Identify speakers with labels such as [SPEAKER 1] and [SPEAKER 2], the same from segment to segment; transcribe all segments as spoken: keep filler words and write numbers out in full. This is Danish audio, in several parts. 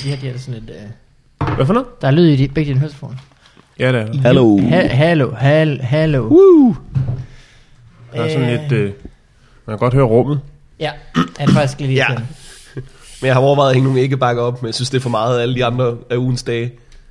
[SPEAKER 1] de har, de har sådan et... Uh,
[SPEAKER 2] Hvad for noget?
[SPEAKER 1] Der er lyd i de, begge dine høretelefoner.
[SPEAKER 2] Ja, det er der.
[SPEAKER 3] Hallo.
[SPEAKER 1] Ha- hallo, hal- hallo.
[SPEAKER 3] Woo!
[SPEAKER 2] Der er sådan lidt... Øh, man kan godt høre rummet.
[SPEAKER 1] Ja, er det faktisk lidt
[SPEAKER 3] Ja.
[SPEAKER 1] irriterende.
[SPEAKER 3] Men jeg har overvejet at hænge nogle æggebakker op, men jeg synes, det er for meget af alle de andre af ugens dage.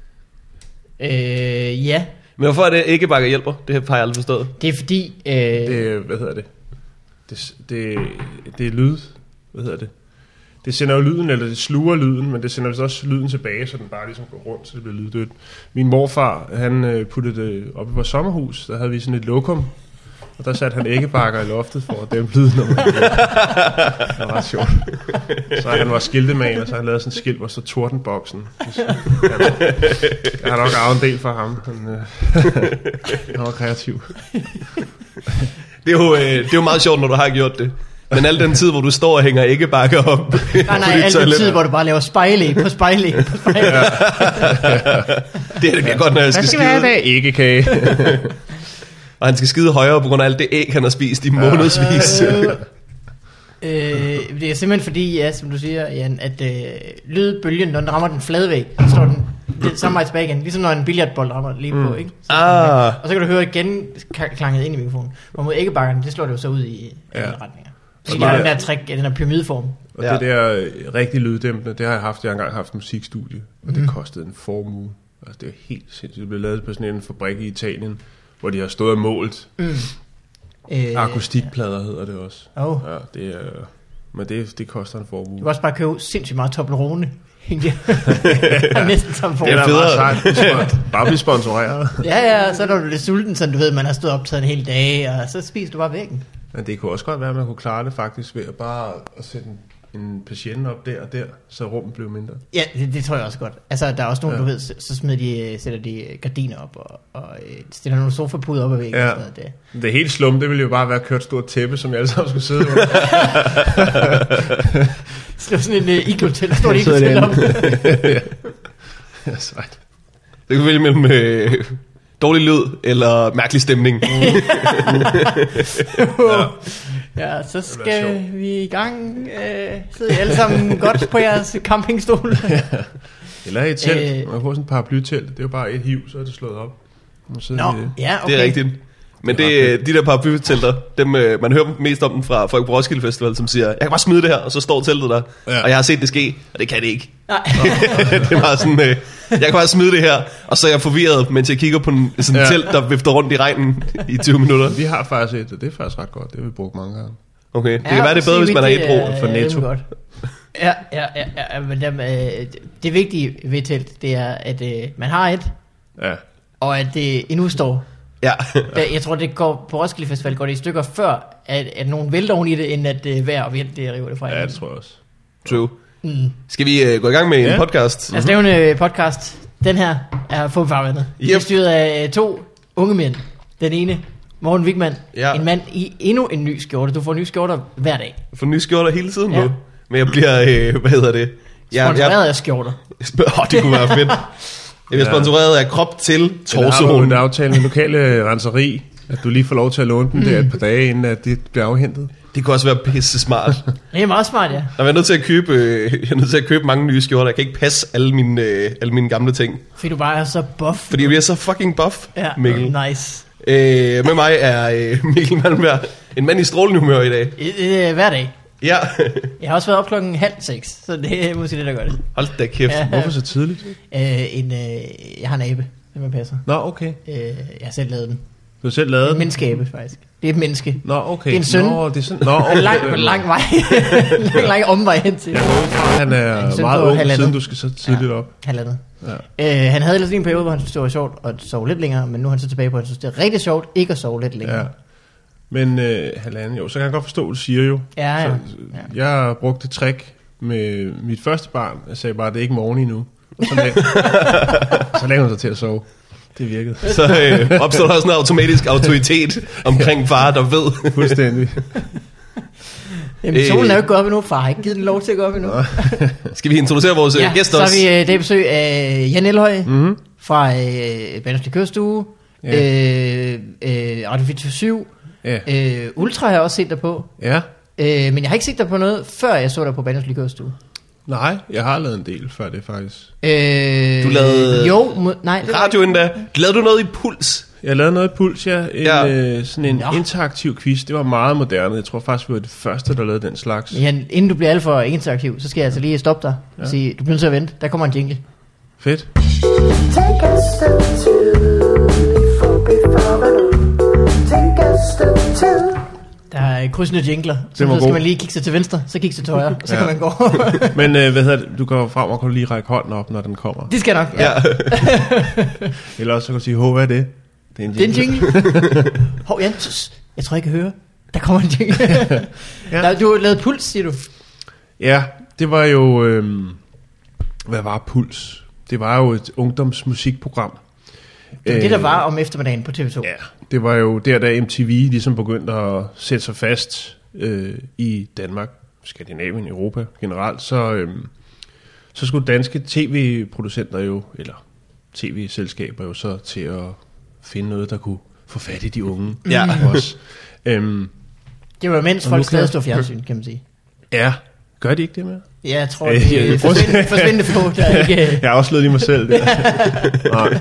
[SPEAKER 1] Øh, ja.
[SPEAKER 3] Men hvorfor er det æggebakker hjælper? Det har jeg aldrig forstået.
[SPEAKER 1] Det er fordi... Øh,
[SPEAKER 2] Det, hvad hedder det? Det, det, det er lyd. Hvad hedder det? Det sender jo lyden, eller det sluger lyden, men det sender vist også lyden tilbage, så den bare ligesom går rundt, så det bliver lyddødt. Min morfar, han øh, puttede det op i vores sommerhus, der havde vi sådan et lokum, og der satte han æggebakker i loftet for at dæmpe lyden. Det var ret sjovt. Så han var skiltemager, og så han lavede sådan et skilt, hvor så Tordenboksen. Jeg har nok arvet en del for ham. Han, øh, han var kreativ.
[SPEAKER 3] Det er, jo, øh, det er jo meget sjovt, når du har gjort det. Men al den tid, hvor du står og hænger æggebakker op.
[SPEAKER 1] nej, nej, al den tid, hvor du bare laver spejle på spejle på spejle.
[SPEAKER 3] Det er det bliver godt, når jeg skal
[SPEAKER 2] Hvad skal vi have i
[SPEAKER 3] skide.
[SPEAKER 2] dag? Æggekage.
[SPEAKER 3] Og han skal skide højere på grund af alt det æg, han har spist i månedsvis.
[SPEAKER 1] Øh, øh, det er simpelthen fordi, ja, som du siger, Jan, at øh, lydbølgen, når den rammer den flade væg, så står den det, samme vej tilbage igen. Ligesom når en billiardbold rammer lige på,
[SPEAKER 3] Mm.
[SPEAKER 1] ikke? Så,
[SPEAKER 3] Ah.
[SPEAKER 1] og så kan du høre igen klanget ind i mikrofonen. Hvor mod æggebakkerne, det slår det jo så ud i
[SPEAKER 2] Ja.
[SPEAKER 1] alle retninger.
[SPEAKER 2] Så
[SPEAKER 1] Så det er
[SPEAKER 2] bare-
[SPEAKER 1] den der trick, den der pyramideform.
[SPEAKER 2] Og
[SPEAKER 3] Ja.
[SPEAKER 2] det der øh, rigtig lyddæmpende, det har jeg haft. Jeg har engang haft et musikstudie, og det kostede en formue. Altså, det er helt sindssygt. Det blev lavet på sådan en fabrik i Italien, hvor de har stået og målt.
[SPEAKER 1] Mm. Øh,
[SPEAKER 2] Akustikplader hedder det også.
[SPEAKER 1] Oh.
[SPEAKER 2] Ja, det er... Men det, det koster en formue.
[SPEAKER 1] Du kan også bare købe sindssygt meget Toblerone. Næsten som for.
[SPEAKER 3] Det er
[SPEAKER 2] da
[SPEAKER 3] federe.
[SPEAKER 2] bare sejt. Bare blive sponsoreret.
[SPEAKER 1] Ja, ja, så er du lidt sulten, så du ved, man har stået optaget en hel dag, og så spiser du bare væggen.
[SPEAKER 2] Men det kunne også godt være, at man kunne klare det faktisk ved at bare at sætte en, en patient op der og der, så rummet blev mindre.
[SPEAKER 1] Ja, det, det tror jeg også godt. Altså, der er også nogle,
[SPEAKER 2] Ja.
[SPEAKER 1] du ved, så, så smider de, sætter de gardiner op, og, og øh, stiller nogle sofapuder op ad væggen.
[SPEAKER 2] Ja.
[SPEAKER 1] Og sådan noget. Det.
[SPEAKER 2] Det helt slum, det ville jo bare være kørt stort tæppe, som jeg alle sammen skulle sidde under.
[SPEAKER 1] Så sådan en uh, iglo-telt, der står det
[SPEAKER 2] Sidder
[SPEAKER 1] iglo-telt
[SPEAKER 2] derinde.
[SPEAKER 1] op.
[SPEAKER 2] Ja, sejt.
[SPEAKER 3] Det kan vælge mellem øh, dårlig lyd eller mærkelig stemning.
[SPEAKER 1] Ja, så
[SPEAKER 2] bliver
[SPEAKER 1] skal
[SPEAKER 2] sjovt.
[SPEAKER 1] vi i gang. Øh, sidder I alle sammen godt på jeres campingstol?
[SPEAKER 2] Eller i et telt.
[SPEAKER 1] Øh.
[SPEAKER 2] Man kan få sådan et paraplytelt. Det er jo bare et hiv, så er det slået op. Man sidder
[SPEAKER 1] Nå,
[SPEAKER 2] i det.
[SPEAKER 1] ja, okay.
[SPEAKER 3] Det er rigtigt. Men det, de der paraplytelter, dem, øh, man hører mest om dem fra folk på Roskilde Festival, som siger, jeg kan bare smide det her, og så står teltet der.
[SPEAKER 2] Ja.
[SPEAKER 3] Og jeg har set det ske, og det kan det ikke.
[SPEAKER 1] Nej.
[SPEAKER 3] Det er bare sådan, øh, jeg kan bare smide det her, og så er jeg forvirret, mens jeg kigger på en, sådan et
[SPEAKER 2] Ja.
[SPEAKER 3] telt, der vifter rundt i regnen i tyve minutter.
[SPEAKER 2] Vi har faktisk et, og det er faktisk ret godt. Det har vi brugt mange gange.
[SPEAKER 3] Okay, det kan være, det er bedre, hvis man er
[SPEAKER 1] det
[SPEAKER 3] ædru.
[SPEAKER 1] er
[SPEAKER 2] for Netto.
[SPEAKER 1] godt. Ja, ja, ja, ja, men dem, øh, det vigtige ved et telt, det er, at øh, man har et,
[SPEAKER 2] Ja.
[SPEAKER 1] og at det endnu står.
[SPEAKER 3] Ja.
[SPEAKER 1] Da- Jeg tror, det går på Roskilde Festival går det i stykker før, at, at nogen vælter oven i det, end at øh, vejr og vind, det river det fra
[SPEAKER 2] Ja,
[SPEAKER 1] hinanden.
[SPEAKER 2] det tror jeg også.
[SPEAKER 3] True.
[SPEAKER 1] Mm.
[SPEAKER 3] Skal vi øh, gå i gang med
[SPEAKER 2] Ja.
[SPEAKER 3] en podcast?
[SPEAKER 1] Lad os lave en øh, podcast. Den her er fodfarvandet.
[SPEAKER 3] Yep.
[SPEAKER 1] Det er styret af øh, to unge mænd. Den ene, Morten Wigman,
[SPEAKER 3] Ja.
[SPEAKER 1] en mand i endnu en ny skjorte. Du får nye skjorter hver dag.
[SPEAKER 3] For nye skjorter hele tiden
[SPEAKER 1] Ja.
[SPEAKER 3] nu. Men jeg bliver, øh, hvad hedder det?
[SPEAKER 1] Sponsoreret af skjorter.
[SPEAKER 3] Åh, det kunne være fedt. Jeg bliver
[SPEAKER 2] Ja.
[SPEAKER 3] sponsoreret af krop til
[SPEAKER 2] Eller har du
[SPEAKER 3] torsoen.
[SPEAKER 2] en aftale med lokale renseri, at du lige får lov til at låne den der et par dage, inden at det bliver afhentet?
[SPEAKER 3] Det kunne også være pisse smart.
[SPEAKER 1] Det er meget smart, ja.
[SPEAKER 3] Jeg er nødt til at købe, øh, jeg er nødt til at købe mange nye skjorter. Jeg kan ikke passe alle mine, øh, alle mine gamle ting.
[SPEAKER 1] Fordi du bare er så buff.
[SPEAKER 3] Fordi jeg bliver så fucking buff,
[SPEAKER 1] Ja,
[SPEAKER 3] Mikkel.
[SPEAKER 1] nice.
[SPEAKER 3] Øh, med mig er øh, Mikkel Malmberg. En mand i strålende humør i dag.
[SPEAKER 1] Øh, Hver dag.
[SPEAKER 3] Ja.
[SPEAKER 1] Jeg har også været op klokken halv seks, så det er måske det, der gør det.
[SPEAKER 3] Hold da kæft.
[SPEAKER 1] Ja.
[SPEAKER 2] Hvorfor så tidligt?
[SPEAKER 1] Øh, en, øh, jeg har en abe, som jeg passer.
[SPEAKER 2] Nå, okay.
[SPEAKER 1] Øh, jeg har selv lavet den.
[SPEAKER 2] Du har selv lavet
[SPEAKER 1] En
[SPEAKER 2] den?
[SPEAKER 1] menneskeabe, faktisk. Det er et menneske.
[SPEAKER 2] Nå, okay.
[SPEAKER 1] Det er en søn.
[SPEAKER 2] Nå, det er sådan... Nå,
[SPEAKER 1] Okay.
[SPEAKER 2] okay.
[SPEAKER 1] Lang, lang vej. lang, lang omvej hen til.
[SPEAKER 2] Han er
[SPEAKER 1] En søn
[SPEAKER 2] meget
[SPEAKER 1] på
[SPEAKER 2] ung,
[SPEAKER 1] halvandet.
[SPEAKER 2] siden du skal så tidligt op.
[SPEAKER 1] Halvandet.
[SPEAKER 2] Ja.
[SPEAKER 1] Øh, han havde ellers lige en periode, hvor han synes, det var sjovt at sove lidt længere, men nu er han så tilbage på, at han synes, det er rigtig sjovt ikke at sove lidt længere.
[SPEAKER 2] Ja. Men øh, halvanden, jo, så kan jeg godt forstå, hvad du siger jo.
[SPEAKER 1] Ja, ja.
[SPEAKER 2] Så,
[SPEAKER 1] ja.
[SPEAKER 2] jeg brugte trick med mit første barn. Jeg sagde bare, det er ikke morgen endnu. Og så lagde, så lagde hun sig til at sove. Det virkede.
[SPEAKER 3] Så øh, opstår der også en automatisk autoritet omkring far, der ved.
[SPEAKER 2] Fuldstændig.
[SPEAKER 1] Jamen, solen er jo ikke gået op endnu, far har ikke givet den lov til at gå op endnu.
[SPEAKER 3] Skal vi introducere vores
[SPEAKER 1] Ja,
[SPEAKER 3] øh, gæster
[SPEAKER 1] så
[SPEAKER 3] også?
[SPEAKER 1] har vi øh, det besøg af Jan Elhøj
[SPEAKER 2] Mm-hmm.
[SPEAKER 1] fra øh, Banders Likørstue,
[SPEAKER 2] Ja.
[SPEAKER 1] øh, øh, Radio fireogtyve syv,
[SPEAKER 2] Ja.
[SPEAKER 1] øh, Ultra har jeg også set dig på,
[SPEAKER 2] Ja.
[SPEAKER 1] øh, men jeg har ikke set dig på noget, før jeg så dig på Banders Likørstue.
[SPEAKER 2] Nej, jeg har lavet en del før det faktisk.
[SPEAKER 1] Øh,
[SPEAKER 3] Du lavede
[SPEAKER 1] jo, må, nej, det var
[SPEAKER 3] radio endda. Lavede du noget i Puls?
[SPEAKER 2] Jeg lavede noget i Puls, ja. En,
[SPEAKER 3] Ja.
[SPEAKER 2] øh, sådan en
[SPEAKER 1] Nå.
[SPEAKER 2] interaktiv quiz. Det var meget moderne. Jeg tror faktisk, vi var det første, der lavede den slags.
[SPEAKER 1] Ja, inden du bliver alt for interaktiv, så skal jeg altså lige stoppe dig og
[SPEAKER 2] Ja.
[SPEAKER 1] sige, du bliver nødt til at vente. Der kommer en jingle.
[SPEAKER 2] Fedt.
[SPEAKER 4] Take a step two before before Take a step two.
[SPEAKER 1] Der er krydsende jingler, så,
[SPEAKER 2] var
[SPEAKER 1] så skal
[SPEAKER 2] god.
[SPEAKER 1] man lige kigge sig til venstre, så kigge sig til højre, så
[SPEAKER 2] Ja.
[SPEAKER 1] kan man gå.
[SPEAKER 2] Men øh, hvad hedder det? Du går frem og kan du lige række hånden op, når den kommer.
[SPEAKER 1] Det skal jeg nok, ja.
[SPEAKER 3] Ja.
[SPEAKER 2] Eller også så kan du sige, hvad er det? Det er en
[SPEAKER 1] Det er en jingle. Hov, jeg, jeg tror, jeg kan høre. Der kommer en jingle.
[SPEAKER 2] Ja.
[SPEAKER 1] Der, du har lavet Puls, siger du.
[SPEAKER 2] Ja, det var jo... Øh, hvad var Puls? Det var jo et ungdomsmusikprogram.
[SPEAKER 1] Det var det, der var om eftermiddagen på T V to.
[SPEAKER 2] Ja, det var jo der, da M T V ligesom begyndte at sætte sig fast øh, i Danmark, Skandinavien, Europa generelt, så, øh, så skulle danske tv-producenter jo, eller tv-selskaber jo så til at finde noget, der kunne få fat i de unge.
[SPEAKER 3] Ja.
[SPEAKER 2] Også. Øhm,
[SPEAKER 1] Det var mens
[SPEAKER 2] Og
[SPEAKER 1] folk
[SPEAKER 2] nu kan
[SPEAKER 1] stadig
[SPEAKER 2] jeg-
[SPEAKER 1] stod fjernsyn, kan man sige.
[SPEAKER 2] ja, gør de ikke det mere?
[SPEAKER 1] Ja, jeg tror,
[SPEAKER 2] Øh,
[SPEAKER 1] det
[SPEAKER 2] jeg-
[SPEAKER 1] er forsvindende, forsvindende få, der er ikke...
[SPEAKER 2] Jeg har også slået i mig selv. Det. Nej.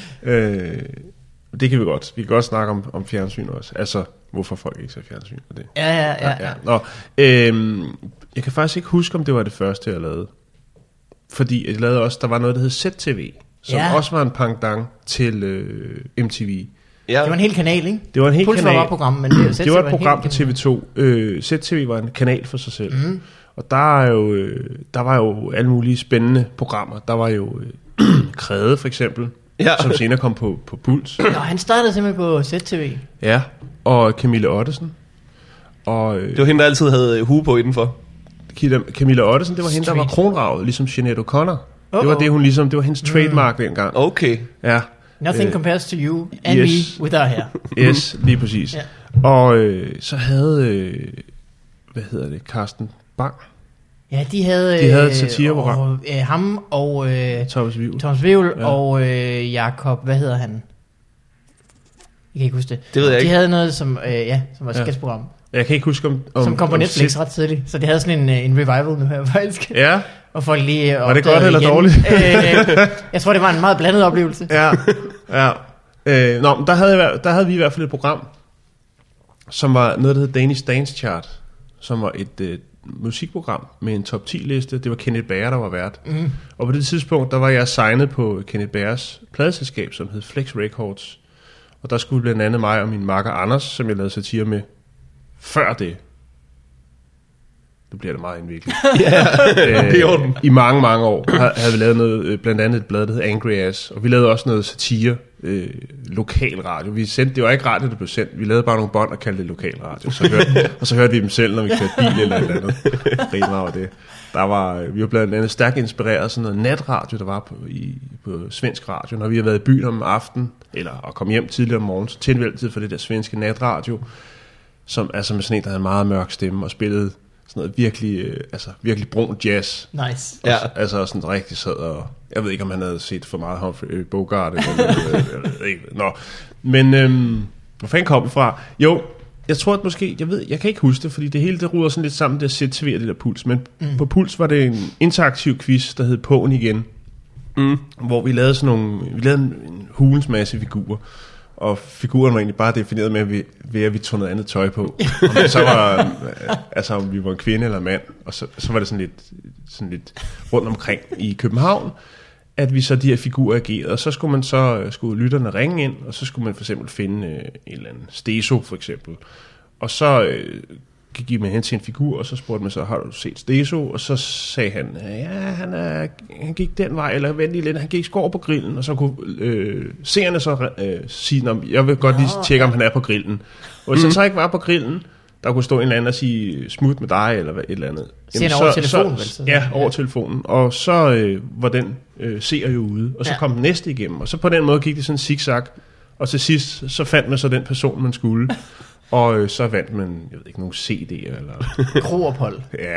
[SPEAKER 2] Øh, det kan vi godt. Vi kan godt snakke om, om fjernsyn også. Altså, hvorfor folk ikke ser fjernsyn og det.
[SPEAKER 1] Ja, ja, ja. ja.
[SPEAKER 2] Nå, øhm, jeg kan faktisk ikke huske, om det var det første, jeg lavede. Fordi jeg lavede også, der var noget, der hed Z T V, som
[SPEAKER 1] Ja.
[SPEAKER 2] også var en pendant til øh, M T V.
[SPEAKER 3] Ja.
[SPEAKER 1] Det var en hel kanal, ikke?
[SPEAKER 2] Det var en hel
[SPEAKER 1] Puls
[SPEAKER 2] kanal.
[SPEAKER 1] var bare et program, men det,
[SPEAKER 2] Det var et program på T V to. Øh, Z T V var en kanal for sig selv. Mm. Og der, er jo, øh, der var jo alle mulige spændende programmer. Der var jo øh, Kræde for eksempel,
[SPEAKER 3] Ja.
[SPEAKER 2] som senere kom på, på Puls.
[SPEAKER 1] Nå, han startede simpelthen på Z T V.
[SPEAKER 2] Ja, og Camilla Ottesen. Og øh,
[SPEAKER 3] Det var hende, der altid havde hue på indenfor.
[SPEAKER 2] Kida- Camilla Ottesen, det var hende, der var
[SPEAKER 1] Street.
[SPEAKER 2] kronravet, ligesom Jeanette O'Connor. Det var
[SPEAKER 1] Uh-oh.
[SPEAKER 2] det, hun ligesom, det var hendes trademark dengang.
[SPEAKER 3] Okay.
[SPEAKER 2] Ja,
[SPEAKER 1] Nothing
[SPEAKER 2] Øh,
[SPEAKER 1] compares to you and
[SPEAKER 2] yes.
[SPEAKER 1] me with our hair.
[SPEAKER 2] yes, lige præcis.
[SPEAKER 1] Ja.
[SPEAKER 2] Og øh, så havde, øh, hvad hedder det, Carsten Bang,
[SPEAKER 1] Ja, de havde...
[SPEAKER 2] De havde et
[SPEAKER 1] øh,
[SPEAKER 2] satireprogram.
[SPEAKER 1] og, øh, ham og øh,
[SPEAKER 2] Thomas Wivel.
[SPEAKER 1] Thomas Wivel
[SPEAKER 2] Ja.
[SPEAKER 1] ja. og øh, Jakob, hvad hedder han? Jeg kan ikke huske det.
[SPEAKER 3] Det ved jeg
[SPEAKER 1] de
[SPEAKER 3] ikke.
[SPEAKER 1] havde noget, som, øh, ja, som var et
[SPEAKER 2] Ja.
[SPEAKER 1] sketchprogram,
[SPEAKER 2] Jeg kan ikke huske om... om
[SPEAKER 1] som kom på
[SPEAKER 2] om
[SPEAKER 1] Netflix
[SPEAKER 2] Sid-
[SPEAKER 1] ret tidligt. Så de havde sådan en, øh, en revival nu her, faktisk.
[SPEAKER 2] Ja,
[SPEAKER 1] Og folk lige
[SPEAKER 2] Var det
[SPEAKER 1] opdagede
[SPEAKER 2] godt eller
[SPEAKER 1] igen.
[SPEAKER 2] dårligt?
[SPEAKER 1] øh, jeg tror, det var en meget blandet oplevelse.
[SPEAKER 2] ja, ja. Øh, nå, men der havde, jeg- der havde vi i hvert fald et program, som var noget, der hed Danish Dance Chart, som var et øh, musikprogram med en top ti liste. Det var Kenneth Bager, der var vært. Mm. Og på det tidspunkt, der var jeg signet på Kenneth Bagers pladeselskab, som hed Flex Records. Og der skulle blandt andet mig og min makker Anders, som jeg lavede satire med, før det. Nu bliver det meget indviklet.
[SPEAKER 3] Ja,
[SPEAKER 2] Øh,
[SPEAKER 3] det er i orden.
[SPEAKER 2] I mange, mange år ha- havde vi lavet noget, øh, blandt andet et blad, der hed Angry Ass, og vi lavede også noget satire, øh, lokal radio. Vi sendte, det var ikke radio, der blev sendt, vi lavede bare nogle bånd og kaldte det lokal radio, så hørte, og så hørte vi dem selv, når vi kørte bil eller et eller andet. Rigtig meget over det. Der var, øh, vi var blandt andet stærkt inspireret af sådan noget natradio, der var på, i, på svensk radio. Når vi havde været i byen om aftenen, eller og kom hjem tidligere om morgenen, så tændte vi altid for det der svenske natradio, som altså med sådan en, der havde en meget mørk stemme og spillede sådan noget virkelig, øh, altså virkelig brun jazz.
[SPEAKER 1] Nice.
[SPEAKER 3] Ja.
[SPEAKER 2] Og, altså sådan rigtig sad og... Jeg ved ikke, om han havde set for meget Humphrey Bogart. Eller, eller, eller, eller, ikke. Nå. Men øhm, hvor fanden kom vi fra? Jo, jeg tror at måske... Jeg ved, jeg kan ikke huske det, fordi det hele det ruder sådan lidt sammen, det at Z T V og det der Puls. Men mm. på Puls var det en interaktiv quiz, der hed På'n igen.
[SPEAKER 3] Mm.
[SPEAKER 2] Hvor vi lavede sådan nogle... Vi lavede en, en hulens masse figurer. Og figuren var egentlig bare defineret med, at vi, ved at vi tog noget andet tøj på. Om det så var, øh, altså om vi var en kvinde eller en mand. Og så, så var det sådan lidt, sådan lidt rundt omkring i København, at vi så de her figurer agerede. Og så skulle man så, skulle lytterne ringe ind, og så skulle man for eksempel finde øh, en eller anden Steso for eksempel. Og så øh, gik man hen til en figur, og så spurgte man så, har du set Steso? Og så sagde han, ja, han, er, han gik den vej, eller vent lige lidt, han gik skår over på grillen, og så kunne øh, seerne så øh, sige, "Nå, jeg vil godt lige tjekke, om han er på grillen." Og hvis han så ikke var på grillen, der kunne stå en eller anden og sige, smut med dig, eller hvad, et eller andet.
[SPEAKER 1] Seerne over telefonen, vel, så-
[SPEAKER 2] Ja, over
[SPEAKER 1] ja.
[SPEAKER 2] telefonen. Og så øh, var den øh, seer jo ude, og så
[SPEAKER 1] Ja.
[SPEAKER 2] kom den næste igennem, og så på den måde gik det sådan zigzag, og til sidst, så fandt man så den person, man skulle. Og øh, så vandt man, jeg ved ikke, nogle C D'er, eller...
[SPEAKER 1] Kroophold.
[SPEAKER 2] Ja,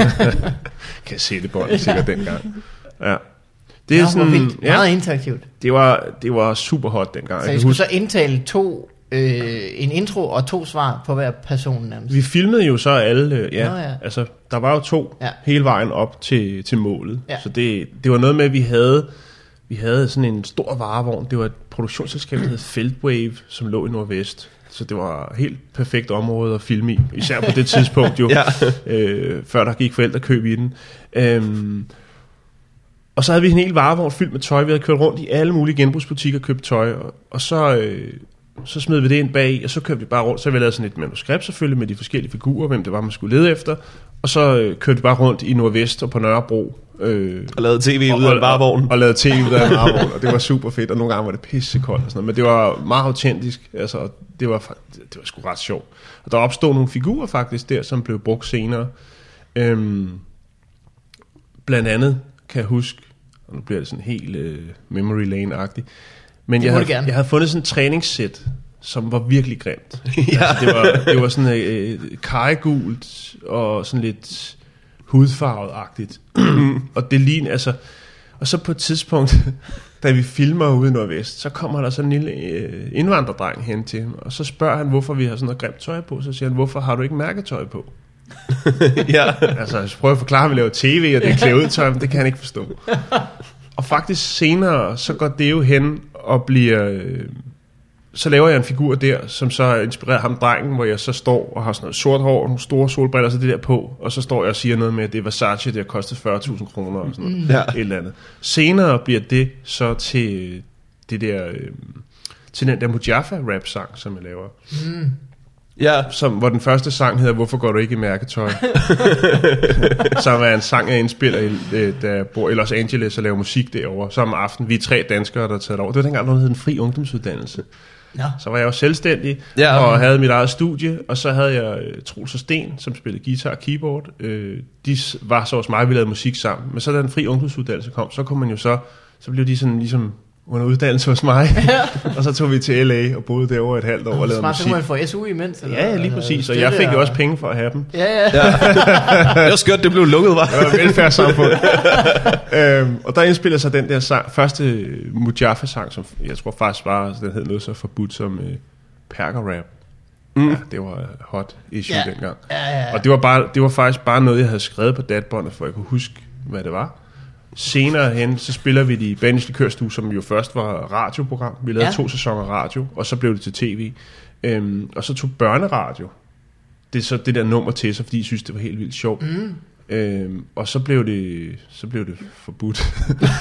[SPEAKER 2] kan se det bånd sikkert dengang. Ja. Det er
[SPEAKER 1] Nå, hvor
[SPEAKER 2] sådan,
[SPEAKER 1] vildt.
[SPEAKER 2] ja,
[SPEAKER 1] Meget interaktivt.
[SPEAKER 2] det var, det var super hot dengang.
[SPEAKER 1] Så
[SPEAKER 2] Jeg
[SPEAKER 1] I
[SPEAKER 2] kan
[SPEAKER 1] skulle
[SPEAKER 2] huske,
[SPEAKER 1] så indtale to øh, en intro og to svar på hver person nærmest.
[SPEAKER 2] Vi filmede jo så alle, øh, ja,
[SPEAKER 1] Nå, ja.
[SPEAKER 2] altså der var jo to
[SPEAKER 1] Ja.
[SPEAKER 2] hele vejen op til, til målet.
[SPEAKER 1] Ja.
[SPEAKER 2] Så det, det var noget med, at vi havde, vi havde sådan en stor varevogn. Det var et produktionsselskab, der hed Feldwave, som lå i Nordvest. Så det var et helt perfekt område at filme i, især på det tidspunkt jo,
[SPEAKER 3] Ja.
[SPEAKER 2] øh, før der gik forældrekøb i den. Øhm, og så havde vi en hel varevogn fyldt med tøj. Vi havde kørt rundt i alle mulige genbrugsbutikker og købt tøj, og, og så... Øh, så smed vi det ind bag, og så kørte vi bare rundt. Så vi lavede sådan et manuskript selvfølgelig med de forskellige figurer, hvem det var, man skulle lede efter. Og så øh, kørte vi bare rundt i Nordvest og på Nørrebro. Øh,
[SPEAKER 3] Og lavede tv ud af en varevogn.
[SPEAKER 2] Og, og lavede tv ud af en varevogn, og det var super fedt. Og nogle gange var det pissekoldt og sådan noget. Men det var meget autentisk. Altså, og det var, det var sgu ret sjovt. Og der opstod nogle figurer faktisk der, som blev brugt senere. Øhm, blandt andet kan jeg huske, og nu bliver det sådan helt øh, memory lane-agtigt, men
[SPEAKER 1] Det
[SPEAKER 2] jeg
[SPEAKER 1] må
[SPEAKER 2] havde,
[SPEAKER 1] du gerne.
[SPEAKER 2] jeg havde fundet sådan en træningssæt, som var virkelig grimt.
[SPEAKER 3] Ja.
[SPEAKER 2] Altså, det, var, det var sådan øh, karregult og sådan lidt hudfarvet-agtigt. Og det lignede, altså... Og så på et tidspunkt, da vi filmer ude i Nordvest, så kommer der sådan en lille øh, indvandrerdreng hen til ham, og så spørger han, hvorfor vi har sådan noget grimt tøj på. Så siger han, hvorfor har du ikke mærketøj på?
[SPEAKER 3] Ja.
[SPEAKER 2] Altså, jeg prøver at forklare, at vi laver tv, og det er klædeudtøj, men det kan han ikke forstå. Og faktisk senere, så går det jo hen og bliver... Øh, så laver jeg en figur der, som så inspirerer ham drengen, hvor jeg så står og har sådan noget sort hår, nogle store solbriller, så det der på, og så står jeg og siger noget med, at det er Versace, det har kostet fyrre tusind kroner og sådan noget,
[SPEAKER 3] Ja.
[SPEAKER 2] et eller andet. Senere bliver det så til det der, øh, til den der Mujaffa-rap-sang, som jeg laver.
[SPEAKER 1] Mm.
[SPEAKER 3] Ja.
[SPEAKER 2] Som, hvor den første sang hedder, Hvorfor går du ikke i mærketøj? Som er en sang, jeg indspiller, i, øh, da jeg bor i Los Angeles og laver musik derovre. Så om aftenen, vi er tre danskere, der er taget over. Det var dengang, noget hed en fri ungdomsuddannelse.
[SPEAKER 1] Nå.
[SPEAKER 2] Så var jeg jo selvstændig,
[SPEAKER 3] Ja.
[SPEAKER 2] og havde mit eget studie, og så havde jeg øh, Troels og Sten, som spillede guitar og keyboard. Øh, de s- var så hos mig, vi lavede musik sammen. Men så da den fri ungdomsuddannelse kom, så kunne man jo så, så blev de sådan ligesom under uddannelse hos mig. Og så tog vi til L A og boede derovre et halvt år og lavede
[SPEAKER 1] Smart, så
[SPEAKER 2] musik.
[SPEAKER 1] kunne man få S U imens. Eller,
[SPEAKER 2] Ja, ja, lige
[SPEAKER 1] eller
[SPEAKER 2] præcis. Og
[SPEAKER 1] støtte
[SPEAKER 2] jeg fik jo
[SPEAKER 1] og-
[SPEAKER 2] også penge for at have dem.
[SPEAKER 1] Ja, ja.
[SPEAKER 3] Ja. Det var skørt, det blev lukket, var.
[SPEAKER 2] Det var et velfærdssamfund. øhm, og der indspillede sig den der sang, første Mujaffa-sang, som jeg tror faktisk var, den hed noget så forbudt som øh, perker-rap. Mm. Ja, det var hot issue
[SPEAKER 1] Ja.
[SPEAKER 2] dengang.
[SPEAKER 1] Ja, ja, ja.
[SPEAKER 2] Og det var, bare, det var faktisk bare noget, jeg havde skrevet på datbåndet, for jeg kunne huske, hvad det var. Senere hen, så spiller vi det i Bandits Likørstue, som jo først var radioprogram. Vi lavede
[SPEAKER 1] Ja.
[SPEAKER 2] to sæsoner radio, og så blev det til tv. Øhm, og så tog Børneradio det, så det der nummer til sig, fordi jeg synes, det var helt vildt sjovt. Mm. Øhm, og så blev det så blev det forbudt.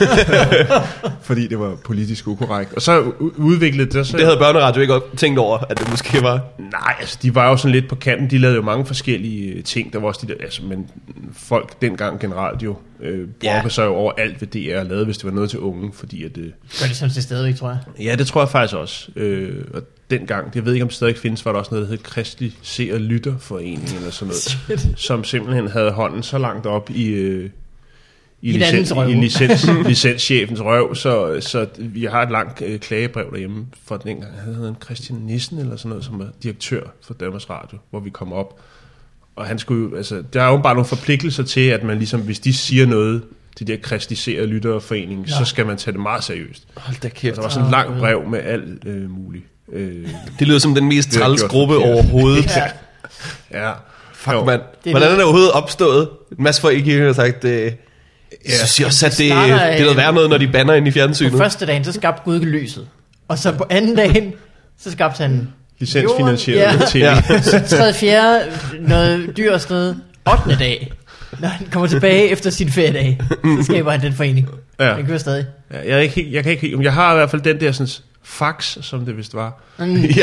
[SPEAKER 2] Fordi det var politisk ukorrekt. Og så u- udviklede det så...
[SPEAKER 3] Det havde børneradio ikke tænkt over, at det måske var.
[SPEAKER 2] Nej, altså de var jo sådan lidt på kanten. De lavede jo mange forskellige øh, ting. Der var også de der, altså, men folk dengang generelt jo øh, brokkede
[SPEAKER 3] Ja.
[SPEAKER 2] sig jo over alt, hvad D R lavede, hvis det var noget til unge, fordi at... Øh,
[SPEAKER 1] Gør det sådan set stadigvæk, tror jeg.
[SPEAKER 2] ja, det tror jeg faktisk også. Øh, og dengang, jeg ved ikke om det stadig findes, var der også noget, der hed Kristelig Se- og Lytterforening eller sådan noget,
[SPEAKER 1] Shit.
[SPEAKER 2] som simpelthen havde hånden så langt op i... Øh, i,
[SPEAKER 1] I en
[SPEAKER 2] licens,
[SPEAKER 1] andens røv.
[SPEAKER 2] i licens, licenschefens røv, så, så vi har et langt øh, klagebrev derhjemme fra dengang. Han hed Christian Nissen eller sådan noget, som var direktør for Danmarks Radio, hvor vi kom op. Og han skulle jo, altså, der er jo bare nogle forpligtelser til, at man ligesom, hvis de siger noget, det der kristiserede lytterforening,
[SPEAKER 1] Ja.
[SPEAKER 2] så skal man tage det meget seriøst.
[SPEAKER 3] Hold da
[SPEAKER 2] Og
[SPEAKER 3] kæft.
[SPEAKER 2] der var sådan et langt brev med alt øh, muligt. Øh,
[SPEAKER 3] Det lyder som den mest
[SPEAKER 2] Det har
[SPEAKER 3] træls
[SPEAKER 2] gjort
[SPEAKER 3] gruppe
[SPEAKER 2] forkert.
[SPEAKER 3] overhovedet.
[SPEAKER 2] Ja. ja.
[SPEAKER 3] Fuck,
[SPEAKER 2] Jo.
[SPEAKER 3] mand.
[SPEAKER 1] Det er
[SPEAKER 3] Hvordan er
[SPEAKER 1] lidt-
[SPEAKER 3] det overhovedet opstået? En masse folk ikke har sagt, øh, jeg synes også, at det, det
[SPEAKER 1] starter,
[SPEAKER 3] er noget
[SPEAKER 1] øh,
[SPEAKER 3] værd noget, når de banner ind i fjernsynet.
[SPEAKER 1] På første dagen, så skabte Gud lyset. Og så på anden dagen, så skabte han...
[SPEAKER 2] Licensfinansieret
[SPEAKER 1] Jorden,
[SPEAKER 2] tv.
[SPEAKER 3] Ja.
[SPEAKER 1] Så tredje, fjerde, noget dyr og sådan noget. ottende dag, når han kommer tilbage efter sin feriedag, så skaber han den forening.
[SPEAKER 2] Ja.
[SPEAKER 1] Den kører stadig.
[SPEAKER 2] Ja, jeg, er ikke, helt- jeg kan ikke helt- jeg har i hvert fald den der sådan, fax, som det vist var.
[SPEAKER 1] Mm,
[SPEAKER 3] Ja.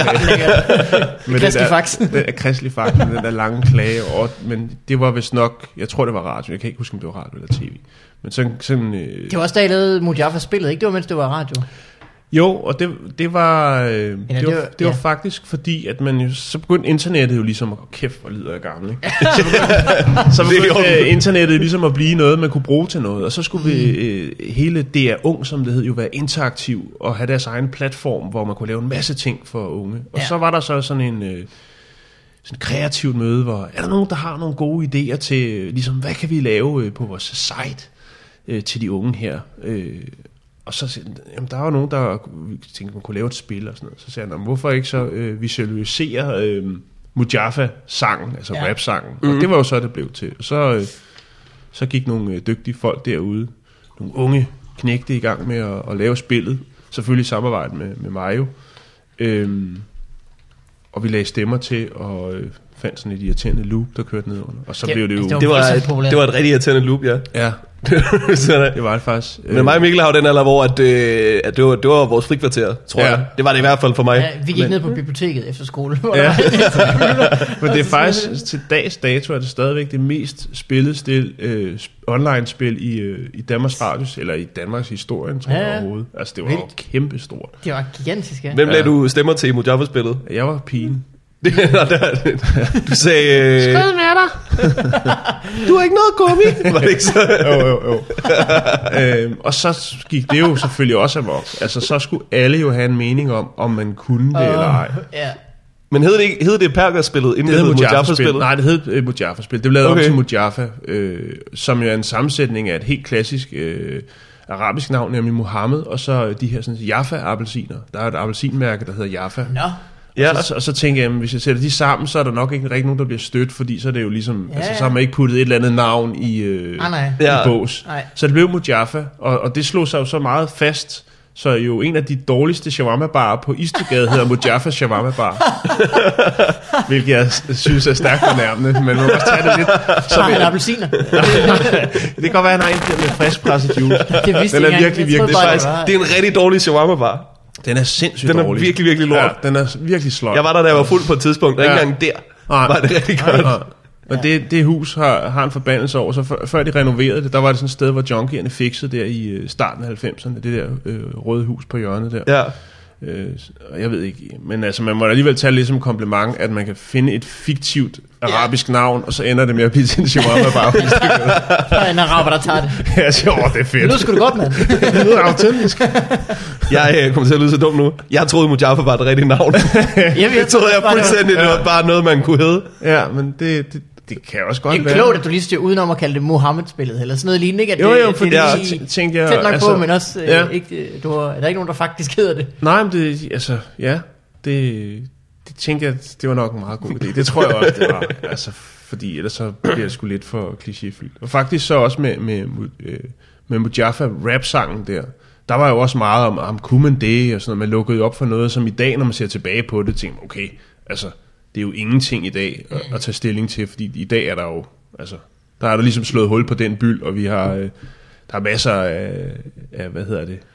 [SPEAKER 2] Med
[SPEAKER 1] Kristelig
[SPEAKER 2] den der,
[SPEAKER 1] fax.
[SPEAKER 2] Den er kristelig fax, med den der lange klage. Og, men det var vist nok, jeg tror det var radio, jeg kan ikke huske, om det var radio eller tv. Men sådan, sådan øh,
[SPEAKER 1] Det var også da jeg lavede Mujaffa-spillet, ikke? Det var mens det var radio.
[SPEAKER 2] jo, og det, det var, øh, det,
[SPEAKER 1] det
[SPEAKER 2] var,
[SPEAKER 1] var-
[SPEAKER 2] det var
[SPEAKER 1] ja.
[SPEAKER 2] faktisk fordi, at man jo, så begyndte internettet jo ligesom at kæft, hvor lyder jeg gammel, ikke? så begyndte, så begyndte øh, internettet ligesom at blive noget, man kunne bruge til noget, og så skulle vi, øh, hele D R Ung, som det hed, jo være interaktiv, og have deres egen platform, hvor man kunne lave en masse ting for unge. Og
[SPEAKER 1] Ja.
[SPEAKER 2] så var der så sådan en... Øh, sådan et kreativt møde, hvor er der nogen, der har nogle gode idéer til, ligesom, hvad kan vi lave øh, på vores site øh, til de unge her? Øh, og så siger han, jamen der er jo nogen, der tænkte, man kunne lave et spil og sådan noget. Så siger han, hvorfor ikke så øh, visualisere øh, Mujaffa-sangen, altså ja. rap-sangen. Og mm. det var jo så, det blev til. Og så, øh, så gik nogle øh, dygtige folk derude, nogle unge knægte i gang med at, at lave spillet. Selvfølgelig i samarbejde med, med Mario. Øhm, og vi lagde stemmer til, og øh, fandt sådan et irriterende loop, der kørte ned under. Og så
[SPEAKER 1] det,
[SPEAKER 2] blev det jo...
[SPEAKER 1] Det
[SPEAKER 3] det var, et, det var et rigtig irriterende loop, ja.
[SPEAKER 2] Ja, det var det faktisk.
[SPEAKER 3] Men mig og Mikkel har jo den alder, hvor at, øh, at det, var, det var vores frikvarter, tror ja. jeg. Det var det i hvert fald for mig.
[SPEAKER 1] Ja, vi gik men, ned på biblioteket efter skole.
[SPEAKER 2] Ja. Men det er faktisk til dags dato, er det stadigvæk det mest spillede stil, øh, online-spil i, øh, i Danmarks Radios, eller i Danmarks historie, tror jeg ja. overhovedet. Altså det var jo kæmpe stort.
[SPEAKER 1] Det var gigantisk, ja.
[SPEAKER 3] Hvem lagde ja. du stemmer til i Mujaffa-spillet?
[SPEAKER 2] Jeg var pigen.
[SPEAKER 3] Du sagde øh...
[SPEAKER 1] Skød med dig.
[SPEAKER 3] Du har ikke noget gummi. Var det ikke så?
[SPEAKER 2] Jo, jo, jo. øhm, Og så gik det jo selvfølgelig også amok. Altså så skulle alle jo have en mening om, om man kunne det uh, eller ej.
[SPEAKER 1] Ja.
[SPEAKER 3] Men hed det ikke, hed det Perker-spillet, inden det, det hed Mujaffa-spillet?
[SPEAKER 2] Nej, det hed uh, Mujaffa-spillet. Det blev lavet okay. om til Mujaffa, øh, som jo er en sammensætning af et helt klassisk øh, arabisk navn, nemlig Mohammed, og så de her sådan Jaffa-appelsiner. Der er et appelsinmærke, der hedder Jaffa.
[SPEAKER 1] Nå.
[SPEAKER 2] Ja. Og, så, og så tænker jeg, hvis jeg sætter de sammen, så er der nok ikke rigtig nogen, der bliver stødt, fordi så er det jo ligesom, ja, altså, så har man ikke puttet et eller andet navn i, øh,
[SPEAKER 1] ah, nej.
[SPEAKER 2] i
[SPEAKER 3] ja.
[SPEAKER 2] bås.
[SPEAKER 1] Nej.
[SPEAKER 2] Så det blev Mujaffa, og, og det slog sig jo så meget fast, så jo en af de dårligste shawarma-barer på Istedgade hedder Mujaffa Shawarma Bar. Hvilket jeg synes er stærkt fornærmende, men man må også tage det lidt.
[SPEAKER 1] Så har han appelsiner.
[SPEAKER 2] Det kan godt være, at han har en med friskpresset juice.
[SPEAKER 1] Det vidste
[SPEAKER 2] Den er
[SPEAKER 1] jeg
[SPEAKER 2] virkelig, virkelig.
[SPEAKER 3] Det er, faktisk, det er en rigtig dårlig shawarma-bar.
[SPEAKER 2] Den er sindssygt
[SPEAKER 3] Den er
[SPEAKER 2] dårlig.
[SPEAKER 3] virkelig, virkelig lort.
[SPEAKER 2] Ja, den er virkelig sløj.
[SPEAKER 3] Jeg var der, da jeg var fuld på et tidspunkt, og ja. ikke engang der
[SPEAKER 2] nej,
[SPEAKER 3] var det rigtig godt.
[SPEAKER 2] Nej, nej. Men det, det hus har, har en forbandelse over, så før, før de renoverede det, der var det sådan et sted, hvor junkierne fikset der i starten af halvfemserne, det der øh, røde hus på hjørnet der.
[SPEAKER 3] Ja.
[SPEAKER 2] Øh, jeg ved ikke, men altså man må alligevel tage lidt som kompliment, at man kan finde et fiktivt arabisk navn, og så ender det med at blive til en shawarma bare.
[SPEAKER 1] Der er en araber, der tager det.
[SPEAKER 2] Ja, så, åh, det er fedt.
[SPEAKER 1] Det lyder sgu da godt, mand.
[SPEAKER 2] Det lyder autentisk.
[SPEAKER 3] Jeg øh, kommer til at lyde så dum nu. Jeg troede, Mujaffa var et rigtigt navn. Jeg troede, jeg fuldstændig, det var bare noget, man kunne hedde.
[SPEAKER 2] Ja, men det... det det kan også godt være.
[SPEAKER 1] Det er klogt, at du lige styrer udenom at kalde det Mohammed-spillet, eller sådan noget lignende, ikke? At
[SPEAKER 2] jo, jo,
[SPEAKER 1] det,
[SPEAKER 2] for
[SPEAKER 1] det
[SPEAKER 2] jeg
[SPEAKER 1] lige
[SPEAKER 2] tænkte jeg...
[SPEAKER 1] Tæt nok
[SPEAKER 2] altså,
[SPEAKER 1] på, men også,
[SPEAKER 2] ja.
[SPEAKER 1] øh, ikke, du har, er der ikke nogen, der faktisk hedder det?
[SPEAKER 2] Nej, men det, altså, ja, det, det tænkte jeg, det var nok en meget god idé. Det tror jeg også, det var. Altså, fordi ellers så bliver det sgu lidt for klichéfyldt. Og faktisk så også med, med, med, med Mujaffa rap-sangen der, der var jo også meget om, om kunne man det, og sådan noget. Man lukkede op for noget, som i dag, når man ser tilbage på det, tænker man, okay, altså, det er jo ingenting i dag at, at tage stilling til, fordi i dag er der jo, altså, der er der ligesom slået hul på den byld, og vi har, øh, der er masser af, af, hvad hedder det,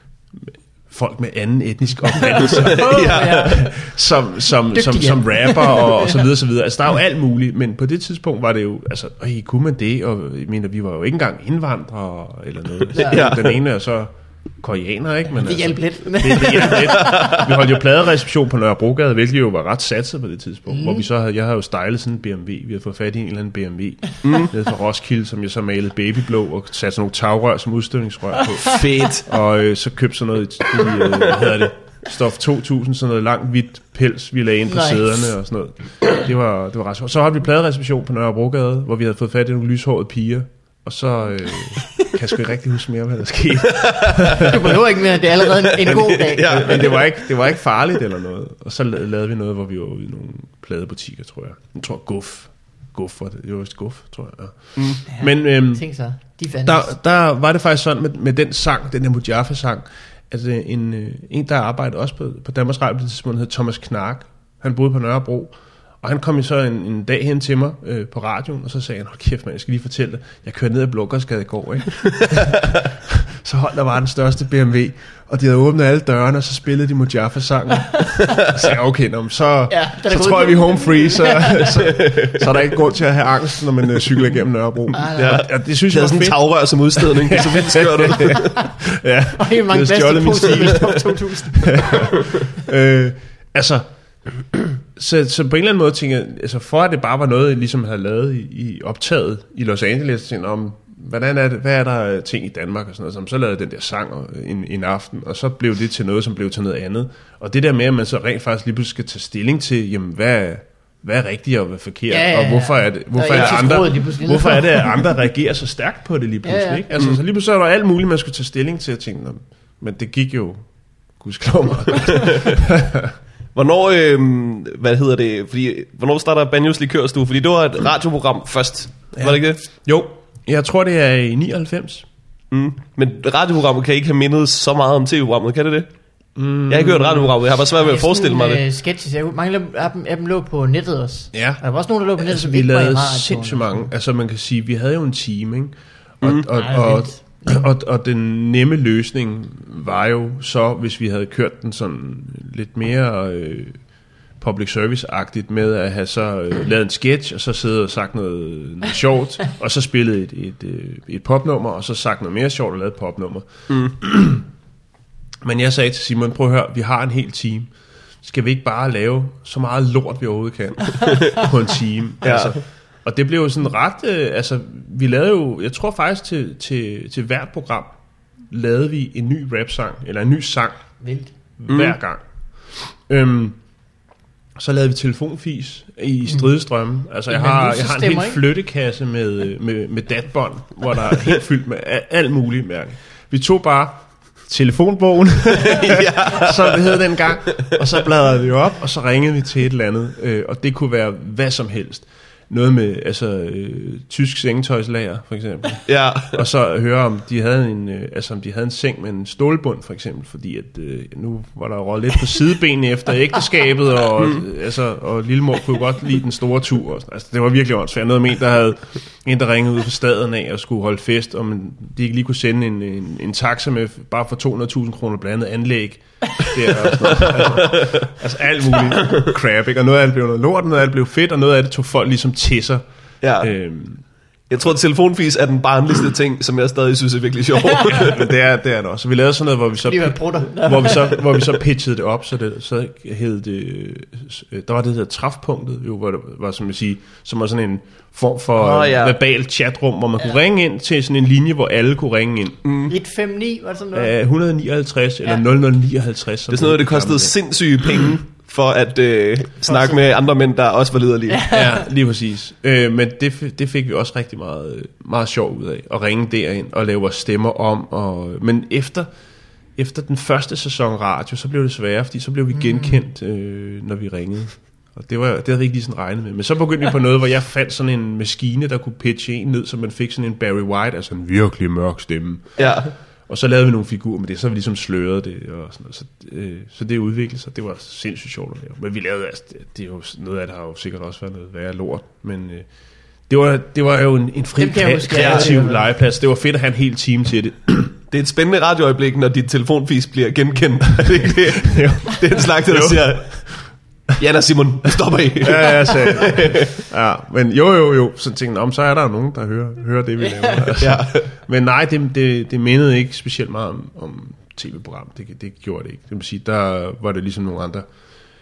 [SPEAKER 2] folk med anden etnisk oprindelse, ja, som, som, som, som rapper og, og så videre, så videre. Altså, der er jo alt muligt, men på det tidspunkt var det jo, altså, øh, kunne man det, og jeg mener, vi var jo ikke engang indvandrere eller noget. Ja. Den ene er så koreaner, ikke? Men
[SPEAKER 1] det hjalp
[SPEAKER 2] altså,
[SPEAKER 1] lidt.
[SPEAKER 2] det, det hjalp lidt. Vi holdt jo pladereception på Nørrebrogade, hvilket jo var ret satset på det tidspunkt, mm. hvor vi så havde, jeg havde jo stylet sådan en B M W, vi havde fået fat i en eller anden B M W, mm. nede fra Roskilde, som jeg så malede babyblå, og satte sådan nogle tagrør som udstødningsrør på.
[SPEAKER 3] Fedt.
[SPEAKER 2] Og øh, så købte sådan noget i, øh, hvad hedder det, stof to tusind, sådan noget langt hvidt pels, vi lagde ind på nice. Sæderne og sådan noget. Det var, det var ret sjovt. Så holdt vi pladereception på Nørrebrogade, hvor vi havde fået fat i nogle lyshårede piger, og så øh, kan jeg sgu ikke rigtig huske mere, hvad der skete.
[SPEAKER 1] Du behøver ikke mere, det er allerede en, en god dag.
[SPEAKER 2] Ja, men det var, ikke, det var ikke farligt eller noget. Og så lavede vi noget, hvor vi var ude i nogle pladebutikker, tror jeg. Jeg tror Guf. Guf var det. Det var vist Guf, tror jeg. Ja. Mm.
[SPEAKER 1] Ja,
[SPEAKER 2] men øhm,
[SPEAKER 1] tænk så. De
[SPEAKER 2] der, der var det faktisk sådan med, med den sang, den her Mujaffa-sang, at en, en der arbejdede også på, på Danmarks Radio, det hed Thomas Knark. Han boede på Nørrebro. Og han kom jo så en, en dag hen til mig øh, på radioen, og så sagde han, hold kæft man, jeg skal lige fortælle dig, jeg kørte ned ad Blågårdsgade i går, ikke? Så holdt der var den største B M W, og de havde åbnet alle dørene, og så spillede de Mujaffa-sangen. Så sagde jeg, okay, nå, så, ja, så tror jeg, vi er home free, så, så, så, så er der ikke grund til at have angst, når man øh, cykler igennem Nørrebro.
[SPEAKER 1] Ah,
[SPEAKER 2] ja, ja, det synes jeg
[SPEAKER 3] var fedt. Det havde sådan en tagrør som udstødning, det er så vildt skørt ud.
[SPEAKER 1] Ja, og helt mange bedste positive to tusind.
[SPEAKER 2] øh, altså... Så, så på en eller anden måde tænker jeg, altså for at det bare var noget, jeg ligesom havde lavet i, i optaget i Los Angeles, tænkte om, hvordan er det, hvad er der ting i Danmark og sådan noget, så lavede jeg den der sang en, en aften, og så blev det til noget, som blev til noget andet. Og det der med, at man så rent faktisk lige pludselig skal tage stilling til, jamen hvad, hvad er rigtigt og hvad er forkert, ja, ja, ja. Og hvorfor er det, hvorfor er, er, andre, hvorfor er det, at andre reagerer så stærkt på det lige pludselig, ja, ja. Ikke? Altså, så lige pludselig er der alt muligt, man skulle tage stilling til, og tænke, Men det gik jo gudskelov meget.
[SPEAKER 3] Hvornår, øh, hvad hedder det, fordi, hvornår starter Banjos Likørstue? Fordi det var et radioprogram først, ja. Var det ikke det?
[SPEAKER 2] Jo, jeg tror det er i nioghalvfems.
[SPEAKER 3] Mm. Men radioprogrammet kan ikke have mindet så meget om tv-programmet, kan det det? Mm. Jeg har ikke hørt radioprogrammet, jeg har bare svært ved at forestille mig det.
[SPEAKER 1] Sketches, jeg, mange af dem, af dem lå på nettet også.
[SPEAKER 2] Ja.
[SPEAKER 1] Der var også nogen, der lå på nettet,
[SPEAKER 2] altså,
[SPEAKER 1] som
[SPEAKER 2] vi
[SPEAKER 1] ikke
[SPEAKER 2] lavede
[SPEAKER 1] var i
[SPEAKER 2] sindssygt mange. Altså man kan sige, vi havde jo en time, ikke? Og,
[SPEAKER 3] Mm.
[SPEAKER 2] og,
[SPEAKER 1] Ej,
[SPEAKER 2] og,
[SPEAKER 1] vent.
[SPEAKER 2] og, og den nemme løsning var jo så, hvis vi havde kørt den sådan lidt mere øh, public service-agtigt med at have så øh, lavet en sketch, og så siddet og sagt noget, noget sjovt, og så spillet et, et, et, et popnummer, og så sagt noget mere sjovt og lavet et popnummer.
[SPEAKER 3] Mm.
[SPEAKER 2] Men jeg sagde til Simon, prøv at høre, vi har en hel time. Skal vi ikke bare lave så meget lort, vi overhovedet kan på en time?
[SPEAKER 3] Ja.
[SPEAKER 2] Altså, og det blev jo sådan ret, øh, altså vi lavede jo, jeg tror faktisk til, til, til hvert program, lavede vi en ny rap-sang, eller en ny sang,
[SPEAKER 1] Vildt.
[SPEAKER 2] hver gang. Øhm, så lavede vi telefonfis i stridestrømme. Altså jeg
[SPEAKER 1] Men
[SPEAKER 2] har,
[SPEAKER 1] nu så
[SPEAKER 2] jeg har en
[SPEAKER 1] stemmer,
[SPEAKER 2] hel
[SPEAKER 1] ikke?
[SPEAKER 2] flyttekasse med, med, med datbånd, hvor der er helt fyldt med a- alt muligt mærke. Vi tog bare telefonbogen, så det hed den gang, og så bladrede vi op, og så ringede vi til et eller andet, øh, og det kunne være hvad som helst. Noget med altså øh, tysk sengetøjslager for eksempel.
[SPEAKER 3] Ja.
[SPEAKER 2] Og så høre om de havde en øh, altså om de havde en seng med en stålbund for eksempel, fordi at øh, nu var der røget lidt på sidebenene efter ægteskabet, og øh, altså og lillemor kunne godt lide den store tur. Og, altså det var virkelig åndssvagt. Noget med en der havde en der ringede ud fra staden af og skulle holde fest, og man, de ikke lige kunne sende en, en, en taxa med bare for to hundrede tusind kroner blandet anlæg. Der, og sådan noget. Altså, altså alt muligt crap, ikke? Og noget af det blev noget lort, noget af det blev fedt, og noget af det tog folk ligesom til sig.
[SPEAKER 3] Ja.
[SPEAKER 2] Øhm,
[SPEAKER 3] Jeg tror, at telefonfis er den barnligste ting, som jeg stadig synes er virkelig sjov.
[SPEAKER 2] ja, men det er, det er det også. Så vi lavede sådan noget, hvor vi så,
[SPEAKER 1] Fordi man brutter.
[SPEAKER 2] hvor vi så, hvor vi så pitchede det op, så det så hed det, øh, der var det der træfpunktet, jo, hvor det var, som jeg siger, som var sådan en form for
[SPEAKER 3] Åh,
[SPEAKER 2] oh,
[SPEAKER 3] ja.
[SPEAKER 2] verbal chatrum, hvor man
[SPEAKER 1] Ja.
[SPEAKER 2] kunne ringe ind til sådan en linje, hvor alle kunne ringe ind.
[SPEAKER 3] Mm.
[SPEAKER 1] et fem ni, var det sådan noget?
[SPEAKER 2] Uh, et hundrede nioghalvtreds
[SPEAKER 1] Ja.
[SPEAKER 2] eller nul nul nioghalvtreds.
[SPEAKER 3] Det er sådan noget, det kostede sindssyge penge for at øh, snakke med andre mænd, der også var liderlige.
[SPEAKER 2] Ja, lige præcis. Øh, men det, f- det fik vi også rigtig meget, meget sjov ud af, at ringe derind og lave vores stemmer om. Og, men efter, efter den første sæson radio, så blev det sværere, fordi så blev vi genkendt, øh, når vi ringede. Og det, var, det havde vi ikke lige sådan regnet med. Men så begyndte vi på noget, hvor jeg fandt sådan en maskine, der kunne pitche en ned, så man fik sådan en Barry White, altså en virkelig mørk stemme.
[SPEAKER 3] Ja.
[SPEAKER 2] Og så lavede vi nogle figurer med det, så har vi ligesom sløret det og sådan noget. Så, øh, så det udviklede sig. Det var sindssygt sjovt at lave. Men vi lavede altså, det, det er jo, noget af det har jo sikkert også været noget værre lort. Men øh, det, var, det var jo en, en fri
[SPEAKER 1] Dem kan jeg
[SPEAKER 2] kre-
[SPEAKER 1] huske,
[SPEAKER 2] kreativ
[SPEAKER 1] ja, det var-
[SPEAKER 2] legeplads. Det var fedt at have en hel team til det.
[SPEAKER 3] Det er et spændende radioøjeblik, når dit telefonfis bliver genkendt. det, er det, det er en slags, der
[SPEAKER 2] Jo.
[SPEAKER 3] siger, Jan og Simon, stopper I.
[SPEAKER 2] ja, ja, så, ja, men jo, jo, jo. Så tænkte jeg, om så er der jo nogen, der hører, hører det, vi laver. Altså.
[SPEAKER 3] Ja.
[SPEAKER 2] Men nej, det, det, det mindede ikke specielt meget om, om tv-program. Det, det gjorde det ikke. Det vil sige, der var det ligesom nogle andre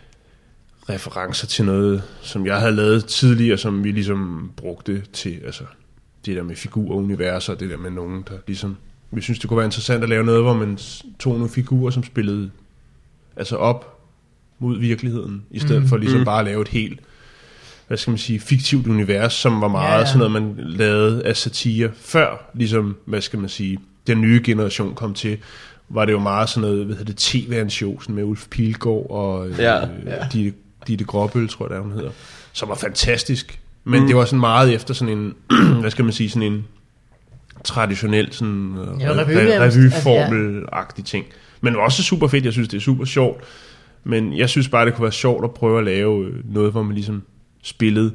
[SPEAKER 2] referencer til noget, som jeg havde lavet tidligere, som vi ligesom brugte til, altså det der med figurer og universer, det der med nogen, der ligesom, vi synes, det kunne være interessant at lave noget, hvor man s- tog nogle figurer, som spillede altså op mod virkeligheden, i stedet mm. for ligesom mm. bare at lave et helt, hvad skal man sige, fiktivt univers, som var meget
[SPEAKER 1] Ja, ja.
[SPEAKER 2] sådan noget, man lavede af satire, før ligesom, hvad skal man sige, den nye generation kom til, var det jo meget sådan noget, hvad hedder det, T-version med Ulf Pilgaard og øh,
[SPEAKER 3] Ja,
[SPEAKER 2] ja,
[SPEAKER 3] ja.
[SPEAKER 2] Ditte, Ditte Gråbøl, tror jeg, der hun hedder, som var fantastisk, men mm. det var sådan meget efter sådan en, hvad skal man sige, sådan en traditionel sådan øh,
[SPEAKER 1] Ja,
[SPEAKER 2] re-
[SPEAKER 1] revy
[SPEAKER 2] re-
[SPEAKER 1] nærmest.
[SPEAKER 2] revyformel-agtig ting. Men også super fedt, jeg synes, det er super sjovt. Men jeg synes bare, det kunne være sjovt at prøve at lave øh, noget, hvor man ligesom spillede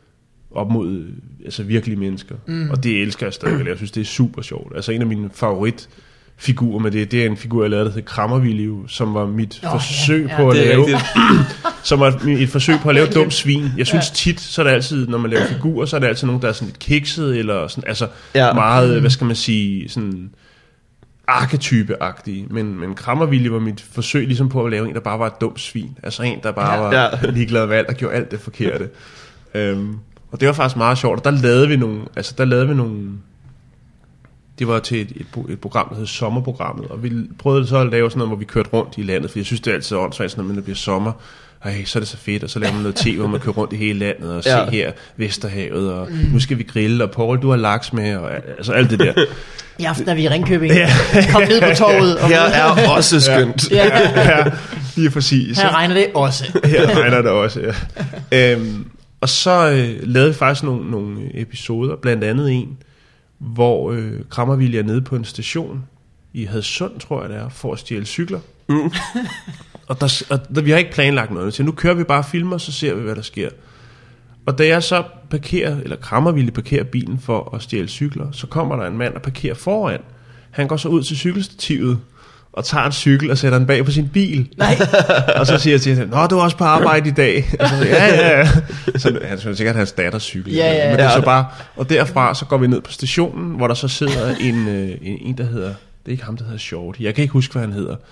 [SPEAKER 2] op mod øh, altså virkelige mennesker. Mm. Og det elsker jeg stadig. Jeg synes, det er super sjovt. Altså en af mine favoritfigurer med det, det er en figur, jeg lavede, der hedder Krammervilliv, som var mit
[SPEAKER 1] Åh,
[SPEAKER 2] oh, forsøg
[SPEAKER 1] ja,
[SPEAKER 2] på
[SPEAKER 1] ja.
[SPEAKER 2] at
[SPEAKER 3] Det er
[SPEAKER 2] lave...
[SPEAKER 3] rigtigt.
[SPEAKER 2] som var et forsøg på at lave dum svin. Jeg synes tit, så er det altid, når man laver figurer, så er det altid nogen, der er sådan lidt kikset, eller sådan, altså
[SPEAKER 3] Ja.
[SPEAKER 2] ja. meget, hvad skal man sige, sådan arketype-agtige. Men, men Krammervilje var mit forsøg ligesom på at lave en, der bare var et dumt svin. Altså en, der bare
[SPEAKER 3] Ja.
[SPEAKER 2] var
[SPEAKER 3] Ja.
[SPEAKER 2] ligeglad med alt og gjorde alt det forkerte. øhm, og det var faktisk meget sjovt. Og der lavede vi nogle, altså der lavede vi nogle, det var til et, et, et program, der hed Sommerprogrammet, og vi prøvede så at lave sådan noget, hvor vi kørte rundt i landet, for jeg synes, det er altid åndssvagt, når det bliver sommer, ej, så er det så fedt, og så laver man noget te, hvor man kører rundt i hele landet, og
[SPEAKER 3] Ja.
[SPEAKER 2] se her Vesterhavet, og mm. nu skal vi grille, og Poul, du har laks med, og altså alt det der.
[SPEAKER 1] I aften er vi i Ringkøbing. Kom ned på torvet. Og
[SPEAKER 3] Her er også skønt.
[SPEAKER 1] ja.
[SPEAKER 2] Ja, lige præcis.
[SPEAKER 1] Her regner det også.
[SPEAKER 2] Her regner det også, ja. øhm, og så øh, lavede vi faktisk nogle, nogle episoder, blandt andet en, hvor øh, Krammervilje er nede på en station i Hadsund, tror jeg det er, for at stjæle cykler. Mm. og, der, og der, vi har ikke planlagt noget, så nu kører vi bare og filmer, så ser vi, hvad der sker. Og da jeg så parkerer, eller Krammervilje parkerer bilen for at stjæle cykler, så kommer der en mand og parkerer foran. Han går så ud til cykelstativet og tager en cykel og sætter den bag på sin bil.
[SPEAKER 1] Nej.
[SPEAKER 2] Og så siger jeg til hende, nå, du er også på arbejde i dag. Og så, ja, ja, ja. Så han synes sikkert, hans datters cykel.
[SPEAKER 1] Ja, ja,
[SPEAKER 2] Men det er
[SPEAKER 3] ja.
[SPEAKER 2] så bare, og derfra så går vi ned på stationen, hvor der så sidder en, øh, en, en der hedder, det er ikke ham, der hedder Shorty. Jeg kan ikke huske, hvad han hedder.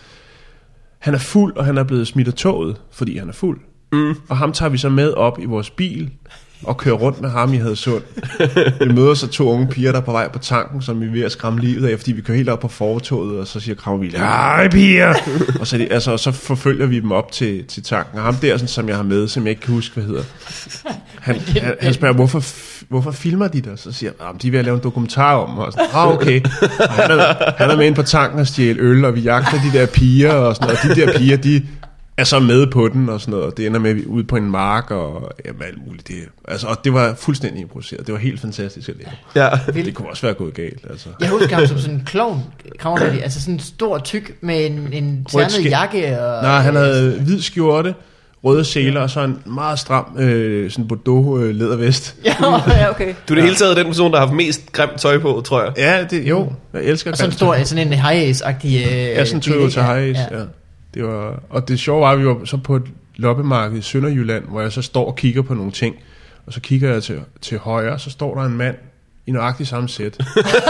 [SPEAKER 2] Han er fuld, og han er blevet smidt af toget, fordi han er fuld. Mm. Og ham tager vi så med op i vores bil og kører rundt med ham i Hadsund. Vi møder så to unge piger, der er på vej på tanken, som vi er ved at skræmme livet af, fordi vi kører helt op på fortoget, og så siger Krammervilje, hej piger! og, så, de, altså, og så forfølger vi dem op til, til tanken. Og ham der, sådan, som jeg har med, som jeg ikke kan huske, hvad hedder. Han, han, han spørger, hvorfor, hvorfor filmer de der? Så siger jeg, de er ved at lave en dokumentar om mig. Og sådan, ah, okay. Og han, er, han er med ind på tanken og stjæle øl, og vi jagter de der piger, og sådan noget. Og de der piger, de er så med på den, og sådan noget. Og det ender med, at vi er ude på en mark, og jamen, alt muligt. Det, altså, og det var fuldstændig improviseret. Det var helt fantastisk at lave.
[SPEAKER 3] Ja.
[SPEAKER 2] Det kunne også være gået galt, altså.
[SPEAKER 1] Jeg husker ham som sådan en klovn, Krammervilje. Altså sådan en stor, tyk med en, en ternet
[SPEAKER 2] skæg.
[SPEAKER 1] jakke. Og,
[SPEAKER 2] Nej, han havde hvid skjorte, røde seler, og så en meget stram øh, sådan Bordeaux øh, lædervest.
[SPEAKER 1] Ja, ja, okay.
[SPEAKER 3] Du er det hele taget den person, der har haft mest grimt tøj på, tror jeg.
[SPEAKER 2] Ja, det, jo. Jeg elsker
[SPEAKER 1] Og sådan en stor, sådan en high-ace-agtig... Øh,
[SPEAKER 2] Ja, sådan en
[SPEAKER 1] bil,
[SPEAKER 2] Toyota
[SPEAKER 1] ja.
[SPEAKER 2] Hiace, ja. ja. Det var, og det sjove var, at vi var så på et loppemarked i Sønderjylland, hvor jeg så står og kigger på nogle ting, og så kigger jeg til, til højre, og så står der en mand i nøjagtig samme sæt.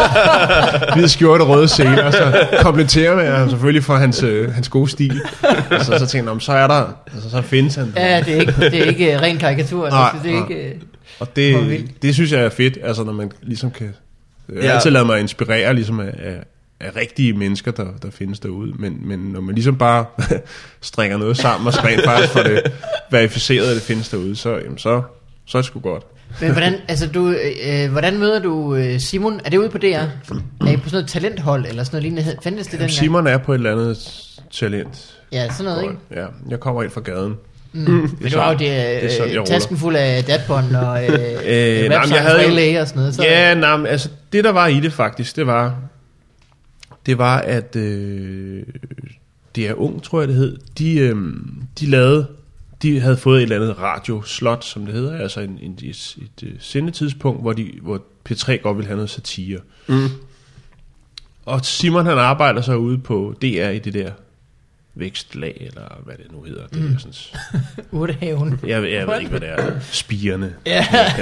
[SPEAKER 2] Hvid skjorte, røde seler, og så kompletterer jeg ham selvfølgelig for hans, øh, hans gode stil. Og så, så tænkte jeg, så er der, altså så findes han.
[SPEAKER 1] Ja, det er ikke, det er ikke uh, ren karikatur.
[SPEAKER 2] Nej,
[SPEAKER 1] det er
[SPEAKER 2] nej.
[SPEAKER 1] ikke... Uh,
[SPEAKER 2] Og
[SPEAKER 1] Hvor
[SPEAKER 2] det,
[SPEAKER 1] vildt.
[SPEAKER 2] det synes jeg er fedt, altså når man ligesom kan... Jeg har
[SPEAKER 3] Ja.
[SPEAKER 2] altid ladet mig inspirere ligesom af, af, af rigtige mennesker, der, der findes derude, men, men når man ligesom bare strikker noget sammen, og så rent faktisk får det verificeret, at det findes derude, så, jamen, så, så er det sgu godt.
[SPEAKER 1] Men hvordan, altså du, øh, hvordan møder du øh, Simon? Er det ude på D R? Er I på sådan noget talenthold, eller sådan noget lignende? Fandtes det dengang?
[SPEAKER 2] Simon er på et eller andet talent.
[SPEAKER 1] Ja, sådan noget, ikke?
[SPEAKER 2] Ja, jeg kommer ind fra gaden.
[SPEAKER 1] Mm. Men
[SPEAKER 2] er
[SPEAKER 1] du har jo
[SPEAKER 2] sådan-
[SPEAKER 1] det,
[SPEAKER 2] det er sådan, jeg
[SPEAKER 1] øh,
[SPEAKER 2] ruller.
[SPEAKER 1] tasken fuld af datbånd og øh,
[SPEAKER 2] Øh,
[SPEAKER 1] øh,
[SPEAKER 2] nej, men jeg havde jo-
[SPEAKER 1] læge og sådan noget. Så,
[SPEAKER 2] Ja, nej, men altså det der var i det faktisk, det var, det var at øh, det er ung, tror jeg det hed. De, øh, de lavede, de havde fået et eller andet radioslot, som det hedder, altså en, en, et, et, et sendetidspunkt, hvor de, hvor P tre godt ville have noget satire.
[SPEAKER 3] Mm.
[SPEAKER 2] Og Simon han arbejder så ude på D R i det der vækstlag, eller hvad det nu hedder. Det
[SPEAKER 1] Mm.
[SPEAKER 2] er sådan,
[SPEAKER 1] Urtehaven.
[SPEAKER 2] jeg, jeg ved ikke, hvad det er. Spirene.
[SPEAKER 1] Ja.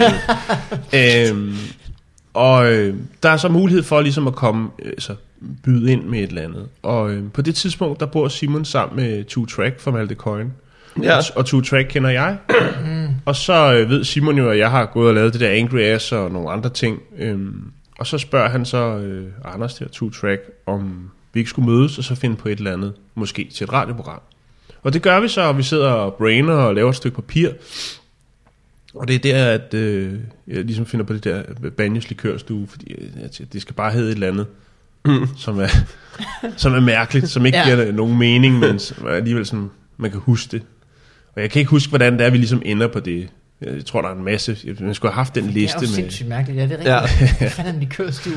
[SPEAKER 2] øhm, og øh, der er så mulighed for ligesom at komme, øh, så byde ind med et eller andet. Og øh, på det tidspunkt, der bor Simon sammen med Two Track fra Malte Coyne.
[SPEAKER 3] Ja.
[SPEAKER 2] Og, og Two Track kender jeg. Og så øh, ved Simon jo, at jeg har gået og lavet det der Angry Ass og nogle andre ting. Øhm, og så spørger han så øh, Anders der, Two Track, om vi ikke skulle mødes og så finde på et eller andet, måske til et radioprogram. Og det gør vi så, og vi sidder og brainer og laver et stykke papir. Og det er der, at øh, jeg ligesom finder på det der Banjos likørstue, fordi øh, det skal bare hedde et eller andet, mm. som, er, som er mærkeligt, som ikke
[SPEAKER 1] Ja.
[SPEAKER 2] giver nogen mening, men som alligevel sådan, man kan huske det. Og jeg kan ikke huske, hvordan det er, vi ligesom ender på det. Jeg tror, der er en masse... Man skulle have haft den
[SPEAKER 1] Det er
[SPEAKER 2] liste
[SPEAKER 1] jo
[SPEAKER 2] med...
[SPEAKER 1] sindssygt mærkeligt, ja, det er rigtigt.
[SPEAKER 3] Ja.
[SPEAKER 1] Hvad fanden er en likørstue?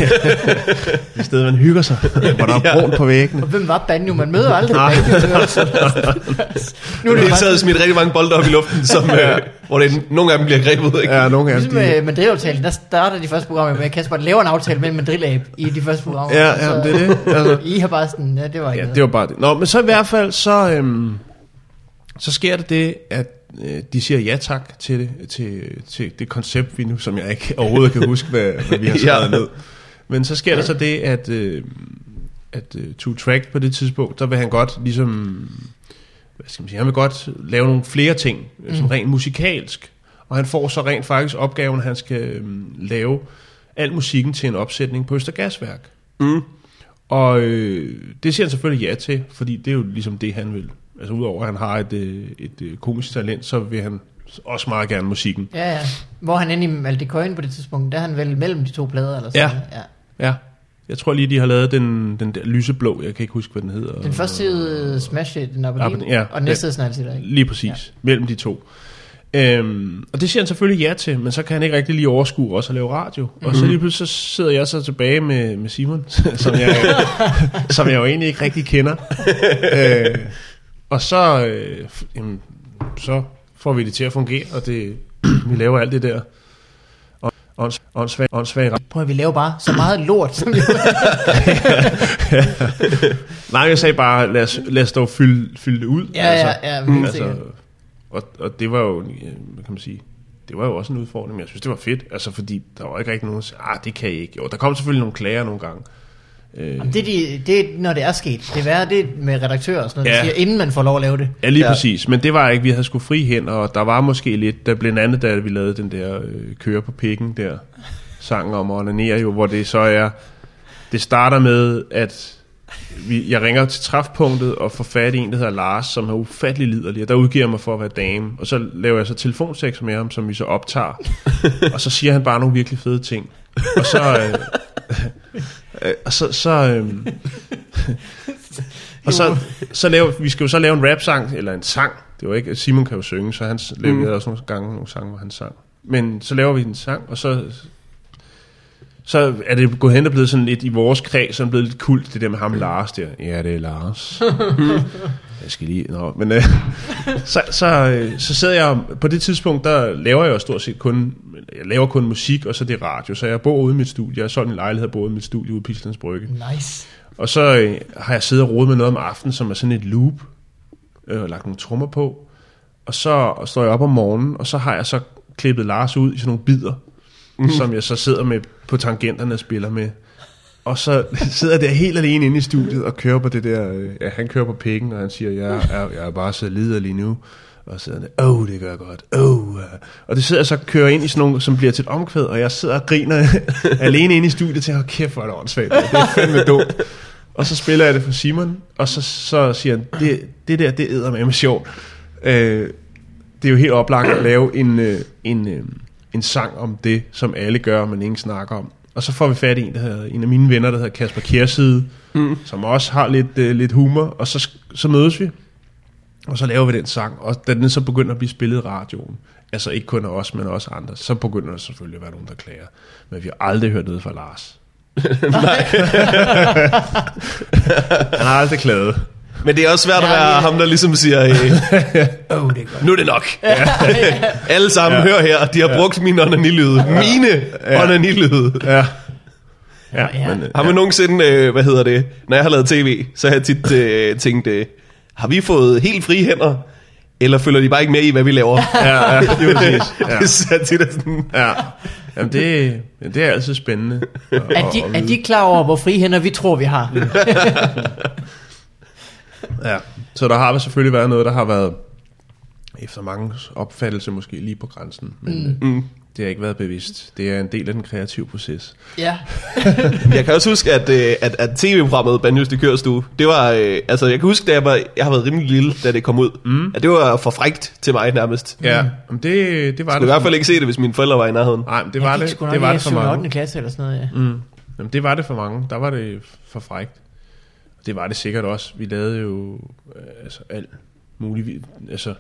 [SPEAKER 2] Et sted, man hygger sig, hvor der er brun på væggene.
[SPEAKER 1] Og hvem var Banjo? Man møder aldrig
[SPEAKER 2] Nej.
[SPEAKER 1] Banjo. Nu er
[SPEAKER 3] Nu er
[SPEAKER 1] det
[SPEAKER 3] det
[SPEAKER 1] bare
[SPEAKER 3] taget smidt rigtig mange bolde op i luften, som, øh, hvor det, nogle af dem bliver grebet, ikke?
[SPEAKER 2] Ja, nogle af dem,
[SPEAKER 1] ligesom
[SPEAKER 2] de...
[SPEAKER 1] med Mandrill-aftalen, der starter de første programmer med, at Kasper laver en aftale med en mandrill-abe i de første programmer.
[SPEAKER 2] Ja, ja, det er det. Altså,
[SPEAKER 1] I har bare sådan, ja, det var ikke
[SPEAKER 2] ja,
[SPEAKER 1] noget.
[SPEAKER 2] det var bare det. Nå, men så i hvert fald, så, øhm, så sker det det, at øh, de siger ja tak til det, til, til det koncept, vi nu, som jeg ikke overhovedet kan huske, hvad, hvad vi har skrevet
[SPEAKER 3] Ja.
[SPEAKER 2] ned. Men så sker der så det, at, øh, at uh, Two Track på det tidspunkt, der vil han godt ligesom, hvad skal man sige, han vil godt lave nogle flere ting, mm. som rent musikalsk. Og han får så rent faktisk opgaven, at han skal øhm, lave al musikken til en opsætning på Østergasværk.
[SPEAKER 3] Mm.
[SPEAKER 2] Og øh, det siger han selvfølgelig ja til, fordi det er jo ligesom det, han vil altså udover at han har et, et, et komisk talent, så vil han også meget gerne musikken.
[SPEAKER 1] Ja, ja. Hvor er han inde i Malte Coyne på det tidspunkt? Der er han vel mellem de to plader, eller sådan?
[SPEAKER 2] Ja. ja. Ja. Jeg tror lige, de har lavet den, den der lyseblå, jeg kan ikke huske, hvad den hedder.
[SPEAKER 1] Den første hed Smash It in Aberdeen,
[SPEAKER 2] ja,
[SPEAKER 1] og den næste hed Snart Sitter, ikke?
[SPEAKER 2] Lige præcis, ja. Mellem de to. Øhm, og det siger han selvfølgelig ja til, men så kan han ikke rigtig lige overskue også at lave radio. Mm-hmm. Og så lige pludselig så sidder jeg så tilbage med, med Simon, som, jeg, som jeg jo egentlig ikke rigtig kender. øh, og så, øh, jamen, så får vi det til at fungere, og det, vi laver alt det der. Åndssvag, åndssvag.
[SPEAKER 1] Prøv at vi laver bare så meget lort, som vi
[SPEAKER 2] Nej, jeg sagde bare, lad os, lad os dog fylde, fylde det ud.
[SPEAKER 1] Ja, altså, ja, ja, mm,
[SPEAKER 2] altså, og, og det var jo, hvad kan man sige, det var jo også en udfordring, men jeg synes, det var fedt, altså fordi der var ikke rigtig nogen, der sagde, ah, det kan I ikke. Jo, der kom selvfølgelig nogle klager nogle gange.
[SPEAKER 1] Jamen, det, de, det er, når det er sket. Det er det med redaktører og sådan noget,
[SPEAKER 2] ja.
[SPEAKER 1] der siger, inden man får lov at lave det.
[SPEAKER 2] Ja, lige ja. præcis. Men det var ikke, vi havde sgu fri hen, og der var måske lidt, der blandt andet, da vi lavede den der øh, Køre på pikken der, sang om at onanere jo, hvor det så er, det starter med, at vi, jeg ringer til træfpunktet og får fat i en, der hedder Lars, som er ufattelig liderlig, og der udgiver mig for at være dame, og så laver jeg så telefonsex med ham, som vi så optager, og så siger han bare nogle virkelig fede ting. Og så... Øh, øh, og så... så øh, og så, så laver, vi skal jo så lave en rap-sang, eller en sang, det var ikke, Simon kan jo synge, så han lavede mm. også nogle gange nogle sange, hvor han sang. Men så laver vi en sang, og så... Så er det gået hen og blevet sådan lidt i vores kreds, så er det blevet lidt kult, det der med ham Lars der. Ja, det er Lars. Jeg skal lige... Nå, men øh, så, så, øh, så sidder jeg... På det tidspunkt, der laver jeg jo stort set kun... Jeg laver kun musik, og så det radio. Så jeg bor ude i mit studie. Jeg har solgt en lejlighed og bor ude i mit studie ude på Islands Brygge.
[SPEAKER 1] Nice.
[SPEAKER 2] Og så øh, har jeg siddet og rodet med noget om aftenen, som er sådan et loop. Øh, og lagt nogle trommer på. Og så og står jeg op om morgenen, og så har jeg så klippet Lars ud i sådan nogle bidder. Mm. Som jeg så sidder med på tangenterne og spiller med. Og så sidder jeg der helt alene inde i studiet og kører på det der, øh, ja, han kører på pikken, og han siger, jeg er, jeg er bare så liderlig nu. Og så sidder han der, åh, det gør godt, åh. Og det sidder jeg så og kører ind i sådan nogle, som bliver til et omkvæd, og jeg sidder og griner alene inde i studiet til, hold kæft, hvor er det åndssvagt. Det er fandme dumt. Og så spiller jeg det for Simon, og så, så siger han, det, det der, det æder med mig sjovt. Øh, det er jo helt oplagt at lave en, en, en en sang om det, som alle gør, men ingen snakker om. Og så får vi fat i en, der hedder, en af mine venner, der hedder Kasper Kjærside, mm. som også har lidt, uh, lidt humor, og så, så mødes vi, og så laver vi den sang, og da den så begynder at blive spillet i radioen, altså ikke kun af os, men også andre, så begynder der selvfølgelig at være nogen, der klager. Men vi har aldrig hørt noget fra Lars. Han har aldrig klaget.
[SPEAKER 3] Men det er også svært at være ja, ham, der ligesom siger, øh,
[SPEAKER 1] oh, det er
[SPEAKER 3] nu er det nok. Ja. Alle sammen, ja. Hør her, de har brugt mine onanilyde. Ja. Mine ja. onanilyde.
[SPEAKER 2] Ja. Ja,
[SPEAKER 1] ja.
[SPEAKER 2] Men,
[SPEAKER 3] har vi ja. nogensinde, øh, hvad hedder det, når jeg har lavet tv, så har jeg tit øh, tænkt, øh, har vi fået helt frie hænder, eller følger de bare ikke med i, hvad vi laver?
[SPEAKER 2] Ja, ja, det er præcis. Ja.
[SPEAKER 3] Det er tit sådan.
[SPEAKER 2] Ja. Jamen det, det er altid spændende.
[SPEAKER 1] Og, er, de, er de klar over, hvor frie hænder vi tror, vi har?
[SPEAKER 2] Ja, så der har selvfølgelig været noget, der har været efter mange opfattelse måske lige på grænsen, men mm. Mm, det har ikke været bevidst. Det er en del af den kreative proces.
[SPEAKER 1] Ja.
[SPEAKER 3] Jeg kan også huske, at, at, at tv-programmet Bandlyst i Kørestue, det var, altså jeg kan huske, da jeg, var, jeg har været rimelig lille, da det kom ud, mm. at det var for frækt til mig nærmest.
[SPEAKER 2] Ja, men det, det var
[SPEAKER 3] det.
[SPEAKER 2] Jeg
[SPEAKER 3] i hvert fald ikke se det, hvis mine forældre var i nærheden.
[SPEAKER 2] Nej, men det var
[SPEAKER 1] jeg
[SPEAKER 2] det,
[SPEAKER 1] det,
[SPEAKER 2] det var det for mange.
[SPEAKER 1] ottende klasse eller sådan noget, ja.
[SPEAKER 2] Mm. Jamen, det var det for mange. Der var det for frækt. Det var det sikkert også. Vi lavede jo øh, altså alt muligt. Altså,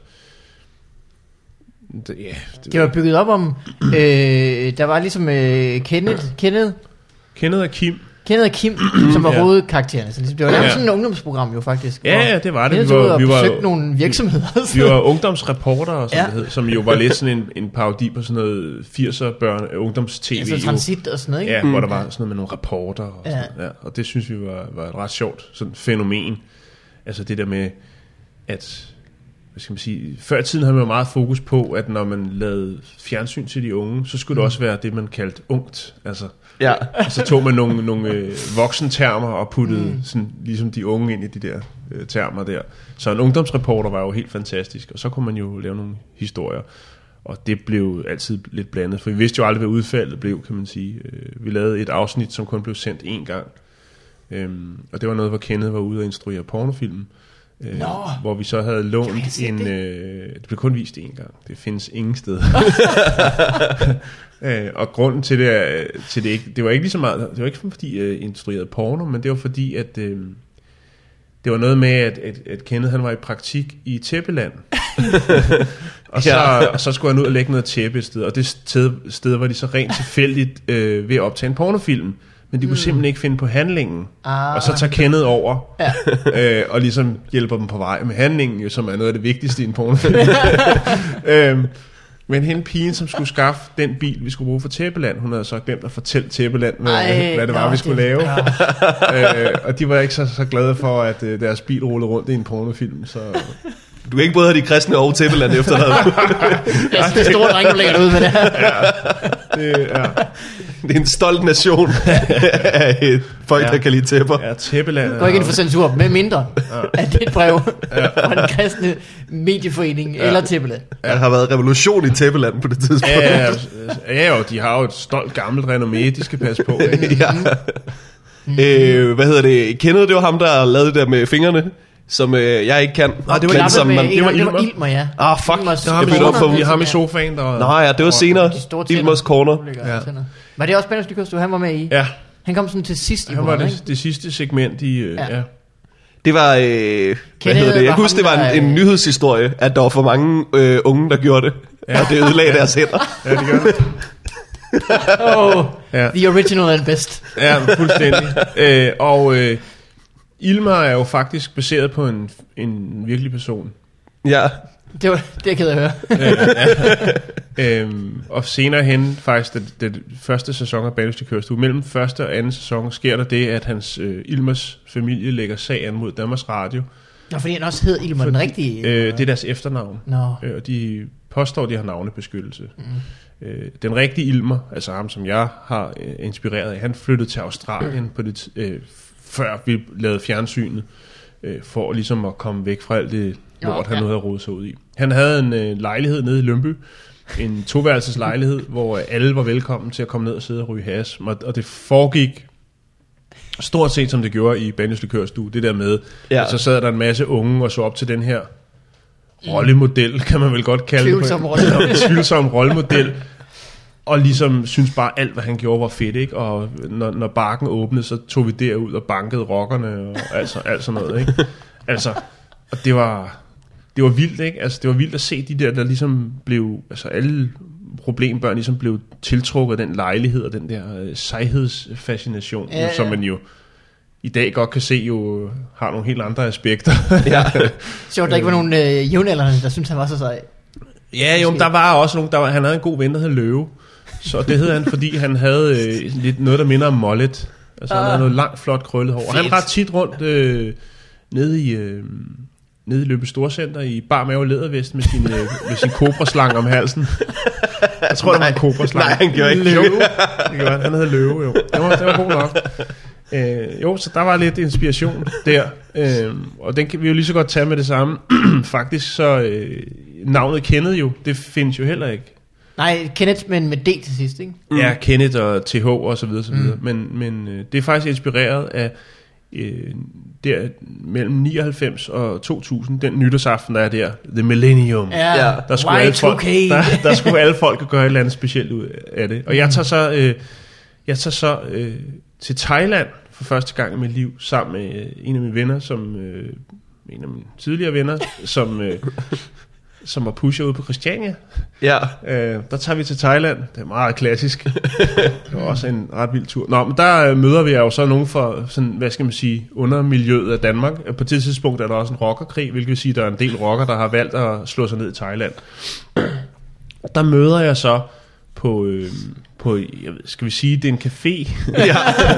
[SPEAKER 2] det, ja, det,
[SPEAKER 1] det var bygget op om, øh, der var ligesom øh, Kenneth, Kenneth,
[SPEAKER 2] Kenneth og Kim.
[SPEAKER 1] Kenneth og Kim, som var ja. hovedkaraktererne. Så ligesom, det var ja. sådan et ungdomsprogram jo faktisk.
[SPEAKER 2] Ja, ja, det var det.
[SPEAKER 1] Vi var, vi var besøgte nogle virksomheder.
[SPEAKER 2] Vi var ungdomsreportere, som
[SPEAKER 1] ja.
[SPEAKER 2] det hed, som jo var lidt sådan en, en parodi på sådan noget firser børn ungdoms-tv.
[SPEAKER 1] Ja, så transit og sådan noget, ikke?
[SPEAKER 2] Ja, mm. hvor der var sådan noget med nogle reporter og sådan
[SPEAKER 1] ja.
[SPEAKER 2] noget. Ja, og det synes vi var, var et ret sjovt sådan fænomen. Altså det der med, at hvad skal man sige, før i tiden havde man jo meget fokus på, at når man lavede fjernsyn til de unge, så skulle det også være det, man kaldte ungt. Altså,
[SPEAKER 3] ja.
[SPEAKER 2] Og så tog man nogle, nogle øh, voksentermer og puttede mm. sådan, ligesom de unge ind i de der øh, termer der. Så en ungdomsreporter var jo helt fantastisk, og så kunne man jo lave nogle historier. Og det blev altid lidt blandet, for vi vidste jo aldrig, hvad udfaldet blev, kan man sige. Øh, vi lavede et afsnit, som kun blev sendt én gang. Øhm, og det var noget, hvor Kenneth var ude og instruere pornofilmen. Øh,
[SPEAKER 1] Nå.
[SPEAKER 2] hvor vi så havde
[SPEAKER 1] Kan
[SPEAKER 2] lånt
[SPEAKER 1] man se
[SPEAKER 2] en...
[SPEAKER 1] det?
[SPEAKER 2] Øh, det blev kun vist én gang. Det findes ingen steder. øh, og grunden til det, er- til det ikke... Det var ikke lige så meget... Det var ikke fordi jeg øh, instruerede porno, men det var fordi, at... Øh, det var noget med, at, at, at Kenneth han var i praktik i Tæppeland. og, så,
[SPEAKER 3] Ja.
[SPEAKER 2] og så skulle han ud og lægge noget tæppe et sted. Og det sted, sted var de så rent tilfældigt øh, ved at optage en pornofilm. Men de kunne mm. simpelthen ikke finde på handlingen.
[SPEAKER 1] Ah.
[SPEAKER 2] Og så tager Kenneth over
[SPEAKER 1] Ja.
[SPEAKER 2] øh, og ligesom hjælper dem på vej med handlingen, jo, som er noget af det vigtigste i en pornofilm. øhm, men hende pigen, som skulle skaffe den bil, vi skulle bruge for Tæppeland, hun havde så glemt at fortælle Tæppeland, hvad,
[SPEAKER 1] Ej,
[SPEAKER 2] hvad det var,
[SPEAKER 1] nå,
[SPEAKER 2] vi skulle
[SPEAKER 1] det-
[SPEAKER 2] lave.
[SPEAKER 1] ja.
[SPEAKER 2] øh, og de var ikke så, så glade for, at øh, deres bil rullede rundt i en pornofilm. Så
[SPEAKER 3] Du kan ikke både have de kristne og Tæppeland efter dig.
[SPEAKER 1] Altså, det store dreng, du lægger det ud med det her.
[SPEAKER 2] det ja,
[SPEAKER 3] Det er en stolt nation af et folk,
[SPEAKER 2] Ja.
[SPEAKER 3] der kan lide tæpper.
[SPEAKER 2] ja, Tæppeland.
[SPEAKER 1] Gå ikke ind for censur, med mindre at det er et brev fra den kristne medieforening ja. eller Tæppeland.
[SPEAKER 3] Der har været revolution i Tæppeland på det tidspunkt.
[SPEAKER 2] Ja, ja, ja, jo, de har jo et stolt gammelt renommé, de skal passe på. Ikke?
[SPEAKER 3] ja. øh, hvad hedder det? Kenneth, det var ham, der lavede det der med fingrene, som øh, jeg ikke kan.
[SPEAKER 2] Nej, det var
[SPEAKER 3] Men
[SPEAKER 2] ikke
[SPEAKER 3] som
[SPEAKER 1] med,
[SPEAKER 3] man,
[SPEAKER 1] det var, det var
[SPEAKER 2] Ilmer.
[SPEAKER 1] Ilmer, ja.
[SPEAKER 3] Ah, fuck.
[SPEAKER 1] Ilmers
[SPEAKER 3] Det
[SPEAKER 2] Ham
[SPEAKER 3] Jeg
[SPEAKER 2] i,
[SPEAKER 3] bytter op for
[SPEAKER 2] sofaen,
[SPEAKER 3] dem.
[SPEAKER 2] ham i sofaen, der...
[SPEAKER 3] Nej, ja, det var senere.
[SPEAKER 1] De store tænder.
[SPEAKER 3] Ilmers Corner.
[SPEAKER 1] Ja. Var det også Bennos Lykkerstue, han var med i?
[SPEAKER 2] Ja,
[SPEAKER 1] Han kom sådan til sidst i
[SPEAKER 2] han var
[SPEAKER 1] programmet,
[SPEAKER 2] det, det sidste segment i... Øh,
[SPEAKER 1] Ja.
[SPEAKER 2] ja.
[SPEAKER 3] Det var, øh, hvad
[SPEAKER 1] Kenneth
[SPEAKER 3] hedder det? Jeg
[SPEAKER 1] var
[SPEAKER 3] kan huske, det
[SPEAKER 1] ham,
[SPEAKER 3] var en,
[SPEAKER 1] der,
[SPEAKER 3] en
[SPEAKER 1] øh,
[SPEAKER 3] nyhedshistorie, at der var for mange øh, unge, der gjorde det. Ja. Og det ødelagde deres hænder.
[SPEAKER 2] Ja, det gør det.
[SPEAKER 1] Oh,
[SPEAKER 2] Ja.
[SPEAKER 1] the original and best.
[SPEAKER 2] Ja, fuldstændig. øh, og øh, Ilmar er jo faktisk baseret på en, en virkelig person.
[SPEAKER 3] Ja.
[SPEAKER 1] Det var det, jeg ked af at høre.
[SPEAKER 2] Øhm, og senere hen, faktisk den, den første sæson af Banus til Kørestue, mellem første og anden sæson, sker der det, at hans øh, Ilmers familie lægger sag an mod Danmarks Radio.
[SPEAKER 1] Nå, fordi han også hed Ilmer, den rigtige.
[SPEAKER 2] Øh, det er deres efternavn.
[SPEAKER 1] Nå.
[SPEAKER 2] Øh, og de påstår, de har navnebeskyttelse. Mm. Øh, den rigtige Ilmer, altså ham, som jeg har øh, inspireret af, han flyttede til Australien på det, øh, før vi lavede fjernsynet, øh, for ligesom at komme væk fra alt det lort,
[SPEAKER 1] Nå,
[SPEAKER 2] han
[SPEAKER 1] ja.
[SPEAKER 2] nu havde rodet sig ud i. Han havde en øh, lejlighed nede i Lønby, en toværelses lejlighed, hvor alle var velkommen til at komme ned og sidde og ryge hash, og, og det foregik stort set som det gjorde i Banus Likørstue, det der med,
[SPEAKER 3] Ja.
[SPEAKER 2] at så sad der en masse unge og så op til den her rollemodel, kan man vel godt kalde
[SPEAKER 1] Tvivlsom
[SPEAKER 2] det.
[SPEAKER 1] rollemodel.
[SPEAKER 2] Tvivlsom rollemodel. Og ligesom synes bare alt, hvad han gjorde, var fedt, ikke? Og når, når barken åbnede, så tog vi derud og bankede rockerne og altså, alt sådan noget, ikke? Altså, og det var, det var vildt, ikke? Altså, det var vildt at se de der, der ligesom blev, altså alle problembørn ligesom blev tiltrukket af den lejlighed og den der øh, sejhedsfascination,
[SPEAKER 1] Ja, ja.
[SPEAKER 2] som man jo i dag godt kan se jo har nogle helt andre aspekter.
[SPEAKER 3] Ja.
[SPEAKER 1] Sjovt, der ikke var nogen øh, jævnaldrende, der syntes, han var så sej.
[SPEAKER 2] Ja, jo, men der var også nogen, der var, han havde en god ven, der hed Løve. Så det hed han, fordi han havde øh, lidt noget, der minder om mullet. Altså han
[SPEAKER 1] Ah.
[SPEAKER 2] havde noget langt, flot krøllet hår. Og han
[SPEAKER 1] Fedt.
[SPEAKER 2] ret tit rundt øh, nede i... Øh, nede i Løbe Storcenter i bar mave og lædervest med sin, øh, med sin kobraslange om halsen. Jeg tror, det var en kobraslange.
[SPEAKER 3] Nej, han gjorde ikke.
[SPEAKER 2] Løve. Det gjorde han. Han hed Løve, jo. Det var, det var god nok. Øh, jo, så der var lidt inspiration der. Øh, og den kan vi jo lige så godt tage med det samme. Faktisk så... Øh, navnet Kenneth jo, det findes jo heller ikke.
[SPEAKER 1] Nej, Kenneth, men med D til sidst, ikke?
[SPEAKER 2] Mm. Ja, Kenneth og T H og så videre, så videre. Mm. Men, men øh, det er faktisk inspireret af øh, der mellem nioghalvfems og to tusind, den nytårsaften, der er der, The Millennium.
[SPEAKER 1] Ja,
[SPEAKER 3] Ja,
[SPEAKER 2] Der skulle, alle
[SPEAKER 1] Y to K.
[SPEAKER 2] folk, der, der skulle alle folk gøre et eller andet specielt ud af det. Og jeg tager så, øh, jeg tager så øh, til Thailand for første gang i mit liv, sammen med øh, en af mine venner, som øh, en af mine tidligere venner, som... Øh, som var pusher ude på Christiania.
[SPEAKER 3] Ja.
[SPEAKER 2] Øh, der tager vi til Thailand. Det er meget klassisk. Det var også en ret vild tur. Nå, men der øh, møder vi jo så nogen fra, sådan, hvad skal man sige, undermiljøet af Danmark. På det tidspunkt er der også en rockerkrig, hvilket vil sige, at der er en del rocker, der har valgt at slå sig ned i Thailand. Der møder jeg så på, øh, på jeg ved, skal vi sige, det er en café.
[SPEAKER 3] Ja.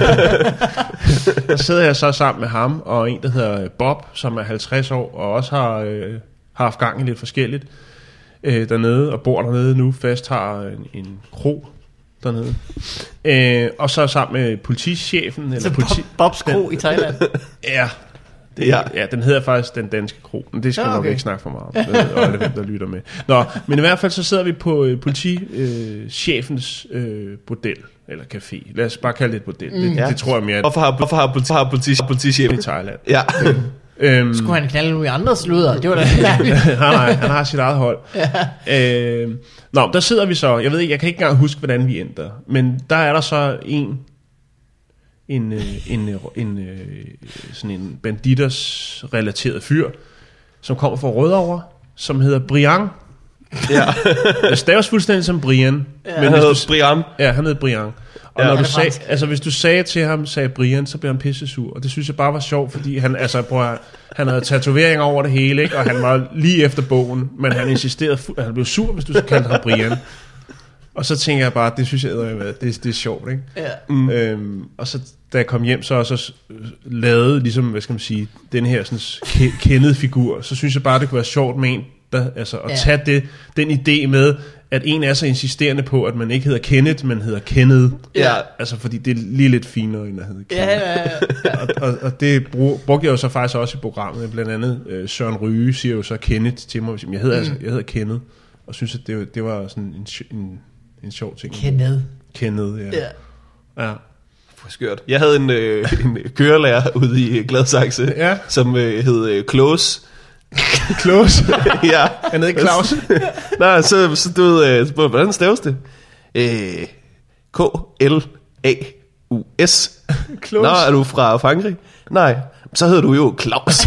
[SPEAKER 2] Der sidder jeg så sammen med ham og en, der hedder Bob, som er halvtreds år, og også har, øh, har haft gang i lidt forskelligt øh, dernede, og bor dernede nu, fast har en, en kro dernede. Øh, og så sammen med politichefen. Eller
[SPEAKER 1] Så
[SPEAKER 2] politi-
[SPEAKER 1] Bob, Bobs Kro i Thailand.
[SPEAKER 2] Ja, det,
[SPEAKER 3] Ja.
[SPEAKER 2] ja. ja, den hedder faktisk Den Danske Kro, men det skal
[SPEAKER 1] Ja,
[SPEAKER 2] ja, okay.
[SPEAKER 1] okay.
[SPEAKER 2] nok ikke snakke for meget om, øh, og alle dem, der lytter med. Nå, men i hvert fald så sidder vi på øh, politichefens øh, bordel, eller café. Lad os bare kalde det et bordel. Mm. Det,
[SPEAKER 3] Ja.
[SPEAKER 2] det tror jeg mere,
[SPEAKER 3] Hvorfor har, hvorfor har, politi, har politi, politichef
[SPEAKER 2] i Thailand.
[SPEAKER 3] Ja.
[SPEAKER 2] Øhm,
[SPEAKER 1] Skulle han knalde nogle andre sluder? Det var da mærkeligt.
[SPEAKER 2] nej, nej, han har sit eget hold. Ja. Øh, nå, der sidder vi så. Jeg ved ikke, jeg kan ikke engang huske, hvordan vi endte. Men der er der så en, en, en, en, en sådan en banditers relateret fyr, som kommer fra Rødovre, som hedder Brian.
[SPEAKER 3] Ja.
[SPEAKER 2] Det staves fuldstændig som Brian.
[SPEAKER 3] Ja. Men han hedder Brian.
[SPEAKER 2] Ja, han hedder Brian. Og
[SPEAKER 3] ja,
[SPEAKER 2] når du sag, altså hvis du sagde til ham, sagde Brian, så blev han pisse sur. Og det synes jeg bare var sjovt, fordi han, altså, prøv, han havde tatoveringer over det hele, ikke? Og han var lige efter bogen, men han insisterede, han blev sur, hvis du kaldte ham Brian. Og så tænker jeg bare, det synes jeg, det, det er sjovt, ikke?
[SPEAKER 1] Ja.
[SPEAKER 2] Mm. Øhm, og så da jeg kom hjem, så også lavede, ligesom, hvad skal man sige, den her sådan kendede figur, så synes jeg bare, det kunne være sjovt med en, der, altså at ja. tage det, den idé med, at en er så insisterende på, at man ikke hedder Kenneth, men hedder Kenneth.
[SPEAKER 3] Ja.
[SPEAKER 2] Altså, fordi det er lige lidt finere, end at hedde Kenneth.
[SPEAKER 1] Ja, ja, ja.
[SPEAKER 2] og, og, og det brugte jeg jo så faktisk også i programmet. Blandt andet øh, Søren Ryge siger jo så Kenneth til mig. Jeg hedder, mm. altså, jeg hedder Kenneth, og synes, at det, det var sådan en, en, en sjov ting.
[SPEAKER 1] Kenneth.
[SPEAKER 2] Kenneth, ja. Ja. Ja.
[SPEAKER 3] For skørt. Jeg havde en, øh, en kørelærer ude i Gladsaxe,
[SPEAKER 2] ja.
[SPEAKER 3] som øh, hed øh, Klose.
[SPEAKER 2] Klose?
[SPEAKER 3] Ja.
[SPEAKER 2] Han hed ikke Claus?
[SPEAKER 3] Nej, så, så du ved, øh, hvordan staves det? Øh, K L A U S.
[SPEAKER 2] Klose.
[SPEAKER 3] Nå, er du fra Frankrig? Nej, så hedder du jo Claus.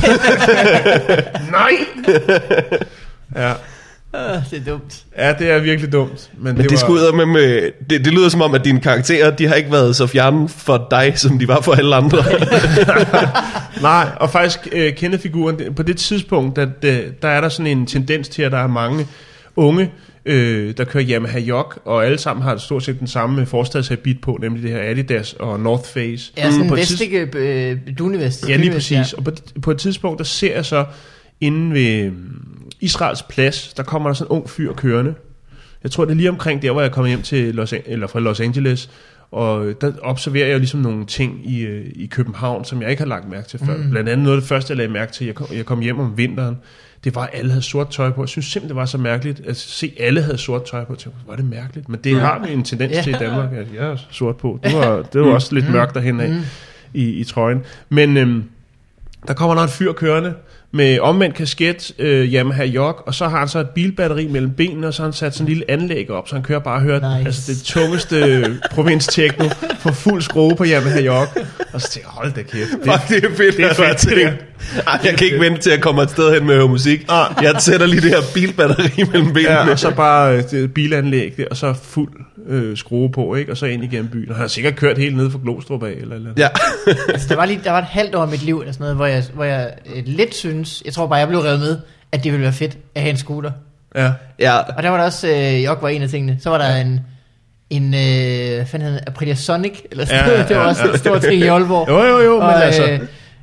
[SPEAKER 2] Nej! Ja.
[SPEAKER 1] Uh, det er dumt.
[SPEAKER 2] Ja, det er virkelig dumt. Men,
[SPEAKER 3] men
[SPEAKER 2] det,
[SPEAKER 3] det,
[SPEAKER 2] var...
[SPEAKER 3] skulle med, med, det, det lyder som om, at dine karakterer, de har ikke været så fjerne for dig, som de var for alle andre.
[SPEAKER 2] Nej, og faktisk uh, Kenneth-figuren, på det tidspunkt, at, uh, der er der sådan en tendens til, at der er mange unge, uh, der kører Yamaha Jok, og alle sammen har stort set den samme forstadshabit på, nemlig det her Adidas og North Face.
[SPEAKER 1] Ja, sådan en
[SPEAKER 2] tids...
[SPEAKER 1] vestige øh, dunevest.
[SPEAKER 2] Ja, lige præcis. Ja. Og på, på et tidspunkt, der ser jeg så inde ved Israels Plads, der kommer der sådan en ung fyr kørende. Jeg tror, det er lige omkring der, hvor jeg kommer hjem til Los, eller fra Los Angeles, og der observerer jeg ligesom nogle ting i, i København, som jeg ikke har lagt mærke til før. Mm. Blandt andet noget af det første, jeg lagde mærke til, jeg kom, jeg kom hjem om vinteren, det var, at alle havde sort tøj på. Jeg synes simpelthen, det var så mærkeligt at se, at alle havde sort tøj på. Jeg tænkte, var det mærkeligt? Men det mm. har vi en tendens yeah. til i Danmark, at jeg er sort på. Det var, det var også lidt mørkt derhen af mm. i, i trøjen. Men øhm, der kommer der en fyr kørende, med omvendt kasket, øh, Yamaha Jok, og så har han så et bilbatteri mellem benene, og så har han sat sådan en lille anlæg op, så han kører bare og hører nice. altså det tungeste provinz-techno på fuld skrue på Yamaha Jok. Og så tænker jeg, hold da kæft. Det,
[SPEAKER 3] Fuck, det er fedt.
[SPEAKER 2] Det er fedt, det der.
[SPEAKER 3] Ej, jeg kan ikke vente til at komme et sted hen med at høre musik. Ah. Jeg sætter lige det her bilbatteri mellem benene. Ja,
[SPEAKER 2] og så bare det bilanlæg der, og så fuld øh, skrue på, ikke? Og så ind igennem byen. Og han har sikkert kørt helt ned fra Glostrup af, eller eller.
[SPEAKER 3] Ja.
[SPEAKER 1] Altså, der var lige der var et halvt år af mit liv eller sådan noget, hvor jeg hvor jeg øh, lidt synes, jeg tror bare jeg blev revet med, at det ville være fedt at have en scooter.
[SPEAKER 2] Ja.
[SPEAKER 3] Ja.
[SPEAKER 1] Og der var der også øh, Jok var en af tingene. Så var der ja. en en øh, hvad fanden hedder Aprilia Sonic eller sådan
[SPEAKER 2] ja, ja,
[SPEAKER 1] noget. Det var
[SPEAKER 2] ja,
[SPEAKER 1] også
[SPEAKER 2] ja.
[SPEAKER 1] et stort ting i Aalborg.
[SPEAKER 2] Jo jo jo,
[SPEAKER 1] og,
[SPEAKER 2] men altså
[SPEAKER 1] øh,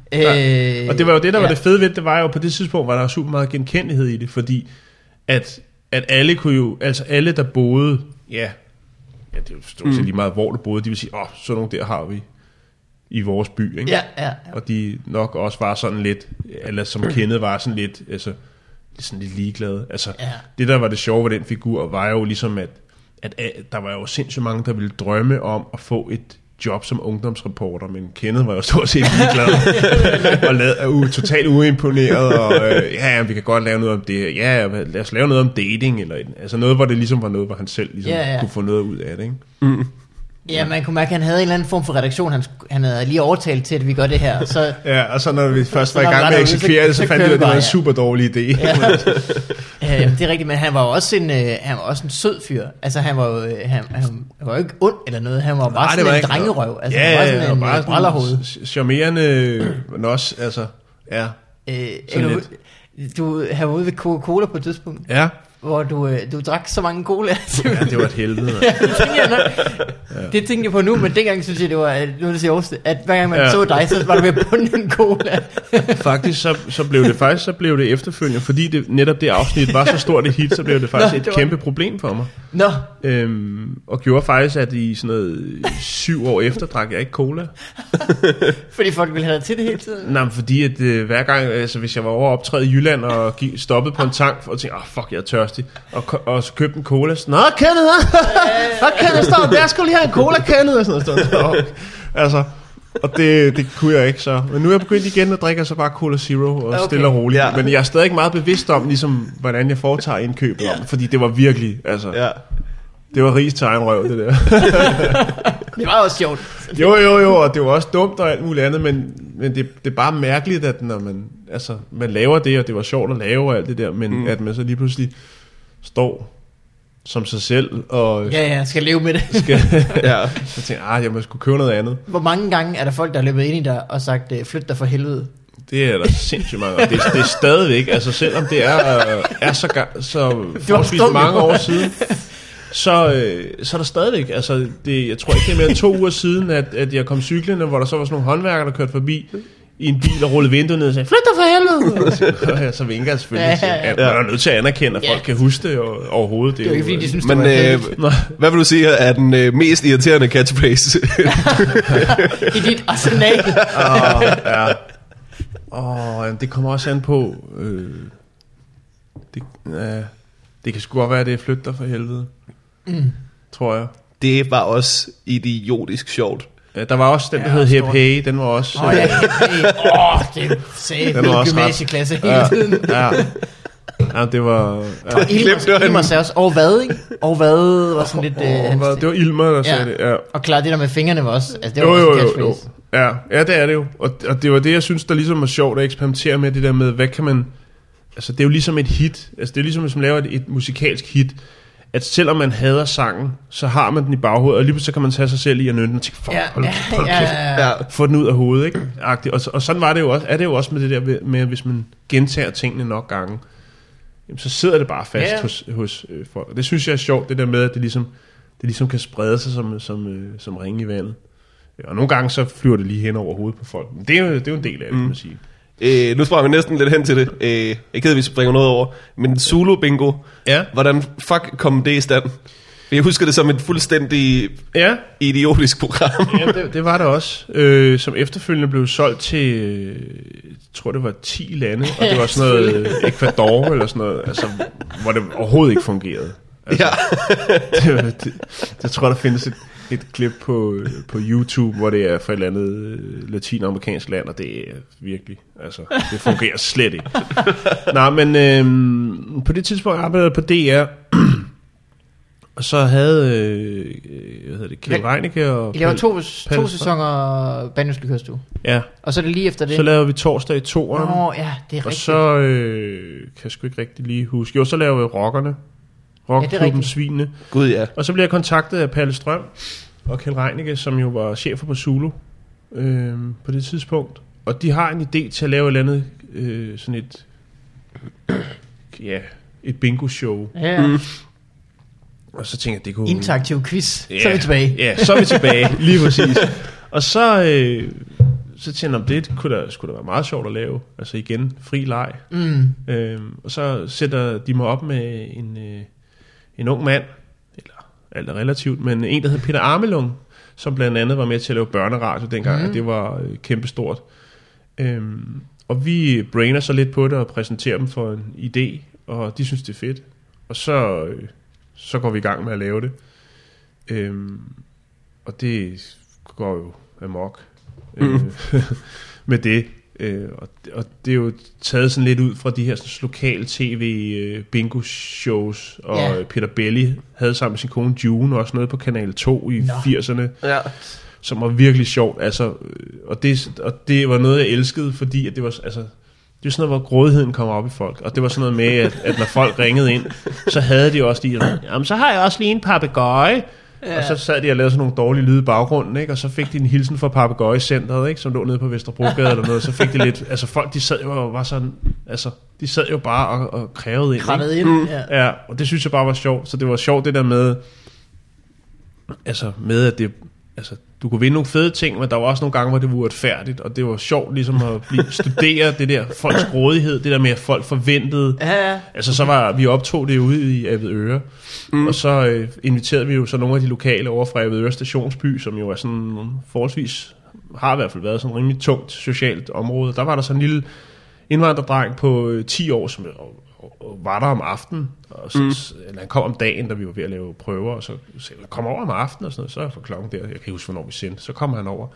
[SPEAKER 2] ja. Og det var jo det, der
[SPEAKER 1] ja.
[SPEAKER 2] var det fede ved det, det var jo på det tidspunkt, var der super meget genkendelighed i det, fordi at, at alle kunne jo, altså alle der boede, ja, ja det er jo stort set lige meget, hvor du boede, de vil sige, åh, oh, sådan nogle der har vi i vores by, ikke?
[SPEAKER 1] Ja, ja, ja.
[SPEAKER 2] Og de nok også var sådan lidt, eller som Kenneth var sådan lidt, altså, sådan lidt ligeglade. Altså, ja. Det der var det sjove ved den figur, var jo ligesom, at, at, at der var jo sindssygt mange, der ville drømme om at få et job som ungdomsreporter, men Kenneth var jo stort set ligeglad og lad, uh, totalt uimponeret, og uh, ja, vi kan godt lave noget om det, ja, lad os lave noget om dating, eller altså noget, hvor det ligesom var noget, hvor han selv ligesom ja, ja. kunne få noget ud af det, ikke? Mm.
[SPEAKER 1] Ja, man kunne mærke, at han havde en eller anden form for redaktion. Han, han havde lige overtalt til, at vi gør det her. Så,
[SPEAKER 2] ja, og så når vi først var i gang med at eksekvere det, så, så fandt vi ud af, at det var en super dårlig idé. Ja.
[SPEAKER 1] øh, det er rigtigt, men han var jo også en, øh, han var også en sød fyr. Altså, han var jo, øh, han, han, han var jo ikke ond eller noget. Han var bare Nej, sådan en ikke. drengerøv. Altså,
[SPEAKER 2] ja,
[SPEAKER 1] han var sådan
[SPEAKER 2] en
[SPEAKER 1] bare brællerhoved.
[SPEAKER 2] Charmerende, men også, altså, ja.
[SPEAKER 1] Øh, du, du, han var ude ved Coca-Cola på et tidspunkt.
[SPEAKER 2] Ja.
[SPEAKER 1] Hvor du, øh, du drak så mange cola.
[SPEAKER 2] Ja, det var et helvede.
[SPEAKER 1] Ja, det tænkte jeg nok. Ja. Det tænkte jeg på nu, men dengang synes jeg, det var nu det sjoveste, at hver gang man ja. så dig, så var du ved at bunde en cola.
[SPEAKER 2] Faktisk så, så blev det faktisk så blev det efterfølgende, fordi det, netop det afsnit var så stort et hit, så blev det faktisk Nå, et det kæmpe problem for mig.
[SPEAKER 1] Nå.
[SPEAKER 2] Øhm, og gjorde faktisk, at i sådan noget syv år efter drak jeg ikke cola.
[SPEAKER 1] Fordi folk ville have dig til det hele tiden?
[SPEAKER 2] Nej, fordi at øh, hver gang, altså hvis jeg var over optræde i Jylland og gik, stoppede på en tank og tænkte, åh oh, fuck, jeg er tørstig, og, og så købte en cola. Nå, Kenneth, hvad Kenneth står der? Jeg skulle lige have en cola, Kenneth, og sådan noget. Altså, Og det, det kunne jeg ikke så. Men nu er jeg begyndt igen at drikke så bare Cola Zero og
[SPEAKER 1] Okay.
[SPEAKER 2] stille og roligt.
[SPEAKER 3] Ja.
[SPEAKER 2] Men jeg er stadig ikke meget bevidst om, ligesom, hvordan jeg foretager indkøbet om det, fordi det var virkelig, altså,
[SPEAKER 3] Ja.
[SPEAKER 2] det var rigs til egen røv, det der.
[SPEAKER 1] Det var også sjovt.
[SPEAKER 2] Jo, jo, jo, og det var også dumt og alt muligt andet, men, men det, det er bare mærkeligt, at når man, altså, man laver det, og det var sjovt at lave og alt det der, men mm. at man så lige pludselig står som sig selv og
[SPEAKER 1] Ja, ja, skal leve med det.
[SPEAKER 2] skal,
[SPEAKER 3] Ja.
[SPEAKER 2] så tænker jeg, ah, jeg må sgu købe noget andet.
[SPEAKER 1] Hvor mange gange er der folk, der er løbet ind i dig og sagt, øh, flyt dig for helvede?
[SPEAKER 2] Det er der sindssygt mange, og det, det er stadigvæk, altså selvom det er, øh, er så, ga- så forholdsvis
[SPEAKER 1] stum,
[SPEAKER 2] mange
[SPEAKER 1] jo.
[SPEAKER 2] år siden, så, øh, så er der stadigvæk, altså det, jeg tror ikke det er mere end to uger siden, at, at jeg kom cyklende, hvor der så var sådan nogle håndværkere, der kørte forbi i en bil og rullede vinduet ned og sagde, flyt dig for helvede! Og så, og jeg, så vinker jeg selvfølgelig til, at man er nødt til at anerkende, at folk
[SPEAKER 1] Ja.
[SPEAKER 2] kan huske det og, overhovedet.
[SPEAKER 1] Det er jo ikke, fordi de synes,
[SPEAKER 3] Men
[SPEAKER 1] det var
[SPEAKER 3] øh,
[SPEAKER 1] kedeligt.
[SPEAKER 3] hvad vil du sige er den øh, mest irriterende catchphrase?
[SPEAKER 1] I dit arsenal.
[SPEAKER 2] Åh, ja. Åh, jamen, det kommer også an på, øh, det, ja, det kan sgu godt være, at det er flyt dig for helvede, mm. tror jeg.
[SPEAKER 3] Det var også idiotisk sjovt.
[SPEAKER 2] Ja, der var også den, der
[SPEAKER 1] Ja,
[SPEAKER 2] hed Hep
[SPEAKER 1] stort.
[SPEAKER 2] Hey, den var også...
[SPEAKER 1] Åh, ja, åh, det sagde
[SPEAKER 2] Den var også ret-
[SPEAKER 1] gymnasieklasse hele
[SPEAKER 2] ja,
[SPEAKER 1] tiden.
[SPEAKER 2] ja. Ja, det var... Ja.
[SPEAKER 1] Og
[SPEAKER 3] Glemte jeg
[SPEAKER 1] Ilmar, Ilmar
[SPEAKER 3] hende.
[SPEAKER 1] sagde også, og hvad, ikke? Og hvad var sådan lidt... Øh,
[SPEAKER 2] Oh,
[SPEAKER 1] hans
[SPEAKER 2] hvad, det var Ilmar, der sagde
[SPEAKER 1] Ja.
[SPEAKER 2] det, ja.
[SPEAKER 1] Og klart, det der med fingrene var også... Altså, det var
[SPEAKER 2] Jo,
[SPEAKER 1] også
[SPEAKER 2] jo,
[SPEAKER 1] en
[SPEAKER 2] jo, jo.
[SPEAKER 1] catchphrase.
[SPEAKER 2] Ja, ja, det er det jo. Og, og det var det, jeg synes, der ligesom var sjovt at eksperimentere med, det der med, hvad kan man... Altså, det er jo ligesom et hit. Altså, det er ligesom, hvis man laver et, et musikalsk hit, at selvom man hader sangen, så har man den i baghovedet, og lige pludselig så kan man tage sig selv i at nynne den og tænke, fuck,
[SPEAKER 1] Ja,
[SPEAKER 2] hold,
[SPEAKER 1] ja,
[SPEAKER 2] hold
[SPEAKER 1] ja,
[SPEAKER 2] kæft.
[SPEAKER 1] ja, ja.
[SPEAKER 3] Ja.
[SPEAKER 2] Få den ud af hovedet, ikke? Agtigt. Og, og sådan var det jo også, er det jo også med det der med, med hvis man gentager tingene nok gange, jamen, så sidder det bare fast
[SPEAKER 1] Ja.
[SPEAKER 2] hos, hos øh, folk. Og det synes jeg er sjovt, det der med, at det ligesom, det ligesom kan sprede sig som, som, øh, som ringe i vandet. Og nogle gange så flyver det lige hen over hovedet på folk. Men det er jo, det er jo en del af det, kan man sige.
[SPEAKER 3] Øh, nu sprang vi næsten lidt hen til det. Øh, jeg er ked af, at vi springer noget over. Men Zulu Bingo,
[SPEAKER 2] Ja.
[SPEAKER 3] hvordan fuck kom det i stand? For jeg husker det som et fuldstændig
[SPEAKER 2] Ja,
[SPEAKER 3] idiotisk program.
[SPEAKER 2] ja det, det var det også. Øh, som efterfølgende blev solgt til, øh, jeg tror det var ti lande, og det var sådan noget øh, Ecuador eller sådan noget, altså, hvor det overhovedet ikke fungerede. Altså,
[SPEAKER 3] Ja.
[SPEAKER 2] det, det, det tror jeg, der findes et, et klip på, øh, på YouTube, hvor det er fra et eller andet øh, latinamerikansk land, og det er virkelig, altså, det fungerer slet ikke. Nej, men øh, på det tidspunkt arbejdede jeg på D R, og så havde, øh, hvad hedder det, Kjeld
[SPEAKER 1] Hvad-
[SPEAKER 2] Reinicke og...
[SPEAKER 1] I laver to,
[SPEAKER 2] Pelle-
[SPEAKER 1] to sæsoner Banjos Lykørstue.
[SPEAKER 2] Ja,
[SPEAKER 1] Og så er det lige efter det.
[SPEAKER 2] så lavede vi torsdag i toeren,
[SPEAKER 1] Nå, ja, det er
[SPEAKER 2] og
[SPEAKER 1] rigtigt.
[SPEAKER 2] så øh, kan jeg sgu ikke rigtig lige huske. Jo, så lavede vi Rockerne, Rockklubben
[SPEAKER 1] rigtigt.
[SPEAKER 2] Svinene.
[SPEAKER 3] Gud ja.
[SPEAKER 2] Og så blev jeg kontaktet af Palle Strøm og Kjeld Reinicke, som jo var chefer på Zulu øh, på det tidspunkt. Og de har en idé til at lave et eller andet, øh, sådan et, ja, et bingo-show.
[SPEAKER 1] Ja,
[SPEAKER 3] Mm.
[SPEAKER 2] Og så tænkte jeg, det kunne...
[SPEAKER 1] interaktiv quiz.
[SPEAKER 2] Ja,
[SPEAKER 1] Så er vi tilbage.
[SPEAKER 2] Ja, så er vi tilbage, lige præcis. Og så, øh, så tænkte jeg, om det kunne der, skulle da være meget sjovt at lave. Altså igen, fri leg.
[SPEAKER 1] Mm.
[SPEAKER 2] Øhm, og så sætter de mig op med en, øh, en ung mand, eller alt er relativt, men en, der hed Peter Armelung, som blandt andet var med til at lave børneradio dengang, mm. og det var øh, kæmpestort. Øhm, og vi brainer så lidt på det og præsenterer dem for en idé, og de synes, det er fedt. Og så, øh, så går vi i gang med at lave det. Øhm, og det går jo amok øh, med det. Øh, og, og det er jo taget sådan lidt ud fra de her sådan, lokale tv øh, bingo shows, og
[SPEAKER 1] Ja.
[SPEAKER 2] yeah. Peter Belli havde sammen med sin kone June også noget på Kanal to i
[SPEAKER 1] Nå.
[SPEAKER 2] firserne,
[SPEAKER 3] Ja.
[SPEAKER 2] som var virkelig sjovt. Altså, øh, og, det, og det var noget, jeg elskede, fordi at det var, altså, det var sådan noget, hvor grådigheden kom op i folk. Og det var sådan noget med, at, at når folk ringede ind, så havde de også lige, jamen så har jeg også lige en papegøje. Ja. Og så sad de og lavede sådan nogle dårlige lyde i baggrunden, ikke? Og så fik de en hilsen fra papegøjecentret, ikke? Som lå nede på Vesterbrogade eller noget. Så fik de lidt, altså folk, de sad jo og var sådan, altså, de sad jo bare og, og krævede ind,
[SPEAKER 1] Krattet
[SPEAKER 2] ikke?
[SPEAKER 1] ind. Ja.
[SPEAKER 2] Ja, og det synes jeg bare var sjovt. Så det var sjovt det der med, altså med at det, altså du kunne vinde nogle fede ting, men der var også nogle gange, hvor det var uretfærdigt, og det var sjovt ligesom at blive, studere det der folks grådighed, det der med at folk forventede.
[SPEAKER 1] Ja, ja.
[SPEAKER 2] Altså så var vi optog det ude i Avedøre, mm. og så øh, inviterede vi jo så nogle af de lokale over fra Avedøre Stationsby, som jo er sådan forholdsvis, har i hvert fald været sådan et rimelig tungt socialt område. Der var der så en lille indvandrerdreng på øh, ti år, som og, og, og var der om aftenen, og så, mm. eller han kom om dagen, da vi var ved at lave prøver, og så sagde han, kom over om aftenen, og sådan noget, så er for klokken der, jeg kan ikke huske, hvornår vi sendte, så kommer han over,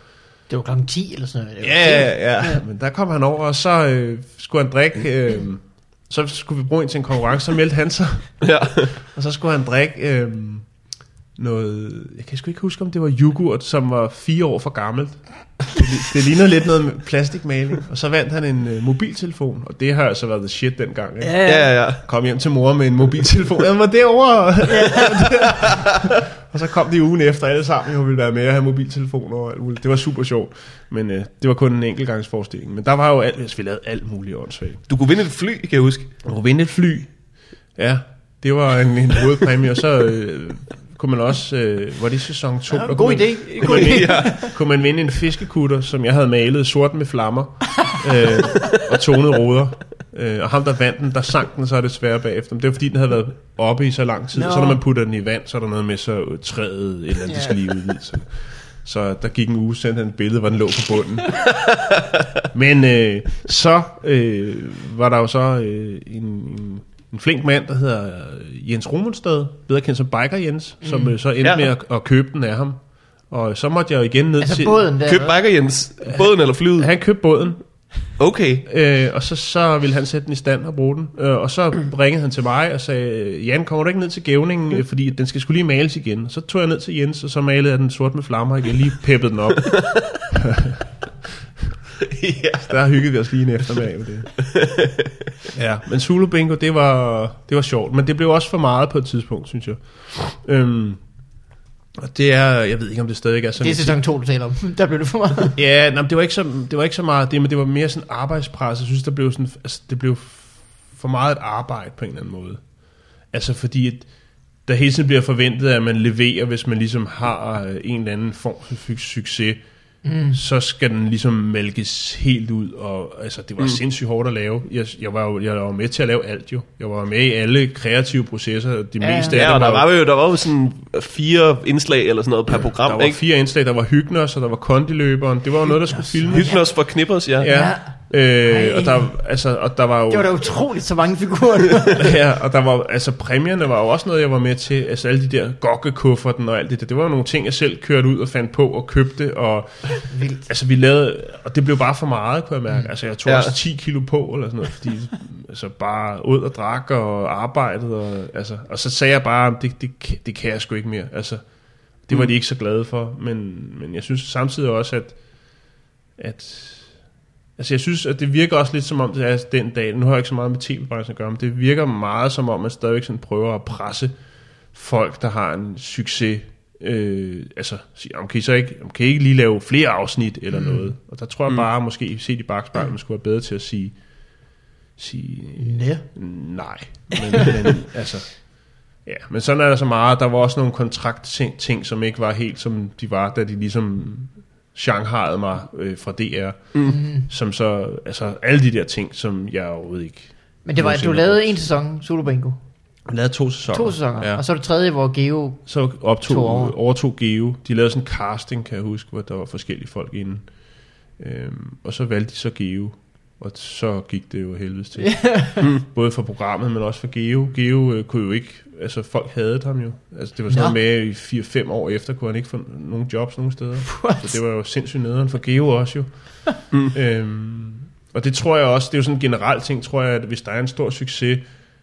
[SPEAKER 1] Det var klokken ti eller sådan noget. Det var
[SPEAKER 2] Ja,
[SPEAKER 1] sent.
[SPEAKER 2] ja, ja. Men der kom han over, og så øh, skulle han drikke... Øh, så skulle vi bruge en til en konkurrence, så meldte han sig.
[SPEAKER 3] Ja.
[SPEAKER 2] Og så skulle han drikke øh, noget... Jeg kan sgu ikke huske, om det var yoghurt, som var fire år for gammelt. Det, det lignede lidt noget med plastikmaling. Og så vandt han en øh, mobiltelefon, og det har altså været the shit dengang. Ikke?
[SPEAKER 1] Ja,
[SPEAKER 3] Ja, ja, ja.
[SPEAKER 2] Kom hjem til mor med en mobiltelefon. Jeg var derovre. Og så kom de ugen efter alle sammen, jo ville være med at have mobiltelefoner og alt muligt. Det var super sjovt. Men øh, det var kun en enkeltgangsforestilling. Men der var jo alt, altså, vi lavede alt muligt åndssvagt.
[SPEAKER 3] Du kunne vinde et fly, kan jeg huske.
[SPEAKER 2] Du kunne vinde et fly. Ja, det var en, en hovedpræmie. Og så øh, kunne man også, øh, var det sæson to?
[SPEAKER 1] Ja,
[SPEAKER 2] der
[SPEAKER 1] god
[SPEAKER 2] kunne man,
[SPEAKER 1] idé.
[SPEAKER 2] Kunne man, ja. kunne man vinde en fiskekutter, som jeg havde malet sort med flammer øh, og tonede ruder. Øh, og ham der vandt den, der sank den så desværre bagefter. Men det var fordi den havde været oppe i så lang tid.
[SPEAKER 1] No.
[SPEAKER 2] Så når man putter den i vand, så er der noget med så øh, træet eller andet,
[SPEAKER 1] Ja.
[SPEAKER 2] det skal lige udvide. Så, så der gik en uge, sendte han et billede, hvor den lå på bunden. Men øh, så øh, var der jo så øh, en, en, en flink mand, der hedder Jens Romonstad, bedre kendt som Biker Jens, mm. som øh, så endte
[SPEAKER 3] Ja.
[SPEAKER 2] med at, at købe den af ham. Og så måtte jeg jo igen ned
[SPEAKER 1] Altså
[SPEAKER 2] til...
[SPEAKER 1] båden der.
[SPEAKER 3] Køb Biker Jens. Båden eller flyet?
[SPEAKER 2] Han købte båden.
[SPEAKER 3] Okay.
[SPEAKER 2] Øh, og så, så ville han sætte den i stand og bruge den. Øh, og så ringede han til mig og sagde, Jan, kommer du ikke ned til Gævningen, øh, fordi den skal skulle lige males igen. Så tog jeg ned til Jens, og så malede jeg den sort med flammer igen, lige peppede den op.
[SPEAKER 3] Ja.
[SPEAKER 2] Der hyggede vi os lige en eftermiddag med det. Ja, men Zulu Bingo, det var, det var sjovt, men det blev også for meget på et tidspunkt, synes jeg. Øhm, og det er, jeg ved ikke, om det stadig er sådan...
[SPEAKER 1] Det er sæson to, du taler om. Der blev det for meget.
[SPEAKER 2] Ja, nej, det var ikke så det var ikke så meget det, men det var mere sådan arbejdspres. Jeg synes der blev sådan altså, det blev for meget et arbejde på en eller anden måde. Altså fordi at der hele tiden bliver forventet at man leverer, hvis man ligesom har øh, en eller anden form for succes. Mm. Så skal den ligesom mælkes helt ud, og altså det var mm. sindssygt hårdt at lave. Jeg, jeg var jo jeg var med til at lave alt jo. Jeg var med i alle kreative processer. De
[SPEAKER 1] Ja,
[SPEAKER 2] meste
[SPEAKER 3] Ja,
[SPEAKER 2] af
[SPEAKER 3] og
[SPEAKER 2] dem
[SPEAKER 3] der
[SPEAKER 2] var,
[SPEAKER 3] var jo der var jo sådan fire indslag eller sådan noget per program,
[SPEAKER 2] der var
[SPEAKER 3] ikke?
[SPEAKER 2] fire indslag. Der var Hygners, og der var Kondiløberen. Det var jo noget, der skulle filmes.
[SPEAKER 3] Hygners for Knippers, ja.
[SPEAKER 2] Ja.
[SPEAKER 1] Ja.
[SPEAKER 2] Øh, og der altså og der var jo
[SPEAKER 1] Det var da utroligt så mange figurer.
[SPEAKER 2] ja, og der var altså præmierne var jo også noget jeg var med til, altså alle de der gokkekufferten og alt det der. Det var jo nogle ting jeg selv kørte ud og fandt på og købte og
[SPEAKER 1] Vildt.
[SPEAKER 2] altså vi lavede, og det blev bare for meget, kunne jeg mærke. Altså jeg tog
[SPEAKER 3] Ja.
[SPEAKER 2] også ti kilo på eller sådan noget, fordi altså bare ud og drak og arbejdede og altså og så sagde jeg bare det det kan- det kan jeg sgu ikke mere. Altså det var de ikke så glade for, men men jeg synes samtidig også at at altså jeg synes, at det virker også lidt som om, det er den dag, nu har jeg ikke så meget med tv-branchen at gøre, men det virker meget som om, at stadigvæk sådan prøver at presse folk, der har en succes, øh, altså sige, okay, så ikke, kan I ikke lige lave flere afsnit eller mm. noget, og der tror jeg bare, måske set i bakspejlet, man skulle være bedre til at sige, sige
[SPEAKER 1] Ja.
[SPEAKER 2] nej, men, men altså, ja, men sådan er der så meget, der var også nogle kontraktting, ting, som ikke var helt som de var, da de ligesom Shanghai'ede mig øh, fra D R, mm. som så, altså alle de der ting, som jeg overhovedet ikke...
[SPEAKER 1] Men det var, du lavede en sæson Zulu Bingo.
[SPEAKER 2] Jeg lavede to sæsoner.
[SPEAKER 1] To sæsoner.
[SPEAKER 2] Ja.
[SPEAKER 1] Og så det tredje, hvor Geo...
[SPEAKER 2] Så optog,
[SPEAKER 1] Tog over.
[SPEAKER 2] overtog Geo. De lavede sådan en casting, kan jeg huske, hvor der var forskellige folk inde. Øhm, og så valgte de så Geo. Og så gik det jo helvedes til. mm. Både for programmet, men også for Geo. Geo øh, kunne jo ikke... Altså, folk hadede ham jo. Altså, det var sådan
[SPEAKER 1] Nå.
[SPEAKER 2] noget med, i fire fem år efter, kunne han ikke få nogen jobs nogen steder. What? Så det var jo sindssygt nederen for Geo også jo. mm. øhm, og det tror jeg også, det er jo sådan en generel ting, tror jeg, at hvis der er en stor succes,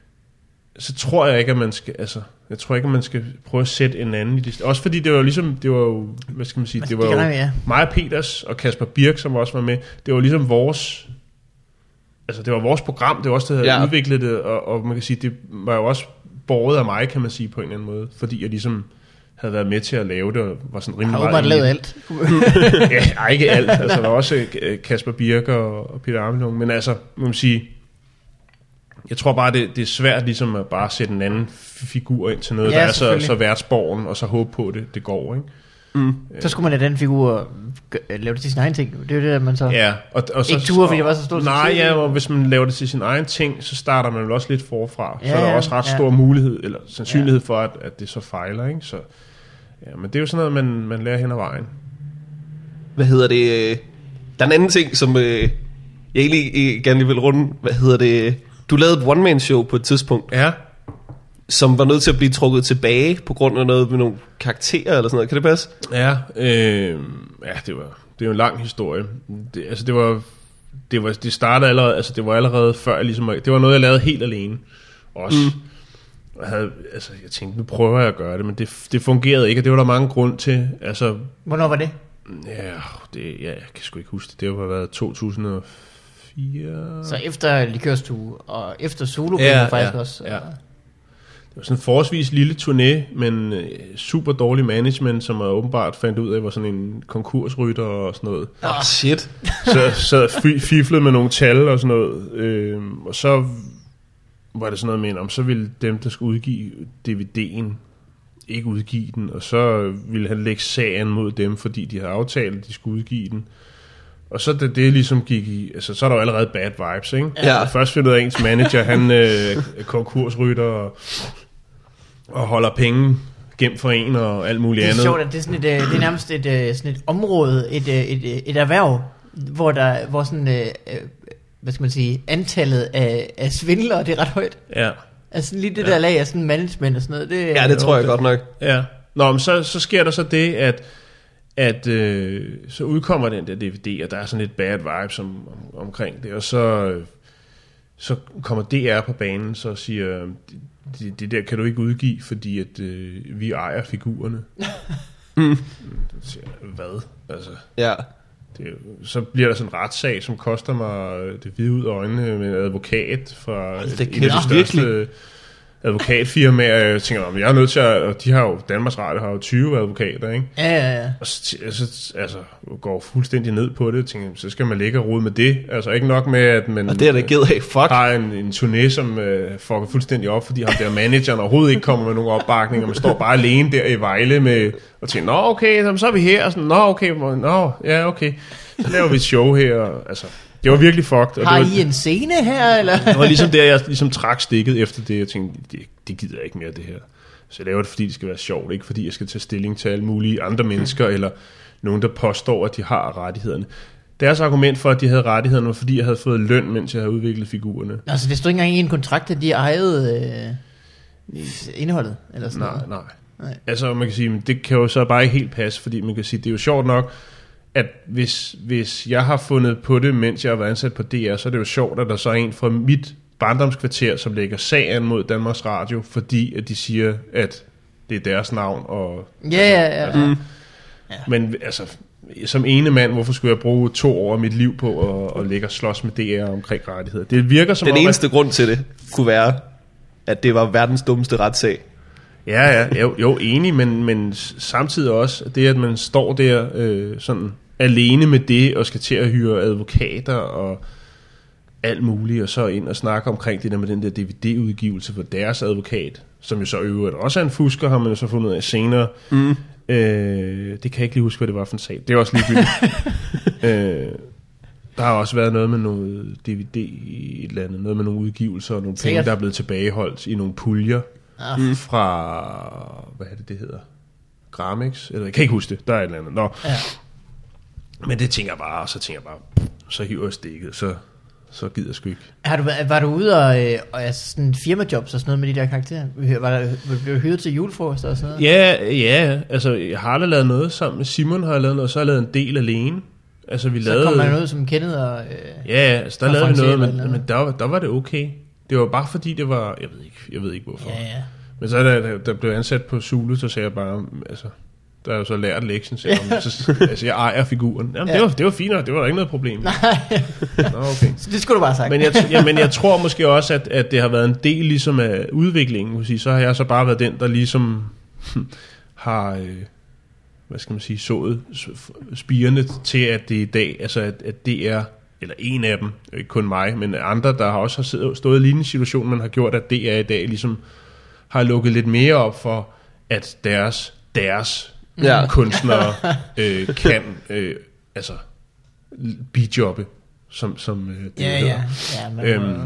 [SPEAKER 2] så tror jeg ikke, at man skal, altså, jeg tror ikke, at man skal prøve at sætte en anden i det. Også fordi det var jo ligesom, det var jo, hvad skal man sige, det var jo
[SPEAKER 1] ja.
[SPEAKER 2] mig og Peters og Kasper Birk, som også var med, det var ligesom vores, altså det var vores program, det var også, der havde
[SPEAKER 3] Ja.
[SPEAKER 2] udviklet det, og, og man kan sige, det var jo også båret af mig, kan man sige, på en eller anden måde, fordi jeg ligesom havde været med til at lave det, og var sådan rimelig
[SPEAKER 1] Har
[SPEAKER 2] meget...
[SPEAKER 1] åbenbart lavet alt.
[SPEAKER 2] Ja, ej, ikke alt. Altså, der var også øh, Kasper Birk og, og Peter Armelung. Men altså, må man sige, jeg tror bare, det, det er svært ligesom at bare sætte en anden f- figur ind til noget,
[SPEAKER 1] Ja,
[SPEAKER 2] der er så,
[SPEAKER 1] selvfølgelig.
[SPEAKER 2] så værtsborgen, og så håbe på, at det, det går, ikke?
[SPEAKER 1] Så skulle man lade den figur gø- lave det til sin egen ting. Det er jo det, der man så...
[SPEAKER 2] Ja, og, og så,
[SPEAKER 1] Ikke ture, fordi det var så stort
[SPEAKER 2] Nej,
[SPEAKER 1] succes.
[SPEAKER 2] ja, og hvis man laver det til sin egen ting, så starter man vel også lidt forfra.
[SPEAKER 1] Ja,
[SPEAKER 2] så er der også ret
[SPEAKER 1] ja.
[SPEAKER 2] stor mulighed, eller sandsynlighed for, at, at det så fejler, ikke? Så, ja, men det er jo sådan noget, man, man lærer hen ad vejen.
[SPEAKER 3] Hvad hedder det? øh, Der er en anden ting, som øh, jeg egentlig øh, gerne lige vil runde. Hvad hedder det? Du lavede et one-man-show på et tidspunkt,
[SPEAKER 2] Ja,
[SPEAKER 3] som var nødt til at blive trukket tilbage på grund af noget med nogle karakterer eller sådan noget. Kan det passe?
[SPEAKER 2] ja, øh, ja det, var, det er jo en lang historie. Det, altså det var, det var, det startede allerede, altså det var allerede før, jeg ligesom, det var noget, jeg lavede helt alene. Også. Mm. Jeg, havde, altså, jeg tænkte, nu prøver jeg at gøre det, men det, det fungerede ikke, og det var der mange grund til. Altså,
[SPEAKER 1] hvornår var det?
[SPEAKER 2] Ja, det, ja, jeg kan sgu ikke huske det. Det har været to tusind og fire.
[SPEAKER 1] Så efter Likørstue, og efter Zulu,
[SPEAKER 2] ja,
[SPEAKER 1] faktisk
[SPEAKER 2] ja,
[SPEAKER 1] også.
[SPEAKER 2] Ja. Det var sådan en forholdsvis lille turné, men øh, super dårlig management, som jeg åbenbart fandt ud af, var sådan en konkursrytter og sådan noget.
[SPEAKER 3] Åh, oh, shit.
[SPEAKER 2] Så sad og fiflede med nogle tal og sådan noget. Øh, og så var det sådan noget med, om så ville dem, der skulle udgive D V D'en, ikke udgive den, og så ville han lægge sagen mod dem, fordi de havde aftalt, at de skulle udgive den. Og så da det ligesom gik i, altså så er der jo allerede bad vibes, ikke?
[SPEAKER 3] Ja.
[SPEAKER 2] Og først finder ud af ens manager, han øh, konkursrytter og, og holder penge gemt for en og alt muligt andet.
[SPEAKER 1] Det er sjovt, at det er, sådan et, det er nærmest et, sådan et område, et, et, et erhverv, hvor der hvor sådan, hvad skal man sige, antallet af, af svindlere, det er ret højt.
[SPEAKER 2] Ja.
[SPEAKER 1] Altså lige det
[SPEAKER 2] ja.
[SPEAKER 1] der lag af sådan management og sådan noget. Det,
[SPEAKER 3] ja, det tror jeg godt nok.
[SPEAKER 2] Ja. Nå, men så, så sker der så det, at at øh, så udkommer den der D V D, og der er sådan lidt bad vibes om, om, omkring det, og så, øh, så kommer D R på banen, så siger, det, det der kan du ikke udgive, fordi at øh, vi ejer figurerne. mm. Siger, hvad? Altså,
[SPEAKER 3] ja.
[SPEAKER 2] det, så bliver der sådan en retssag, som koster mig det hvide ud af øjnene med en advokat fra
[SPEAKER 3] det
[SPEAKER 2] et af de største advokatfirmaer. Jeg tænker, jeg er nødt til at, og de har jo, Danmarks Radio har jo tyve advokater, ikke?
[SPEAKER 1] Ja, ja, ja.
[SPEAKER 2] Og så, så altså, går fuldstændig ned på det, tænker, så skal man ligge og rode med det. Altså ikke nok med, at man
[SPEAKER 3] og det er da ked af, fuck.
[SPEAKER 2] har en, en turné, som uh, fucker fuldstændig op, fordi ham der manageren overhovedet ikke kommer med nogen opbakning, og man står bare alene der i Vejle med, og tænker, nå okay, så er vi her, og sådan, nå okay, nå, ja okay, så laver vi et show her, og, altså, det var virkelig fucked. Og
[SPEAKER 1] har
[SPEAKER 2] det var,
[SPEAKER 1] I en scene her, eller?
[SPEAKER 2] Det var ligesom der, jeg ligesom trak stikket efter det, jeg tænkte, det, det gider jeg ikke mere, det her. Så jeg laver det, fordi det skal være sjovt, ikke fordi jeg skal tage stilling til alle mulige andre mennesker, eller nogen, der påstår, at de har rettighederne. Deres argument for, at de havde rettighederne, var, fordi jeg havde fået løn, mens jeg havde udviklet figurerne.
[SPEAKER 1] Altså, det stod ikke engang i en kontrakt, at de ejede øh, indholdet, eller sådan
[SPEAKER 2] nej,
[SPEAKER 1] noget?
[SPEAKER 2] Nej,
[SPEAKER 1] nej.
[SPEAKER 2] Altså, man kan sige, men det kan jo så bare ikke helt passe, fordi man kan sige, det er jo sjovt nok, at hvis, hvis jeg har fundet på det, mens jeg har været ansat på D R, så er det jo sjovt, at der så er en fra mit barndomskvarter, som lægger sagen mod Danmarks Radio, fordi at de siger, at det er deres navn. Og,
[SPEAKER 1] ja, ja, ja.
[SPEAKER 2] Altså, mm. ja. Men altså, som ene mand, hvorfor skulle jeg bruge to år af mit liv på at, at ligge og slås med D R omkring rettigheder? Det virker som
[SPEAKER 3] Den
[SPEAKER 2] om,
[SPEAKER 3] eneste
[SPEAKER 2] at,
[SPEAKER 3] grund til det kunne være, at det var verdens dummeste retssag.
[SPEAKER 2] Ja, ja, jo, jo enig, men, men samtidig også det, at man står der øh, sådan alene med det, og skal til at hyre advokater og alt muligt, og så ind og snakke omkring det der med den der D V D-udgivelse for deres advokat, som jo så øvrigt også er en fusker, har man jo så fundet ud af senere. Mm. Øh, det kan jeg ikke lige huske, hvad det var for en sag. Det er også ligegyldigt. øh, der har også været noget med noget D V D i et eller andet, noget med nogle udgivelser og nogle penge, der er blevet tilbageholdt i nogle puljer ah. fra, hvad er det, det hedder? Gramex? Eller, jeg kan ikke huske det. Der er et eller andet. Nå. Ja. Men det tænker jeg bare, og så tænker jeg bare, så hiver jeg stikket, så, så gider jeg sgu ikke.
[SPEAKER 1] Har du, var du ude og, og altså sådan firmajobs og sådan noget med de der karakterer? Var der, blev du hyret til julefrokoster og sådan noget?
[SPEAKER 2] Ja, ja, altså jeg har da lavet noget sammen med Simon, har jeg lavet noget, og så har jeg lavet en del alene. Altså, vi
[SPEAKER 1] så
[SPEAKER 2] lavede,
[SPEAKER 1] kom man noget som Kenneth og... Øh,
[SPEAKER 2] ja, altså der lavede vi noget, men, men der, der var det okay. Det var bare fordi det var, jeg ved ikke, jeg ved ikke hvorfor.
[SPEAKER 1] Ja, ja.
[SPEAKER 2] Men så der, der, der blev ansat på Zulu, så sagde jeg bare, altså... Der er jo så lært lektion, så, så altså, jeg ejer figuren. Jamen, ja. det, var, det var fint, og det var der ikke noget problem.
[SPEAKER 1] Nej.
[SPEAKER 2] Nå, okay.
[SPEAKER 1] Så det skulle du bare sagt.
[SPEAKER 2] Men jeg, ja, men jeg tror måske også, at, at det har været en del ligesom af udviklingen. Sige. Så har jeg så bare været den, der ligesom har, øh, hvad skal man sige, sået spirene til, at det i dag, altså at, at det er, eller en af dem, ikke kun mig, men andre, der har også har stået i lignende situation, man har gjort, at det er i dag ligesom har lukket lidt mere op for, at deres, deres ja. kunstnere øh, kan øh, altså bijobbe som, som øh, det
[SPEAKER 1] ja,
[SPEAKER 2] hedder.
[SPEAKER 1] ja, ja, men,
[SPEAKER 2] øhm,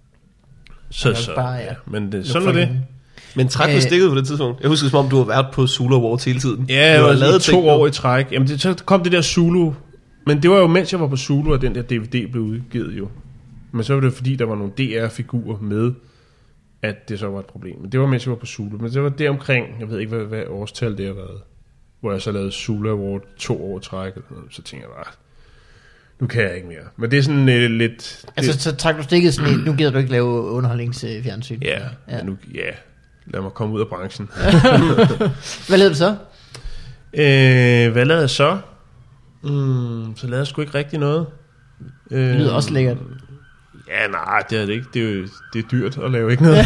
[SPEAKER 2] så, så
[SPEAKER 1] bare, ja.
[SPEAKER 2] ja, men det, sådan er det.
[SPEAKER 3] Men træk du stikket på det tidspunkt? Jeg husker, som om du har været på Zulu Awards hele tiden.
[SPEAKER 2] Ja, jeg har lavet to år i træk. Jamen, det, så kom det der Zulu, men det var jo mens jeg var på Zulu, at den der D V D blev udgivet jo. Men så var det fordi, der var nogle D R-figurer med, at det så var et problem. Men det var mens jeg var på Zulu. Men det var det omkring, jeg ved ikke, hvad, hvad årstal det har været. hvor jeg så lavede Zulu Award to år træk, så tænker jeg bare, nu kan jeg ikke mere. Men det er sådan øh, lidt...
[SPEAKER 1] Altså,
[SPEAKER 2] det,
[SPEAKER 1] så trækker du stikket sådan, nu gider du ikke lave underholdningsfjernsyn.
[SPEAKER 2] ja,
[SPEAKER 1] Ja.
[SPEAKER 2] ja. Nu, ja, lad mig komme ud af branchen.
[SPEAKER 1] Hvad lavede du så?
[SPEAKER 2] øh, hvad lavede jeg så? Mm, så lavede jeg sgu ikke rigtig noget. Øh,
[SPEAKER 1] Det lyder også lækkert.
[SPEAKER 2] Ja, nej, det er det ikke. Det er jo det er dyrt at lave ikke noget.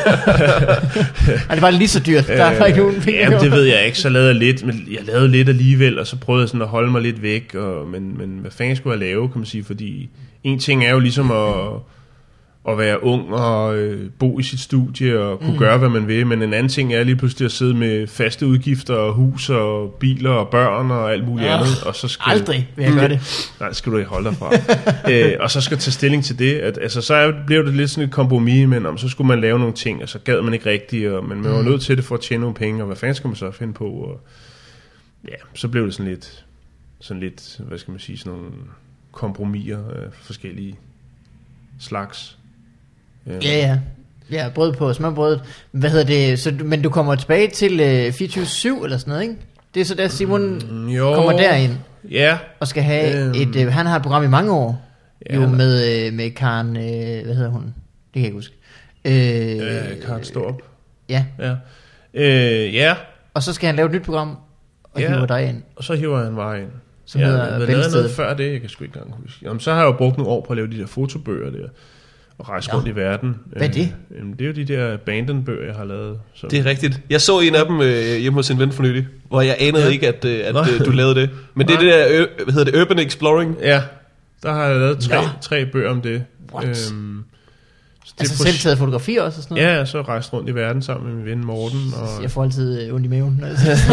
[SPEAKER 1] Er det bare lige så dyrt? Der er bare ikke nogen penge.
[SPEAKER 2] Jamen, det ved jeg ikke. Så lavede jeg lidt, men jeg lavede lidt alligevel, og så prøvede jeg sådan at holde mig lidt væk. Og, men, men hvad fanden skulle jeg lave, kan man sige? Fordi en ting er jo ligesom at, at være ung og øh, bo i sit studie og kunne mm. gøre, hvad man vil. Men en anden ting er lige pludselig at sidde med faste udgifter og hus og biler og børn og alt muligt
[SPEAKER 1] Ja.
[SPEAKER 2] andet. Og så skal,
[SPEAKER 1] Aldrig vil jeg gøre det.
[SPEAKER 2] Nej, skal du ikke holde dig fra. øh, og så skal tage stilling til det. At, altså, så blev det lidt sådan et kompromis, men om så skulle man lave nogle ting, og så gad man ikke rigtigt, og, men man var nødt til det for at tjene nogle penge, og hvad fanden skal man så finde på? Og, ja, så blev det sådan lidt, sådan lidt, hvad skal man sige, sådan nogle kompromiser af forskellige slags.
[SPEAKER 1] Ja, ja. Ja, brød på smørbrødet. Hvad hedder det? Så, du- men du kommer tilbage til øh, fireogtyve syv eller sådan noget, ikke? Det er så der Simon
[SPEAKER 2] Mm, jo.
[SPEAKER 1] kommer derind
[SPEAKER 2] Ja.
[SPEAKER 1] og skal have
[SPEAKER 2] Øhm.
[SPEAKER 1] et... Øh, han har et program i mange år.
[SPEAKER 2] Ja,
[SPEAKER 1] Jo
[SPEAKER 2] han-
[SPEAKER 1] med, øh, med Karen... Øh, hvad hedder hun? Det kan jeg ikke huske. Øh,
[SPEAKER 2] Øh, Karen Storp.
[SPEAKER 1] Ja.
[SPEAKER 2] Ja. Øh, ja.
[SPEAKER 1] Og så skal han lave et nyt program og
[SPEAKER 2] Ja.
[SPEAKER 1] hiver dig ind.
[SPEAKER 2] Og så hiver han vejen.
[SPEAKER 1] Som hedder
[SPEAKER 2] hvad lavede jeg
[SPEAKER 1] Bæltestedet.
[SPEAKER 2] noget før det? Jeg kan sgu ikke engang huske. Jamen, så har jeg jo brugt nogle år på at lave de der fotobøger der. Og rejse
[SPEAKER 1] Nå.
[SPEAKER 2] rundt i verden.
[SPEAKER 1] Hvad er det?
[SPEAKER 2] Øh, jamen, det er jo de der abandoned-bøger, jeg har lavet. Så.
[SPEAKER 3] Det er rigtigt. Jeg så en af dem øh, hjemme hos en ven for nylig, hvor jeg anede
[SPEAKER 2] Ja.
[SPEAKER 3] ikke, at, øh, at
[SPEAKER 2] Nå.
[SPEAKER 3] øh, du lavede det. Men det er det der, øh, hvad hedder det, Urban Exploring.
[SPEAKER 2] Ja, der har jeg lavet tre,
[SPEAKER 1] Nå.
[SPEAKER 2] tre bøger om det.
[SPEAKER 1] What?
[SPEAKER 2] Øhm, så det
[SPEAKER 1] Altså
[SPEAKER 2] er
[SPEAKER 1] selv
[SPEAKER 2] på-
[SPEAKER 1] taget fotografier også og sådan noget?
[SPEAKER 2] Ja, så rejst rundt i verden sammen med min ven Morten. Og,
[SPEAKER 1] Jeg får altid øh, ondt i maven.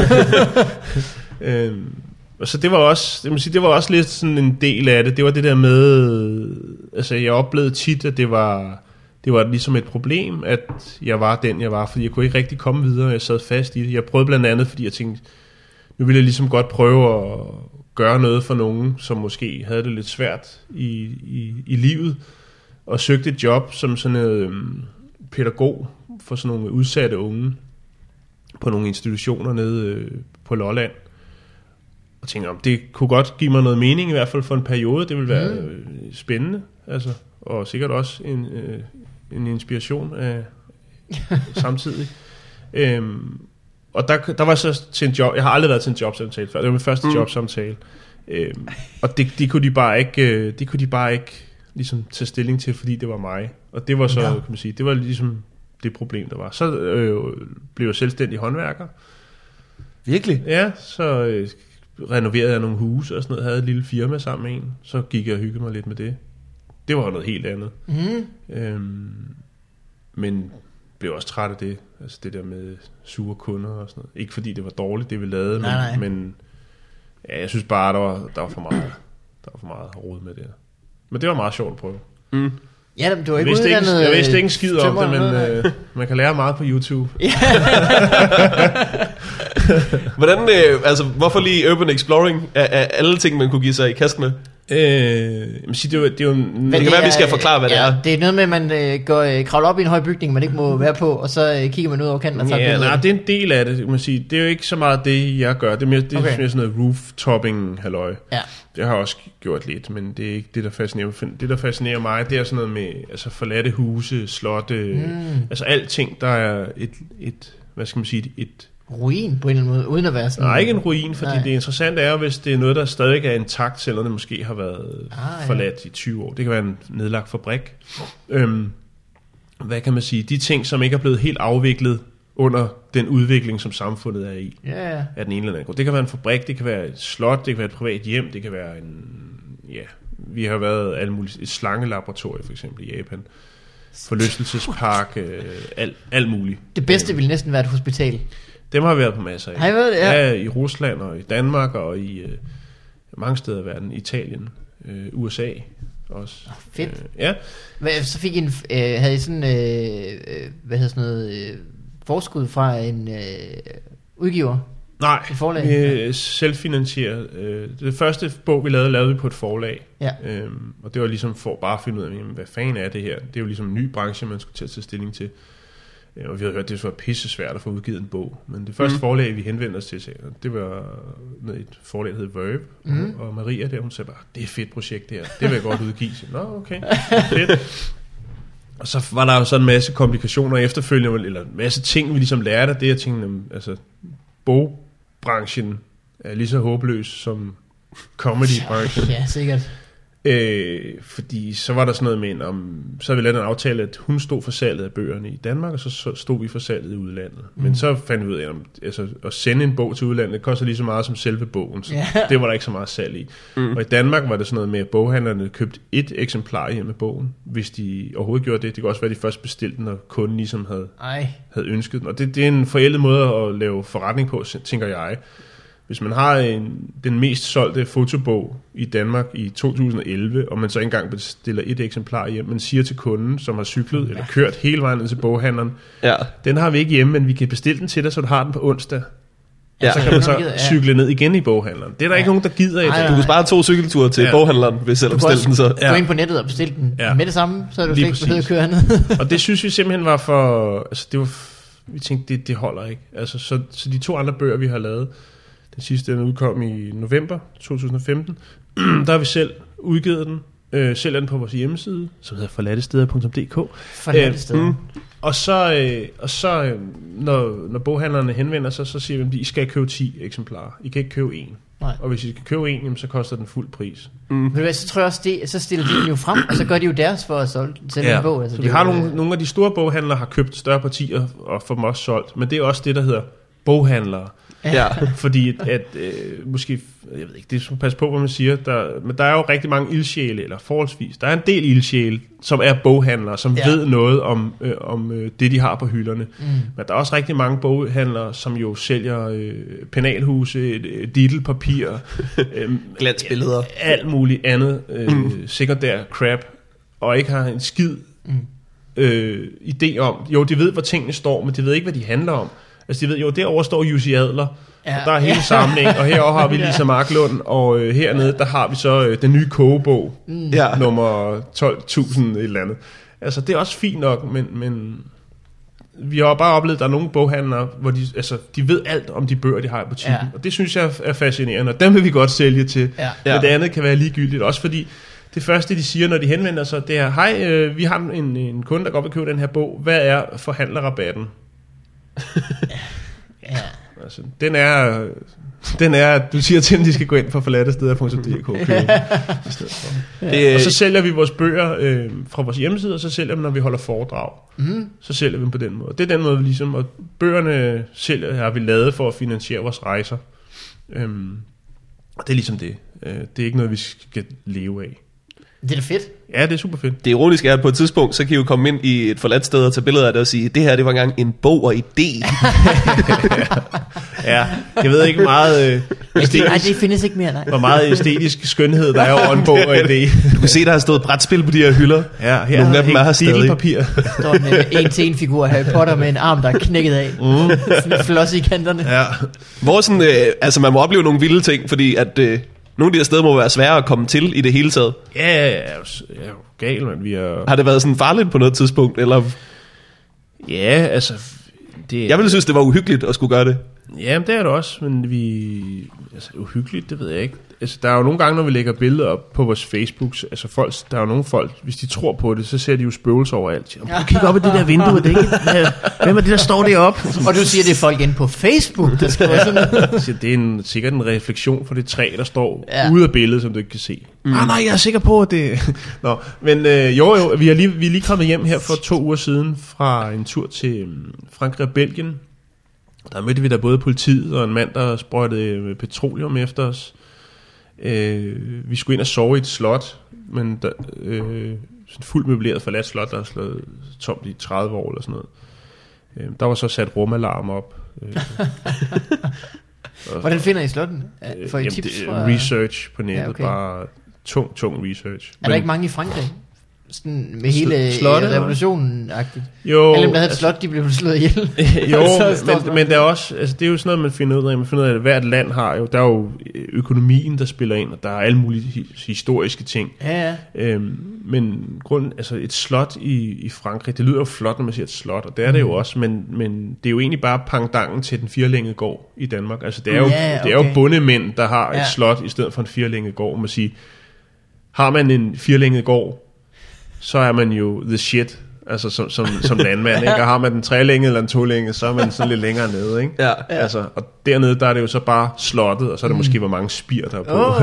[SPEAKER 2] øhm, og så det var også, det, må sige, det var også lidt sådan en del af det. Det var det der med, altså jeg oplevede tit, at det var, det var ligesom et problem, at jeg var den, jeg var, fordi jeg kunne ikke rigtig komme videre. Jeg sad fast i det. Jeg prøvede blandt andet, fordi jeg tænkte, nu ville jeg ligesom godt prøve at gøre noget for nogen, som måske havde det lidt svært i, i, i livet, og søgte et job som sådan en øhm, pædagog for sådan nogle udsatte unge på nogle institutioner nede øh, på Lolland. Og tænkte, om det kunne godt give mig noget mening, i hvert fald for en periode. Det ville være øh, spændende, altså, og sikkert også en, øh, en inspiration af, samtidig. Øhm, og der, der var så til en job, jeg har aldrig været til en jobsamtale før, det var min første mm. jobsamtale. Øhm, og det, det kunne de bare ikke, øh, det kunne de bare ikke ligesom tage stilling til, fordi det var mig. Og det var så,
[SPEAKER 1] Ja.
[SPEAKER 2] kan man sige, det var ligesom det problem, der var. Så øh, blev jeg selvstændig håndværker.
[SPEAKER 3] Virkelig?
[SPEAKER 2] Ja, så øh, renoverede jeg nogle huse og sådan noget, havde et lille firma sammen med en. Så gik jeg og hyggede mig lidt med det. Det var noget helt andet.
[SPEAKER 1] Mm.
[SPEAKER 2] Øhm, men blev også træt af det. Altså det der med sure kunder og sådan noget. Ikke fordi det var dårligt, det vi lavede,
[SPEAKER 1] Nej, nej.
[SPEAKER 2] men, men ja, jeg synes bare, der var, der var for meget. Der var for meget rod med det. Men det var meget sjovt at prøve.
[SPEAKER 3] Mm.
[SPEAKER 1] Ja, men du er
[SPEAKER 2] Jeg
[SPEAKER 1] ikke
[SPEAKER 2] vidste ikke,
[SPEAKER 1] uddannet...
[SPEAKER 2] jeg vidste ikke en skid om
[SPEAKER 1] tømrer
[SPEAKER 2] det, men
[SPEAKER 1] eller noget,
[SPEAKER 2] øh, man kan lære meget på YouTube.
[SPEAKER 3] Hvordan, øh, altså, hvorfor lige Urban Exploring af, af alle ting, man kunne give sig i kast med?
[SPEAKER 2] Øh, jeg sige, det, er jo, det er jo en,
[SPEAKER 1] Men
[SPEAKER 3] Det kan være, vi skal
[SPEAKER 1] er-
[SPEAKER 3] forklare, hvad det er.
[SPEAKER 1] Det er noget med, at man øh, går, øh, kravler op i en høj bygning, man ikke må være på, og så øh, kigger man ud over kanten og tager
[SPEAKER 2] Ja,
[SPEAKER 1] billeder.
[SPEAKER 2] nej, det er en del af det, kan man sige. Det er jo ikke så meget det, jeg gør. Det er mere, det er
[SPEAKER 1] Okay.
[SPEAKER 2] mere sådan noget rooftopping, halløj.
[SPEAKER 1] Ja.
[SPEAKER 2] Det har jeg også gjort lidt, men det er ikke det, der fascinerer mig. Det, der fascinerer mig, det er sådan noget med altså forladte huse, slotte, mm. altså alting, der er et, et, hvad skal man sige, et...
[SPEAKER 1] Ruin på en eller anden måde, uden at være sådan...
[SPEAKER 2] Nej, ikke en ruin, fordi
[SPEAKER 1] Nej.
[SPEAKER 2] det interessante er, hvis det er noget, der stadig er intakt, selvom det måske har været
[SPEAKER 1] Ah, ja.
[SPEAKER 2] forladt i tyve år. Det kan være en nedlagt fabrik. Øhm, hvad kan man sige? De ting, som ikke er blevet helt afviklet under den udvikling, som samfundet er i,
[SPEAKER 1] Ja, ja.
[SPEAKER 2] af den ene eller anden grund. Det kan være en fabrik, det kan være et slot, det kan være et privat hjem, det kan være en... Ja, vi har været alle mulige, et slangelaboratorium for eksempel i Japan. Forlystelsespark, øh, alt, alt muligt.
[SPEAKER 1] Det bedste
[SPEAKER 2] Øhm,
[SPEAKER 1] ville næsten være et hospital.
[SPEAKER 2] Dem har vi været på masser af.
[SPEAKER 1] Har I været det? Ja.
[SPEAKER 2] Ja, i Rusland og i Danmark og i øh, mange steder i verden. Italien, øh, U S A også.
[SPEAKER 1] Oh, fedt.
[SPEAKER 2] Øh, ja.
[SPEAKER 1] Hvad, så fik I en, øh, havde I sådan, øh, øh, hvad hedder sådan noget, øh, forskud fra en øh, udgiver?
[SPEAKER 2] Nej,
[SPEAKER 1] Et forlag?
[SPEAKER 2] vi er selvfinansieret. Øh, det første bog, vi lavede, lavede vi på et forlag.
[SPEAKER 1] Ja.
[SPEAKER 2] Øhm, og det var ligesom for bare at finde ud af, jamen, hvad fanden er det her? Det er jo ligesom en ny branche, man skulle til at tage stilling til. Ja, og vi havde hørt, at det var pisse svært at få udgivet en bog. Men det første mm. forlag, vi henvendte os til, det var et forlag, der hed Verve. Mm. Og Maria der, hun sagde bare, det er et fedt projekt det her. Det vil jeg godt udgive. Så, nå, okay. Fedt. Og så var der jo sådan en masse komplikationer efterfølgende, eller en masse ting, vi ligesom lærte af det. Jeg tænkte, altså, bogbranchen er lige så håbløs som comedybranchen.
[SPEAKER 1] Ja, sikkert.
[SPEAKER 2] Øh, fordi så var der sådan noget med, om, så havde vi lavet en aftale, at hun stod for salget af bøgerne i Danmark, og så stod vi for salget i udlandet. Mm. Men så fandt vi ud af, at altså, at sende en bog til udlandet, det koster lige så meget som selve bogen, så yeah. det var der ikke så meget salg i. Mm. Og i Danmark var det sådan noget med, at boghandlerne købte et eksemplar hjem med bogen, hvis de overhovedet gjorde det. Det kan også være, at de først bestilte den, når kunden ligesom havde, havde ønsket den. Og det, det er en forældet måde at lave forretning på, tænker jeg. Hvis man har en, den mest solgte fotobog i Danmark i to tusind og elleve, og man så ikke engang bestiller et eksemplar hjem, men siger til kunden, som har cyklet ja. eller kørt hele vejen ned til boghandleren, ja. den har vi ikke hjemme, men vi kan bestille den til dig, så du har den på onsdag. Ja. Så kan man så cykle ned igen i boghandleren. Det er der ja. ikke nogen, der gider i det.
[SPEAKER 3] Du kan spare to cykelture til ja. boghandleren, hvis selv bestille den så.
[SPEAKER 1] Ja. Gå ind på nettet og bestille den ja. med det samme, så er du ikke behøver at køre herned.
[SPEAKER 2] Og det synes vi simpelthen var for... Altså det var, vi tænkte, det, det holder ikke. Altså, så, så de to andre bøger, vi har lavet, den sidste, den udkom i november to tusind og femten. Der har vi selv udgivet den. Øh, selv den på vores hjemmeside, som hedder forladtesteder punktum d k.
[SPEAKER 1] Forladtesteder. Øh, mm,
[SPEAKER 2] og så, øh, og så øh, når, når boghandlerne henvender sig, så siger vi, at I skal købe ti eksemplarer. I kan ikke købe en. Nej. Og hvis I skal købe en, så koster den fuld pris.
[SPEAKER 1] Mm. Men så tror jeg også, det, så stiller de den jo frem, og så gør de jo deres for at sælge ja. en bog. Altså,
[SPEAKER 2] så vi har nogle, nogle af de store boghandlere har købt større partier og får dem også solgt. Men det er også det, der hedder boghandlere. Ja. Fordi at, at øh, måske, jeg ved ikke, det skal passe på, hvad man siger, der, men der er jo rigtig mange ildsjæle, eller forholdsvis, der er en del ildsjæle, som er boghandlere, som ja. ved noget om, øh, om øh, det, de har på hylderne. Mm. Men der er også rigtig mange boghandlere, som jo sælger øh, penalhuse, øh, dittelpapir, øh,
[SPEAKER 3] glansbilleder,
[SPEAKER 2] alt muligt andet øh, mm. sekundær crap, og ikke har en skid mm. øh, idé om, jo, de ved, hvor tingene står, men de ved ikke, hvad de handler om. Altså de ved jo, derovre står Jussi Adler, ja. og der er hele samlingen, og herovre har vi Lisa Marklund, og øh, hernede, der har vi så øh, den nye kogebog, mm. ja. nummer tolv tusind et eller andet. Altså det er også fint nok, men, men vi har bare oplevet, at der er nogle boghandlere, hvor de, altså, de ved alt om de bøger, de har i butikken, ja. og det synes jeg er fascinerende, og dem vil vi godt sælge til, ja. men ja. det andet kan være ligegyldigt, også fordi det første, de siger, når de henvender sig, det er, hej, øh, vi har en, en kunde, der godt vil købe den her bog, hvad er forhandlerrabatten? ja. Altså, den er den er du siger til dem, de skal gå ind på forladtesteder punktum d k i stedet for. Det, og så sælger vi vores bøger øh, fra vores hjemmeside, og så sælger vi, når vi holder foredrag. Mm. Så sælger vi dem på den måde. Det er den måde, vi ligesom, og bøgerne sælger, har vi lavet for at finansiere vores rejser. Øhm, og det er ligesom det. Øh, det er ikke noget, vi skal leve af.
[SPEAKER 1] Det er da fedt.
[SPEAKER 2] Ja, det er super fedt.
[SPEAKER 3] Det ironiske er, at på et tidspunkt, så kan I jo komme ind i et forladt sted og tage billeder af det og sige, det her, det var engang en bog og idé.
[SPEAKER 2] ja, jeg ved ikke meget øh, æstetisk,
[SPEAKER 1] nej, det findes ikke mere, nej.
[SPEAKER 2] Hvor meget æstetisk skønhed der er over en bog og idé.
[SPEAKER 3] Du kan se, der har stået brætspil på de her hylder.
[SPEAKER 2] Ja, her nogle af dem er her stadig. Papir.
[SPEAKER 1] Der står en en-til-en-figur af Harry Potter med en arm, der er knækket af. Mm. Sådan en floss i kanterne.
[SPEAKER 3] Ja. Hvor sådan, øh, altså man må opleve nogle vilde ting, fordi at... Øh, nogle af de her steder må være svære at komme til i det hele taget.
[SPEAKER 2] Ja, ja, ja, jeg er jo gal, men vi er...
[SPEAKER 3] Har det været sådan farligt på noget tidspunkt, eller?
[SPEAKER 2] Ja, altså...
[SPEAKER 3] Det... Jeg ville synes, det var uhyggeligt at skulle gøre det.
[SPEAKER 2] Ja, det er det også, men vi... Altså, uhyggeligt, det ved jeg ikke. Altså, der er jo nogle gange, når vi lægger billeder op på vores Facebook, altså folk, der er jo nogle folk, hvis de tror på det, så ser de jo spøgelser overalt. Prøv at kigge op i det der vindue, det er ikke... Hvem er det, der står deroppe?
[SPEAKER 1] Og du siger, det er folk inde på Facebook, der skriver sådan noget.
[SPEAKER 2] Det er en, sikkert en refleksion fra det træ, der står ja. ude af billedet, som du ikke kan se. Mm. Ah, nej, jeg er sikker på, at det... Nå, men øh, jo, jo, vi er, lige, vi er lige kommet hjem her for to uger siden fra en tur til Frankrig og Belgien. Der mødte vi der både politiet og en mand, der sprøjtede petroleum efter os. Øh, vi skulle ind og sove i et slot, men der, øh, sådan fuldt møbleret forladt slot, der er slået tomt i tredive år eller sådan noget. Øh, der var så sat rumalarm op. Øh,
[SPEAKER 1] Hvordan finder I slotten? Får I
[SPEAKER 2] jamen,
[SPEAKER 1] tips
[SPEAKER 2] det,
[SPEAKER 1] fra...
[SPEAKER 2] research på nettet, ja, okay. Bare tung, tung research.
[SPEAKER 1] Er der men, ikke mange i Frankrig? sådan med hele
[SPEAKER 2] Slotte,
[SPEAKER 1] revolutionen-agtigt.
[SPEAKER 2] Jo,
[SPEAKER 1] Alle dem, der havde et
[SPEAKER 2] altså-
[SPEAKER 1] slot, de blev slået ihjel.
[SPEAKER 2] Jo,
[SPEAKER 1] Så står
[SPEAKER 2] men,
[SPEAKER 1] der-
[SPEAKER 2] men der er også, altså det er jo sådan noget, man finder ud af. Man finder ud af, at hvert land har jo, der er jo økonomien, der spiller ind, og der er alle mulige hi- historiske ting.
[SPEAKER 1] Ja, ja.
[SPEAKER 2] Øhm, men grund, altså et slot i, i Frankrig, det lyder jo flot, når man siger et slot, og det er det jo også, men, men det er jo egentlig bare pangdangen til den firlængede gård i Danmark. Altså det er jo,
[SPEAKER 1] Ja,
[SPEAKER 2] det er jo
[SPEAKER 1] okay.
[SPEAKER 2] bondemænd, der har
[SPEAKER 1] Ja.
[SPEAKER 2] et slot i stedet for en firlænget gård. Man siger, har man en firlænget gård, så er man jo the shit, altså som, som, som landmand, ikke? Og har man den trelængede eller en tolængede, så er man sådan lidt længere nede, ikke?
[SPEAKER 3] Ja.
[SPEAKER 2] Altså, og dernede, der er det jo så bare slottet, og så er det mm. måske, hvor mange spir, der er på.
[SPEAKER 1] Oh.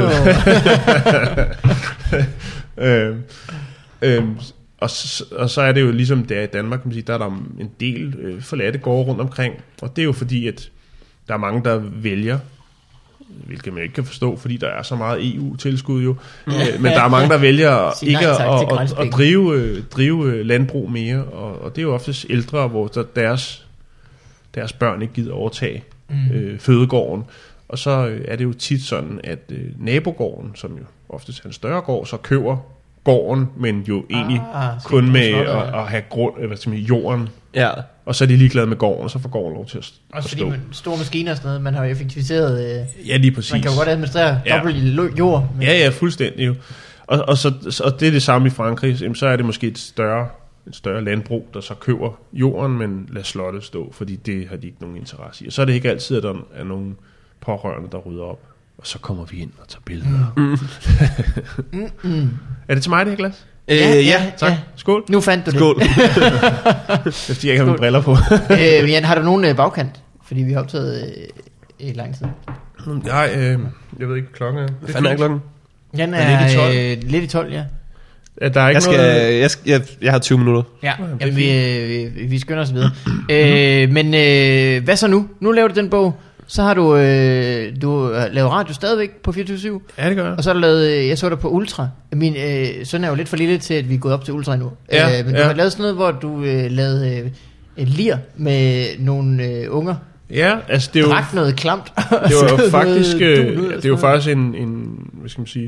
[SPEAKER 2] øhm, øhm, og, så, og så er det jo ligesom der i Danmark, kan man sige, der er der en del øh, forladte gårde rundt omkring, og det er jo fordi, at der er mange, der vælger, hvilket man ikke kan forstå, fordi der er så meget E U-tilskud jo, øh, men der er mange, der vælger
[SPEAKER 1] Sig nej
[SPEAKER 2] ikke at,
[SPEAKER 1] tak til
[SPEAKER 2] at, at,
[SPEAKER 1] grænspenge.
[SPEAKER 2] at drive, øh, drive landbrug mere, og, og det er jo oftest ældre, hvor der, deres, deres børn ikke gider overtage mm. øh, fødegården. Og så øh, er det jo tit sådan, at øh, nabogården, som jo oftest er en større gård, så køber gården, men jo egentlig
[SPEAKER 1] Ah, så
[SPEAKER 2] kun
[SPEAKER 1] det er
[SPEAKER 2] med
[SPEAKER 1] slottet,
[SPEAKER 2] at,
[SPEAKER 1] ja.
[SPEAKER 2] at have grund, eller hvad skal man sige, jorden,
[SPEAKER 3] Ja.
[SPEAKER 2] og så er de ligeglade med gården, og så får gården lov til at, at
[SPEAKER 1] Også fordi
[SPEAKER 2] stå.
[SPEAKER 1] man, store maskiner og sådan noget, man har jo effektiviseret, øh,
[SPEAKER 2] Ja, lige præcis.
[SPEAKER 1] man kan jo godt administrere
[SPEAKER 2] Ja.
[SPEAKER 1] dobbelt i lo- jord. Men,
[SPEAKER 2] Ja, ja, fuldstændig jo. Og, og, så, og det er det samme i Frankrig, jamen, så er det måske et større, et større landbrug, der så køber jorden, men lader slottet stå, fordi det har de ikke nogen interesse i. Og så er det ikke altid, at der er nogen pårørende, der rydder op. Og så kommer vi ind og tager billeder. Mm.
[SPEAKER 1] Mm, mm.
[SPEAKER 2] Er det til mig, det her glas?
[SPEAKER 3] Øh, ja, ja.
[SPEAKER 2] Tak.
[SPEAKER 1] ja.
[SPEAKER 2] Skål.
[SPEAKER 1] Nu fandt du
[SPEAKER 3] Skål.
[SPEAKER 2] Det er fordi, jeg ikke har mine briller på.
[SPEAKER 1] det. øh, Jan, har du nogen øh, bagkant? Fordi vi har optaget øh, i lang tid.
[SPEAKER 2] Nej, øh, jeg ved ikke, hvad klokken er.
[SPEAKER 3] Hvad fanden er klokken?
[SPEAKER 1] Jan
[SPEAKER 2] Er
[SPEAKER 1] er,
[SPEAKER 2] lidt i tolv?
[SPEAKER 1] øh, lidt i tolv, ja.
[SPEAKER 2] Er der ikke
[SPEAKER 3] Jeg, skal,
[SPEAKER 2] noget...
[SPEAKER 3] jeg, skal, jeg, jeg har tyve minutter.
[SPEAKER 1] Ja,
[SPEAKER 2] det er
[SPEAKER 1] jamen, vi, øh, vi, vi skynder os videre. øh, men øh, hvad så nu? Nu laver du den bog. Så har du, øh, du har lavet radio stadigvæk på fireogtyve syv.
[SPEAKER 2] Ja, det gør jeg.
[SPEAKER 1] Og så har du lavet, øh, jeg så dig på Ultra. Min øh, søn er jo lidt for lille til, at vi er gået op til Ultra nu.
[SPEAKER 2] Ja,
[SPEAKER 1] øh, men
[SPEAKER 2] ja.
[SPEAKER 1] du har lavet sådan noget, hvor du øh, lavede øh, et lir med nogle øh, unger.
[SPEAKER 2] Ja, altså det er jo...
[SPEAKER 1] Drak noget klamt.
[SPEAKER 2] Det var jo faktisk, øh,
[SPEAKER 1] dun ud og
[SPEAKER 2] det er jo
[SPEAKER 1] sådan
[SPEAKER 2] faktisk en, en, hvad skal man sige,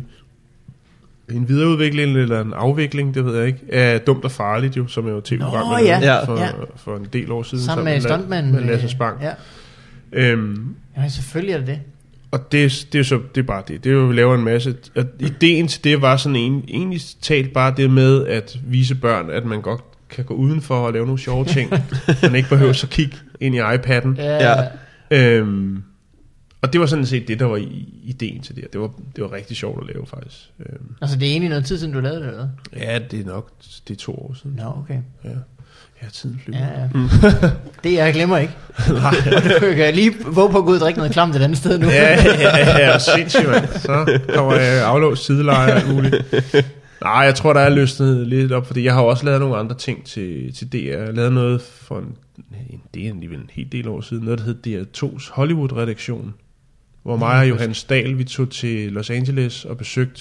[SPEAKER 2] en videreudvikling eller en afvikling, det ved jeg ikke, af Dumt og Farligt jo, som er jo tv-program
[SPEAKER 1] Nå, ja.
[SPEAKER 3] Ja.
[SPEAKER 2] for,
[SPEAKER 1] Ja.
[SPEAKER 2] for en del år siden.
[SPEAKER 1] sammen med
[SPEAKER 2] La-
[SPEAKER 1] stuntmanden.
[SPEAKER 2] Med Lasse Spang.
[SPEAKER 1] Ja.
[SPEAKER 2] Øhm,
[SPEAKER 1] ja, selvfølgelig er det det.
[SPEAKER 2] og det, er- det er jo så, det er bare det. Det er jo, vi laver en masse. Og ideen til det var sådan en, egentlig talt bare det med at vise børn, at man godt kan gå udenfor og lave nogle sjove ting. Man ikke behøver så kigge ind i iPad'en.
[SPEAKER 1] Ja.
[SPEAKER 3] Ja.
[SPEAKER 2] Øhm, og det var sådan set det, der var i, ideen til det. Det var, det var rigtig sjovt at lave, faktisk. Øhm,
[SPEAKER 1] Altså, det er egentlig noget tid siden, du lavede det, eller hvad?
[SPEAKER 2] ja, det er nok det er to år siden.
[SPEAKER 1] Nå, okay.
[SPEAKER 2] Ja, ja tiden flyver.
[SPEAKER 1] Ja, ja. Det jeg glemmer ikke. Og du kan lige våge på at gå ud og drikke noget klamt et andet sted nu.
[SPEAKER 2] Ja, ja, ja, ja, sindssygt, mand. Så kommer jeg aflåst sideleje og alt muligt. Nej, jeg tror, der er løsnet lidt op, fordi jeg har også lavet nogle andre ting til, til D R. Jeg har lavet noget for en, en, det er alligevel en hel del år siden, noget, der hed D R to's Hollywood-redaktion, hvor mig og Johannes Dahl, vi tog til Los Angeles og besøgte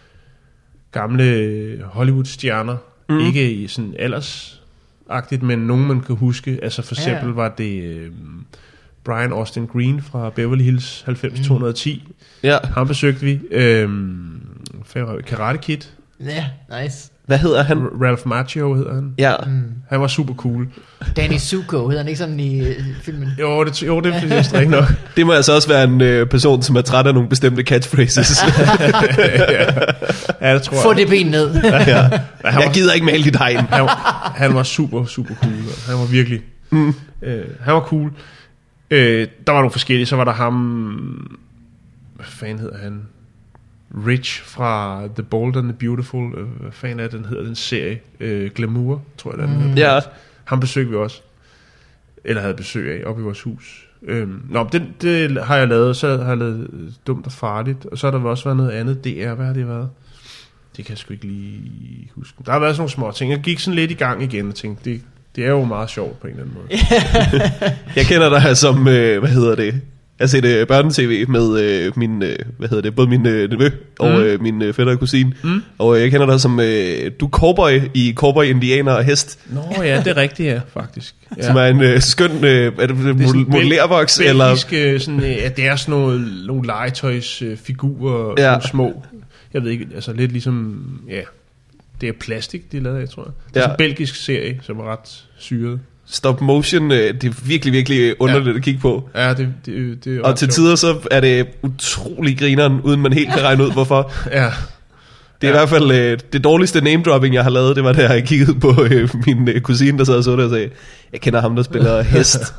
[SPEAKER 2] gamle Hollywood-stjerner. Mm. Ikke i sådan aldersagtigt, men nogen, man kan huske. Altså for eksempel
[SPEAKER 1] Ja, ja.
[SPEAKER 2] var det øh, Brian Austin Green fra Beverly Hills halvfems to hundrede og ti.
[SPEAKER 3] Ja.
[SPEAKER 2] Ham besøgte vi. Øhm, Karate Kid.
[SPEAKER 1] Ja, nice.
[SPEAKER 3] Hvad hedder han?
[SPEAKER 2] R- Ralph Macchio hedder han.
[SPEAKER 3] Ja.
[SPEAKER 1] Mm.
[SPEAKER 2] Han var super cool.
[SPEAKER 1] Danny Zuko, hedder han ikke sådan i øh, filmen?
[SPEAKER 2] Jo, det, jo, det er vist ikke nok.
[SPEAKER 3] Det må altså også være en øh, person, som er træt af nogle bestemte catchphrases.
[SPEAKER 2] Ja, det tror
[SPEAKER 1] Få
[SPEAKER 2] jeg.
[SPEAKER 1] det ben ned.
[SPEAKER 3] ja.
[SPEAKER 2] Han
[SPEAKER 3] Jeg
[SPEAKER 2] var,
[SPEAKER 3] gider ikke male dit hegn.
[SPEAKER 2] han, var, han var super, super cool. Han var virkelig... Mm. Øh, han var cool. Øh, der var nogle forskellige. Så var der ham... Hvad fanden hedder han? Rich fra The Bold and the Beautiful. Øh, hvad fanden er den hedder den serie? Øh, Glamour, tror jeg, den hedder.
[SPEAKER 3] Ja.
[SPEAKER 2] Ham besøgte vi også. Eller havde besøg af, oppe i vores hus. Øhm, nå, det, det har jeg lavet. Så har jeg lavet øh, Dumt og Farligt. Og så har der også været noget andet D R. Hvad har det været? Det kan jeg sgu ikke lige huske. Der har været sådan nogle små ting. Jeg gik sådan lidt i gang igen og tænkte, det, det er jo meget sjovt på en eller anden måde.
[SPEAKER 3] Jeg kender dig som, øh, hvad hedder det? Jeg har set øh, børnetv med øh, min, øh, hvad hedder det, både min øh, nevø og
[SPEAKER 2] Mm.
[SPEAKER 3] øh, min øh, fætter og kusine.
[SPEAKER 2] Mm.
[SPEAKER 3] Og øh, jeg kender dig som, øh, du er cowboy i Cowboy, Indianer og Hest,
[SPEAKER 2] Nå ja, det er rigtigt, ja, faktisk. Ja.
[SPEAKER 3] som er en øh, skøn, øh, er det, det
[SPEAKER 2] Det er sådan
[SPEAKER 3] modellervoks,
[SPEAKER 2] bel-
[SPEAKER 3] eller?
[SPEAKER 2] belgisk, øh, sådan, øh, ja, det er sådan noget, nogle legetøjsfigurer,
[SPEAKER 3] Ja.
[SPEAKER 2] ja. Små, jeg ved ikke, altså lidt ligesom, ja, det er plastik, de er lavet af, tror jeg. Det er
[SPEAKER 3] Ja.
[SPEAKER 2] sådan en belgisk serie, som er ret syret.
[SPEAKER 3] Stop motion, øh, det er virkelig, virkelig underligt ja. at kigge på.
[SPEAKER 2] Ja, det, det, det er
[SPEAKER 3] Og
[SPEAKER 2] ret
[SPEAKER 3] til
[SPEAKER 2] sjovt.
[SPEAKER 3] tider så er det utrolig grineren, uden man helt kan regne ud, hvorfor.
[SPEAKER 2] Ja.
[SPEAKER 3] Det er ja. i hvert fald øh, det dårligste name-dropping, jeg har lavet, det var da jeg kiggede på øh, min øh, kusine, der sad og så det og sagde, jeg kender ham, der spiller hest.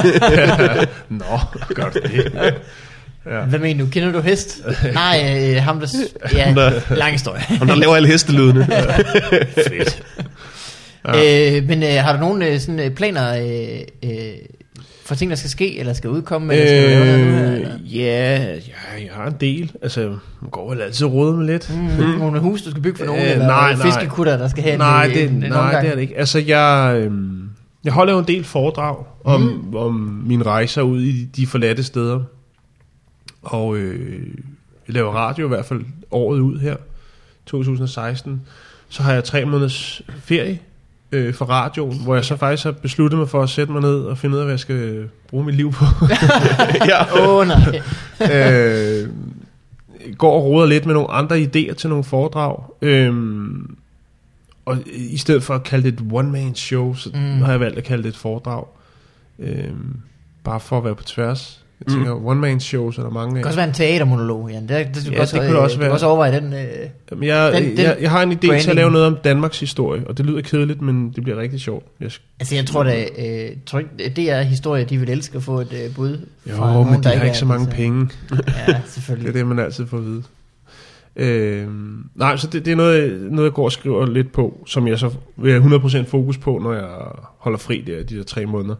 [SPEAKER 2] Nå, gør du det?
[SPEAKER 1] Ja. Hvad mener du? Kender du hest? Nej, øh, ham der... s- Ja,
[SPEAKER 3] Ham, der-
[SPEAKER 1] lang historie.
[SPEAKER 3] Ham, der laver alle hestelydene.
[SPEAKER 2] Fedt.
[SPEAKER 1] Ja. Øh, men øh, har du nogle øh, sådan, øh, planer øh, øh, for ting, der skal ske, eller skal udkomme, eller skal du lave noget nu her, eller?
[SPEAKER 2] Øh, ja, ja, jeg har en del. Altså, man går vel altid rode med lidt.
[SPEAKER 1] Mm, mm. Nogle hus, du skal bygge for nogen,
[SPEAKER 2] Øh,
[SPEAKER 1] eller
[SPEAKER 2] nej, nej.
[SPEAKER 1] fiskekutter, der skal have
[SPEAKER 2] Nej,
[SPEAKER 1] en,
[SPEAKER 2] det,
[SPEAKER 1] en, en
[SPEAKER 2] nej
[SPEAKER 1] omgang?
[SPEAKER 2] det er det ikke. Altså, jeg, øhm, jeg holder jo en del foredrag om, mm. om mine rejser ud i de forladte steder. Og øh, jeg laver radio i hvert fald året ud her, to tusind og seksten. Så har jeg tre måneders ferie øh, for radioen, hvor jeg så faktisk har besluttet mig for at sætte mig ned og finde ud af, hvad jeg skal bruge mit liv på.
[SPEAKER 3] ja.
[SPEAKER 1] Åh, oh, nej.
[SPEAKER 2] øh, går og roder lidt med nogle andre idéer til nogle foredrag. Øhm, og i stedet for at kalde det et one-man show, så mm. har jeg valgt at kalde det et foredrag. Øhm, bare for at være på tværs. Jeg tænker, mm. one-man shows er der mange
[SPEAKER 1] Det
[SPEAKER 2] af.
[SPEAKER 1] kan også være en teatermonolog, Jan. Det, det, det,
[SPEAKER 2] Ja,
[SPEAKER 1] også,
[SPEAKER 2] det kunne det også
[SPEAKER 1] øh,
[SPEAKER 2] være.
[SPEAKER 1] Du kan også overveje den. Øh,
[SPEAKER 2] Jamen, jeg,
[SPEAKER 1] den- den
[SPEAKER 2] jeg, jeg har en idé til
[SPEAKER 1] branding.
[SPEAKER 2] at lave noget om Danmarks historie, og det lyder kedeligt, men det bliver rigtig sjovt. Jeg,
[SPEAKER 1] altså, jeg tror da, øh, tror ikke, det er historie, de vil elske at få et øh, bud
[SPEAKER 2] jo,
[SPEAKER 1] fra nogen,
[SPEAKER 2] men de
[SPEAKER 1] der
[SPEAKER 2] har ikke så mange
[SPEAKER 1] altså.
[SPEAKER 2] penge.
[SPEAKER 1] Ja,
[SPEAKER 2] Det er
[SPEAKER 1] selvfølgelig.
[SPEAKER 2] det, man altid får at vide. Øhm, nej, så det, det er noget, noget, jeg går og skriver lidt på, som jeg så vil have hundrede procent fokus på, når jeg holder fri der, de der tre måneder.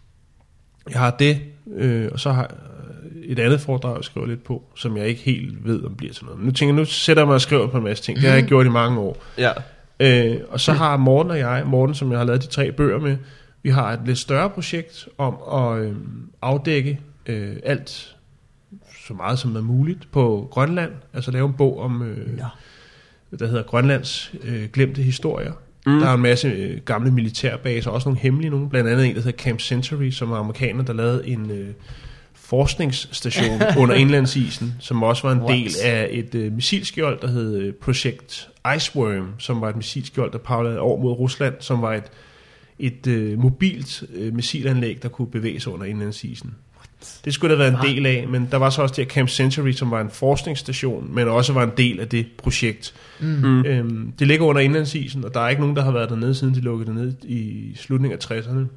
[SPEAKER 2] Jeg har det, øh, og så har jeg et andet foredrag, jeg skriver lidt på, som jeg ikke helt ved, om bliver til noget. Men nu tænker jeg, nu sætter jeg mig og skriver på en masse ting. Det har jeg ikke gjort i mange år.
[SPEAKER 3] ja.
[SPEAKER 2] Øh, og så har Morten og jeg, Morten, som jeg har lavet de tre bøger med, vi har et lidt større projekt om at øh, afdække øh, alt så meget som er muligt på Grønland. Altså lave en bog om, øh,
[SPEAKER 1] Nå.
[SPEAKER 2] der hedder Grønlands øh, glemte historier.
[SPEAKER 3] Mm.
[SPEAKER 2] Mm. Der er en masse øh, gamle militærbaser, også nogle hemmelige nogle. Blandt andet en, der hedder Camp Century, som er amerikaner, der lavede en øh, forskningsstation under indlandsisen, som også var en
[SPEAKER 1] What?
[SPEAKER 2] del af et øh, missilskjold, der hed øh, Project Iceworm, som var et missilskjold, der pavlede over mod Rusland, som var et, et øh, mobilt øh, missilanlæg, der kunne bevæge sig under indlandsisen. Det skulle der være en del af, men der var så også det her Camp Century, som var en forskningsstation, men også var en del af det projekt.
[SPEAKER 3] Mm.
[SPEAKER 2] Øhm, det ligger under indlandsisen, og der er ikke nogen, der har været dernede, siden de lukkede det ned i slutningen af tresserne.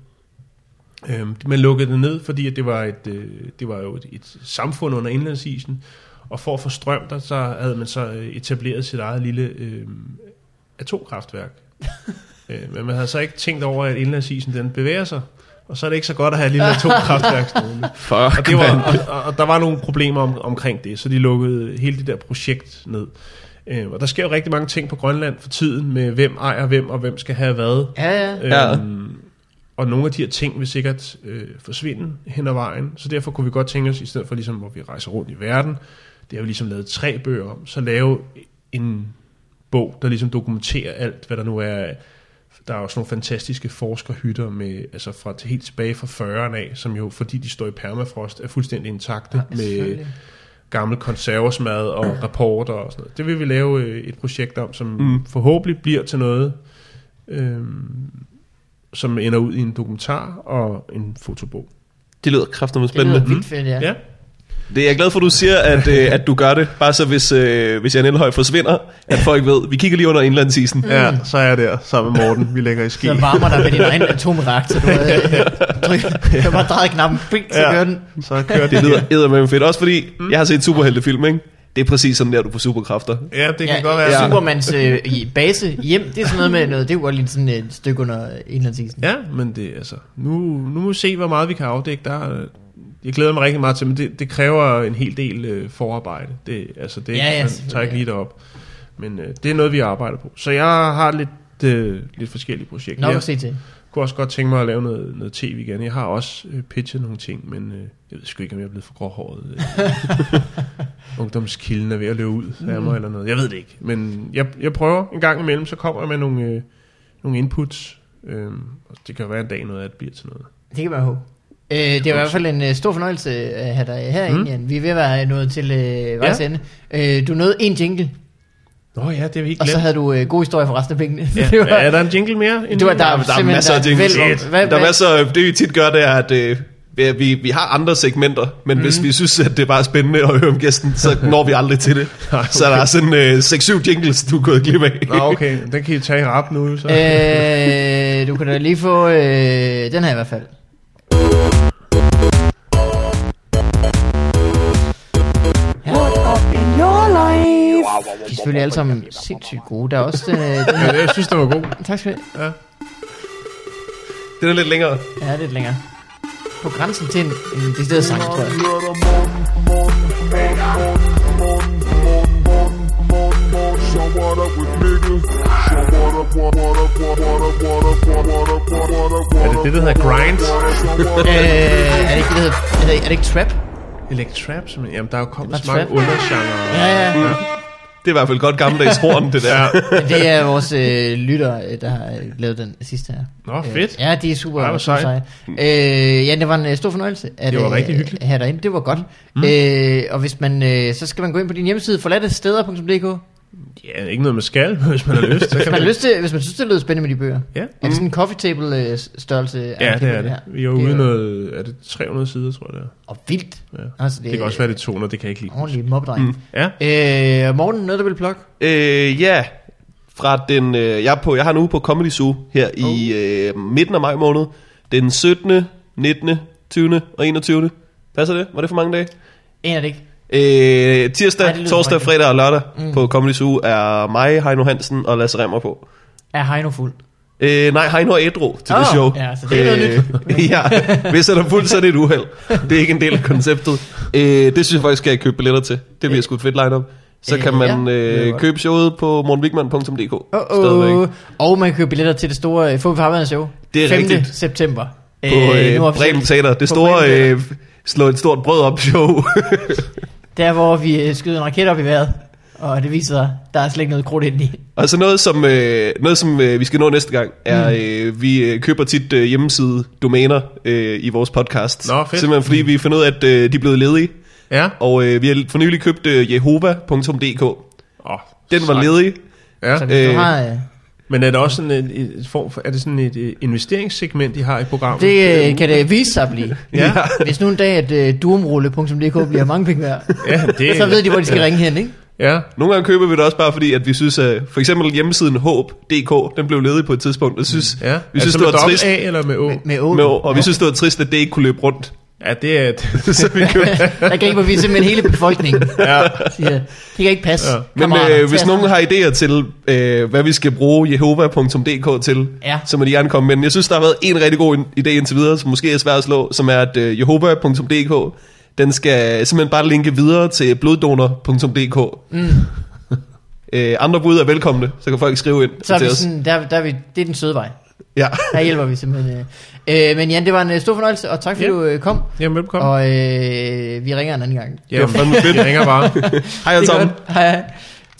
[SPEAKER 2] Øhm, man lukkede det ned, fordi at det, var et, øh, det var jo et, et samfund under indlandsisen, og for at få strøm der, så havde man så etableret sit eget lille øh, atomkraftværk. øh, men man havde så ikke tænkt over, at indlandsisen den bevæger sig, og så er det ikke så godt at have et lille atomkraftværk stående.
[SPEAKER 3] Fuck,
[SPEAKER 2] Og, det var,
[SPEAKER 3] man.
[SPEAKER 2] og, og der var nogle problemer om, omkring det, så de lukkede hele det der projekt ned. Øh, og der sker jo rigtig mange ting på Grønland for tiden, med hvem ejer hvem, og hvem skal have hvad.
[SPEAKER 1] Ja, ja.
[SPEAKER 3] Ja.
[SPEAKER 2] Øhm, og nogle af de her ting vil sikkert øh, forsvinde hen ad vejen, så derfor kunne vi godt tænke os, i stedet for ligesom, hvor vi rejser rundt i verden, det har vi ligesom lavet tre bøger om, så lave en bog, der ligesom dokumenterer alt, hvad der nu er. Der er også nogle fantastiske forskerhytter med, altså fra til helt tilbage fra fyrrerne af, som jo, fordi de står i permafrost, er fuldstændig intakte
[SPEAKER 1] Ja,
[SPEAKER 2] med
[SPEAKER 1] selvfølgelig.
[SPEAKER 2] gammel konservesmad og rapporter og sådan noget. Det vil vi lave øh, et projekt om, som
[SPEAKER 3] Mm.
[SPEAKER 2] mm. forhåbentlig bliver til noget, øh, som ender ud i en dokumentar og en fotobog.
[SPEAKER 3] Det lyder kraftedeme
[SPEAKER 1] Det lyder
[SPEAKER 3] spændende.
[SPEAKER 1] vildt fedt, ja.
[SPEAKER 2] Ja,
[SPEAKER 3] Det er jeg glad for, at du siger, at, øh, at du gør det. Bare så hvis, øh, hvis Jan Elhøj forsvinder, at folk ved, vi kigger lige under indlandsisen.
[SPEAKER 2] ja, så er jeg der sammen med Morten. Vi lægger i ski.
[SPEAKER 1] Så varmer dig med din egen atomreaktor. Du har bare drejet knappen, bing, så
[SPEAKER 2] Ja.
[SPEAKER 1] kører den.
[SPEAKER 2] Så kører
[SPEAKER 3] Det lyder eddermame fedt. Også fordi, jeg har set superheltefilm, ikke? Det er præcis sådan der, du får superkræfter.
[SPEAKER 2] Ja, det kan
[SPEAKER 1] Ja,
[SPEAKER 2] godt være.
[SPEAKER 3] Ja.
[SPEAKER 1] Supermans øh, i base hjem, det er sådan noget med noget, det er jo godt lige sådan et stykke under indlandsisen.
[SPEAKER 2] Ja, men det altså, nu, nu må vi se, hvor meget vi kan afdække. Der, er- jeg glæder mig rigtig meget til, men det, det kræver en hel del øh, forarbejde. Det, altså, det
[SPEAKER 1] Ja, ja,
[SPEAKER 2] man
[SPEAKER 1] selvfølgelig,
[SPEAKER 2] tager ikke
[SPEAKER 1] ja.
[SPEAKER 2] lige derop. Men øh, det er noget, vi arbejder på. Så jeg har lidt, øh, lidt forskellige projekter.
[SPEAKER 1] Nok
[SPEAKER 2] Jeg
[SPEAKER 1] at se til.
[SPEAKER 2] kunne også godt tænke mig at lave noget, noget tv igen. Jeg har også øh, pitchet nogle ting, men øh, jeg ved sgu ikke, om jeg er blevet for gråhåret. Øh. Ungdomskilden er ved at løbe ud af mig eller noget. Jeg ved det ikke. Men jeg, jeg prøver en gang imellem, så kommer jeg med nogle, øh, nogle inputs. Øh, og det kan være en dag noget af, at det bliver til noget.
[SPEAKER 1] Det kan man håbe. Øh, det er i hvert fald en uh, stor fornøjelse at have dig herinde,
[SPEAKER 2] Mm.
[SPEAKER 1] Jan. Vi er ved at være nået til uh, vejs ende. Øh, du nåede en jingle.
[SPEAKER 2] Åh oh, ja, det er vi helt
[SPEAKER 1] Og så
[SPEAKER 2] glemt.
[SPEAKER 1] havde du øh, gode historier for resten af pengene.
[SPEAKER 2] Ja.
[SPEAKER 1] det var,
[SPEAKER 2] Er der en jingle mere?
[SPEAKER 1] det var, der,
[SPEAKER 3] Der, der er masser af jingles.
[SPEAKER 1] Hvad,
[SPEAKER 3] Der er masser af, det vi tit gør, det er, at øh, vi, vi har andre segmenter, men mm. hvis vi synes, at det er bare spændende at høre om gæsten, så når vi aldrig til det.
[SPEAKER 2] Nej, okay.
[SPEAKER 3] Så der er sådan øh, seks syv jingles, du er gået glip af.
[SPEAKER 2] Nå, okay. Den kan I tage i rap nu, så.
[SPEAKER 1] øh, du kan da lige få øh, den her i hvert fald.
[SPEAKER 4] What up in your life?
[SPEAKER 1] De er selvfølgelig alle sammen sindssygt gode. Der er også øh, den her.
[SPEAKER 2] Ja, jeg synes, det var god.
[SPEAKER 1] Tak skal du have.
[SPEAKER 2] Ja.
[SPEAKER 3] Den er lidt længere.
[SPEAKER 1] Ja, lidt længere. På grænsen til en, en decideret sang, tror jeg.
[SPEAKER 2] Er det det, der hedder grind?
[SPEAKER 1] øh, er det ikke, det hedder, er det, er det ikke trap?
[SPEAKER 2] Electrap, simpelthen. Jamen, der er jo kommet
[SPEAKER 1] Det
[SPEAKER 2] så
[SPEAKER 1] er
[SPEAKER 2] mange
[SPEAKER 1] trap.
[SPEAKER 2] undergenre.
[SPEAKER 1] Ja, ja.
[SPEAKER 3] Det er i hvert fald godt gammeldags horn, det der.
[SPEAKER 2] Ja.
[SPEAKER 1] Men det er vores øh, lytter, øh, der har øh, lavet den sidste her.
[SPEAKER 2] Nå, fedt.
[SPEAKER 1] Øh, ja, de er super,
[SPEAKER 2] Ej, hvor
[SPEAKER 1] super
[SPEAKER 2] sejt.
[SPEAKER 1] seje. Øh, ja, det var en øh, stor fornøjelse at
[SPEAKER 2] Det var
[SPEAKER 1] øh,
[SPEAKER 2] rigtig hyggeligt.
[SPEAKER 1] have derinde. Det var godt. Mm. Øh, og hvis man, øh, så skal man gå ind på din hjemmeside, forladtesteder punktum d k.
[SPEAKER 2] Ja, ikke noget med skal, hvis man har lyst. Så
[SPEAKER 1] Hvis
[SPEAKER 2] kan
[SPEAKER 1] man, har
[SPEAKER 2] man...
[SPEAKER 1] lyst til, hvis man synes, det lyder spændende med de bøger.
[SPEAKER 2] Ja.
[SPEAKER 1] Er det sådan en coffee table øh, størrelse?
[SPEAKER 2] Ja, det er det. Vi er jo
[SPEAKER 1] Det
[SPEAKER 2] ude noget, er det tre hundrede sider, tror jeg det er.
[SPEAKER 1] Og vildt.
[SPEAKER 2] Ja.
[SPEAKER 1] Altså,
[SPEAKER 2] Det kan også være det to hundrede, det kan jeg ikke lide.
[SPEAKER 1] ordentlig mobdreng. Mm.
[SPEAKER 2] Ja.
[SPEAKER 1] Øh, Morten, noget du vil plukke?
[SPEAKER 3] Øh, ja, fra den, øh, jeg, er på, jeg har en uge på Comedy Zoo her oh. i øh, midten af maj måned. Den syttende, nittende, tyvende og enogtyvende. Passer det? Var det for mange dage?
[SPEAKER 1] En er det ikke.
[SPEAKER 3] Øh, tirsdag,
[SPEAKER 1] Nej, det lyder
[SPEAKER 3] torsdag,
[SPEAKER 1] rigtigt.
[SPEAKER 3] fredag og lørdag
[SPEAKER 1] Mm.
[SPEAKER 3] mm. på Comedy Zoo er mig, Heino Hansen og Lasse Remmer på.
[SPEAKER 1] Er Heino fuld?
[SPEAKER 3] Øh, nej, Heino er ædru til
[SPEAKER 1] Åh,
[SPEAKER 3] det show.
[SPEAKER 1] ja, så det er noget
[SPEAKER 3] nyt. Ja, hvis han er fuld, så er det et uheld. Det er ikke en del af konceptet. Øh, det synes jeg faktisk, skal jeg købe billetter til. Det bliver sgu et fedt line-up. Så
[SPEAKER 1] Øh,
[SPEAKER 3] kan man
[SPEAKER 1] ja.
[SPEAKER 3] øh, købe showet på mortenwigman punktum d k.
[SPEAKER 1] Oh, oh. Og man kan købe billetter til det store uh, Få vi farvandet show.
[SPEAKER 3] Det er
[SPEAKER 1] femte
[SPEAKER 3] rigtigt.
[SPEAKER 1] september.
[SPEAKER 3] På
[SPEAKER 1] Øh, nu
[SPEAKER 3] øh,
[SPEAKER 1] officielt.
[SPEAKER 3] Bremen Teater. Det
[SPEAKER 1] På
[SPEAKER 3] store
[SPEAKER 1] Bremen Teater.
[SPEAKER 3] øh, slå et stort brød op show.
[SPEAKER 1] Der hvor vi øh, skyder en raket op i vejret. Og det viser sig, der er slet ikke noget krudt ind i.
[SPEAKER 3] Og så noget som, øh, noget, som øh, vi skal nå næste gang, er, øh, vi øh, køber tit øh, hjemmeside-domæner øh, i vores podcast.
[SPEAKER 2] Nå, fedt.
[SPEAKER 3] Simpelthen fordi vi finder ud af, at øh, de er blevet ledige.
[SPEAKER 2] Ja.
[SPEAKER 3] Og øh, vi har for nylig købt øh, jehova punktum d k.
[SPEAKER 2] Oh,
[SPEAKER 3] Den var ledig.
[SPEAKER 2] Ja.
[SPEAKER 1] Så hvis du
[SPEAKER 3] Øh,
[SPEAKER 1] har... Øh,
[SPEAKER 2] Men er det også sådan et, et form for, er det sådan et øh, investeringssegment, de har i programmet?
[SPEAKER 1] det øh, kan det vise sig at blive.
[SPEAKER 2] Ja.
[SPEAKER 1] Hvis nu en dag, at øh, duumrulle punktum d k bliver mange penge værd,
[SPEAKER 2] Ja, det,
[SPEAKER 1] så ved de, hvor de skal ringe hen, ikke?
[SPEAKER 2] Ja.
[SPEAKER 3] Nogle gange køber vi det også bare fordi, at vi synes, at for eksempel hjemmesiden håb punktum d k, den blev ledig på et tidspunkt. Og synes,
[SPEAKER 2] Ja.
[SPEAKER 3] vi synes,
[SPEAKER 2] altså
[SPEAKER 3] det var
[SPEAKER 2] med dobbelt
[SPEAKER 3] trist.
[SPEAKER 2] A eller med O?
[SPEAKER 1] Med, med ål.
[SPEAKER 3] Med, og vi synes, det var trist, at det ikke kunne løbe rundt.
[SPEAKER 2] Ja, det er det. Så vi køber.
[SPEAKER 1] Der griber vi simpelthen hele befolkningen.
[SPEAKER 2] Ja.
[SPEAKER 1] Siger, det kan ikke passe.
[SPEAKER 2] Ja.
[SPEAKER 3] Men
[SPEAKER 1] Kammerater,
[SPEAKER 3] øh,
[SPEAKER 1] tag
[SPEAKER 3] hvis
[SPEAKER 1] os
[SPEAKER 3] nogen
[SPEAKER 1] sammen.
[SPEAKER 3] har idéer til, øh, hvad vi skal bruge jehova punktum d k til,
[SPEAKER 1] Ja.
[SPEAKER 3] så må de gerne komme. Men jeg synes, der har været en rigtig god idé indtil videre, som måske er svært at slå, som er, at øh, jehova punktum d k, den skal simpelthen bare linke videre til bloddonor punktum d k. Mm. øh, andre bud er velkomne, så kan folk skrive ind
[SPEAKER 1] Så er
[SPEAKER 3] til
[SPEAKER 1] vi
[SPEAKER 3] os.
[SPEAKER 1] sådan, der, der er vi, det er den søde vej.
[SPEAKER 3] Ja.
[SPEAKER 1] Der hjælper vi simpelthen. Øh. Øh, men Jan, det var en øh, stor fornøjelse, og tak fordi
[SPEAKER 2] Ja.
[SPEAKER 1] du øh, kom.
[SPEAKER 2] Jamen, velkommen.
[SPEAKER 1] Og øh, vi ringer en anden gang.
[SPEAKER 2] Ja, fandme fedt. Vi ringer bare.
[SPEAKER 3] Hej alle
[SPEAKER 1] Det er
[SPEAKER 3] sammen.
[SPEAKER 1] godt. Hej, hej.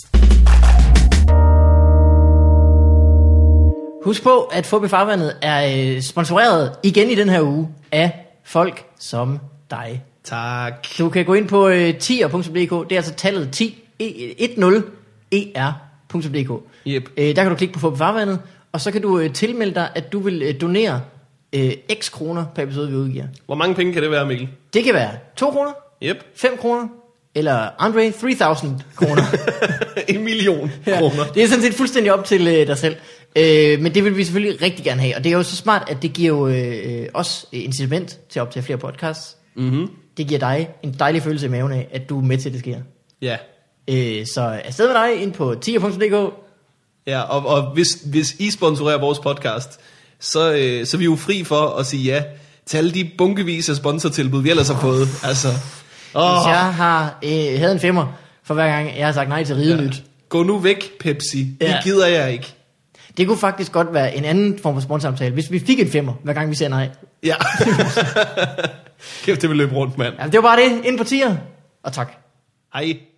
[SPEAKER 1] Husk på, at Fubi Farvandet er øh, sponsoreret igen i den her uge af folk som dig.
[SPEAKER 3] Tak.
[SPEAKER 1] Du kan gå ind på øh, tier punktum d k. Det er altså tallet ti, ti er punktum d k.
[SPEAKER 3] Yep.
[SPEAKER 1] Øh, der kan du klikke på Fubi Farvandet, og så kan du øh, tilmelde dig, at du vil øh, donere øh, x kroner per episode, vi udgiver.
[SPEAKER 3] Hvor mange penge kan det være, Mikkel?
[SPEAKER 1] Det kan være to kroner,
[SPEAKER 3] Yep.
[SPEAKER 1] fem kroner, eller Andre, tre tusind kroner.
[SPEAKER 3] En million
[SPEAKER 1] Ja,
[SPEAKER 3] kroner.
[SPEAKER 1] det er sådan set fuldstændig op til øh, dig selv. Øh, men det vil vi selvfølgelig rigtig gerne have. Og det er jo så smart, at det giver jo øh, os incitament til at optage flere podcasts.
[SPEAKER 3] Mm-hmm.
[SPEAKER 1] Det giver dig en dejlig følelse i maven af, at du er med til, at det sker.
[SPEAKER 3] Ja.
[SPEAKER 1] Øh, så afsted med dig ind på tier punktum d k.
[SPEAKER 3] Ja, og, og hvis, hvis I sponsorerer vores podcast, så, øh, så er vi jo fri for at sige ja til alle de bunkevis af sponsortilbud, vi ellers har fået. Altså, åh,
[SPEAKER 1] Hvis jeg har øh, havde en femmer for hver gang, jeg har sagt nej til Ridenyt.
[SPEAKER 3] ja. Gå nu væk, Pepsi. Det
[SPEAKER 1] Ja.
[SPEAKER 3] gider jeg ikke.
[SPEAKER 1] Det kunne faktisk godt være en anden form for sponsorsamtale, hvis vi fik en femmer, hver gang vi siger nej.
[SPEAKER 3] Ja. Kæft, det vil løbe rundt, mand.
[SPEAKER 1] Ja, det var bare det. Ind på tier. Og tak.
[SPEAKER 3] Hej.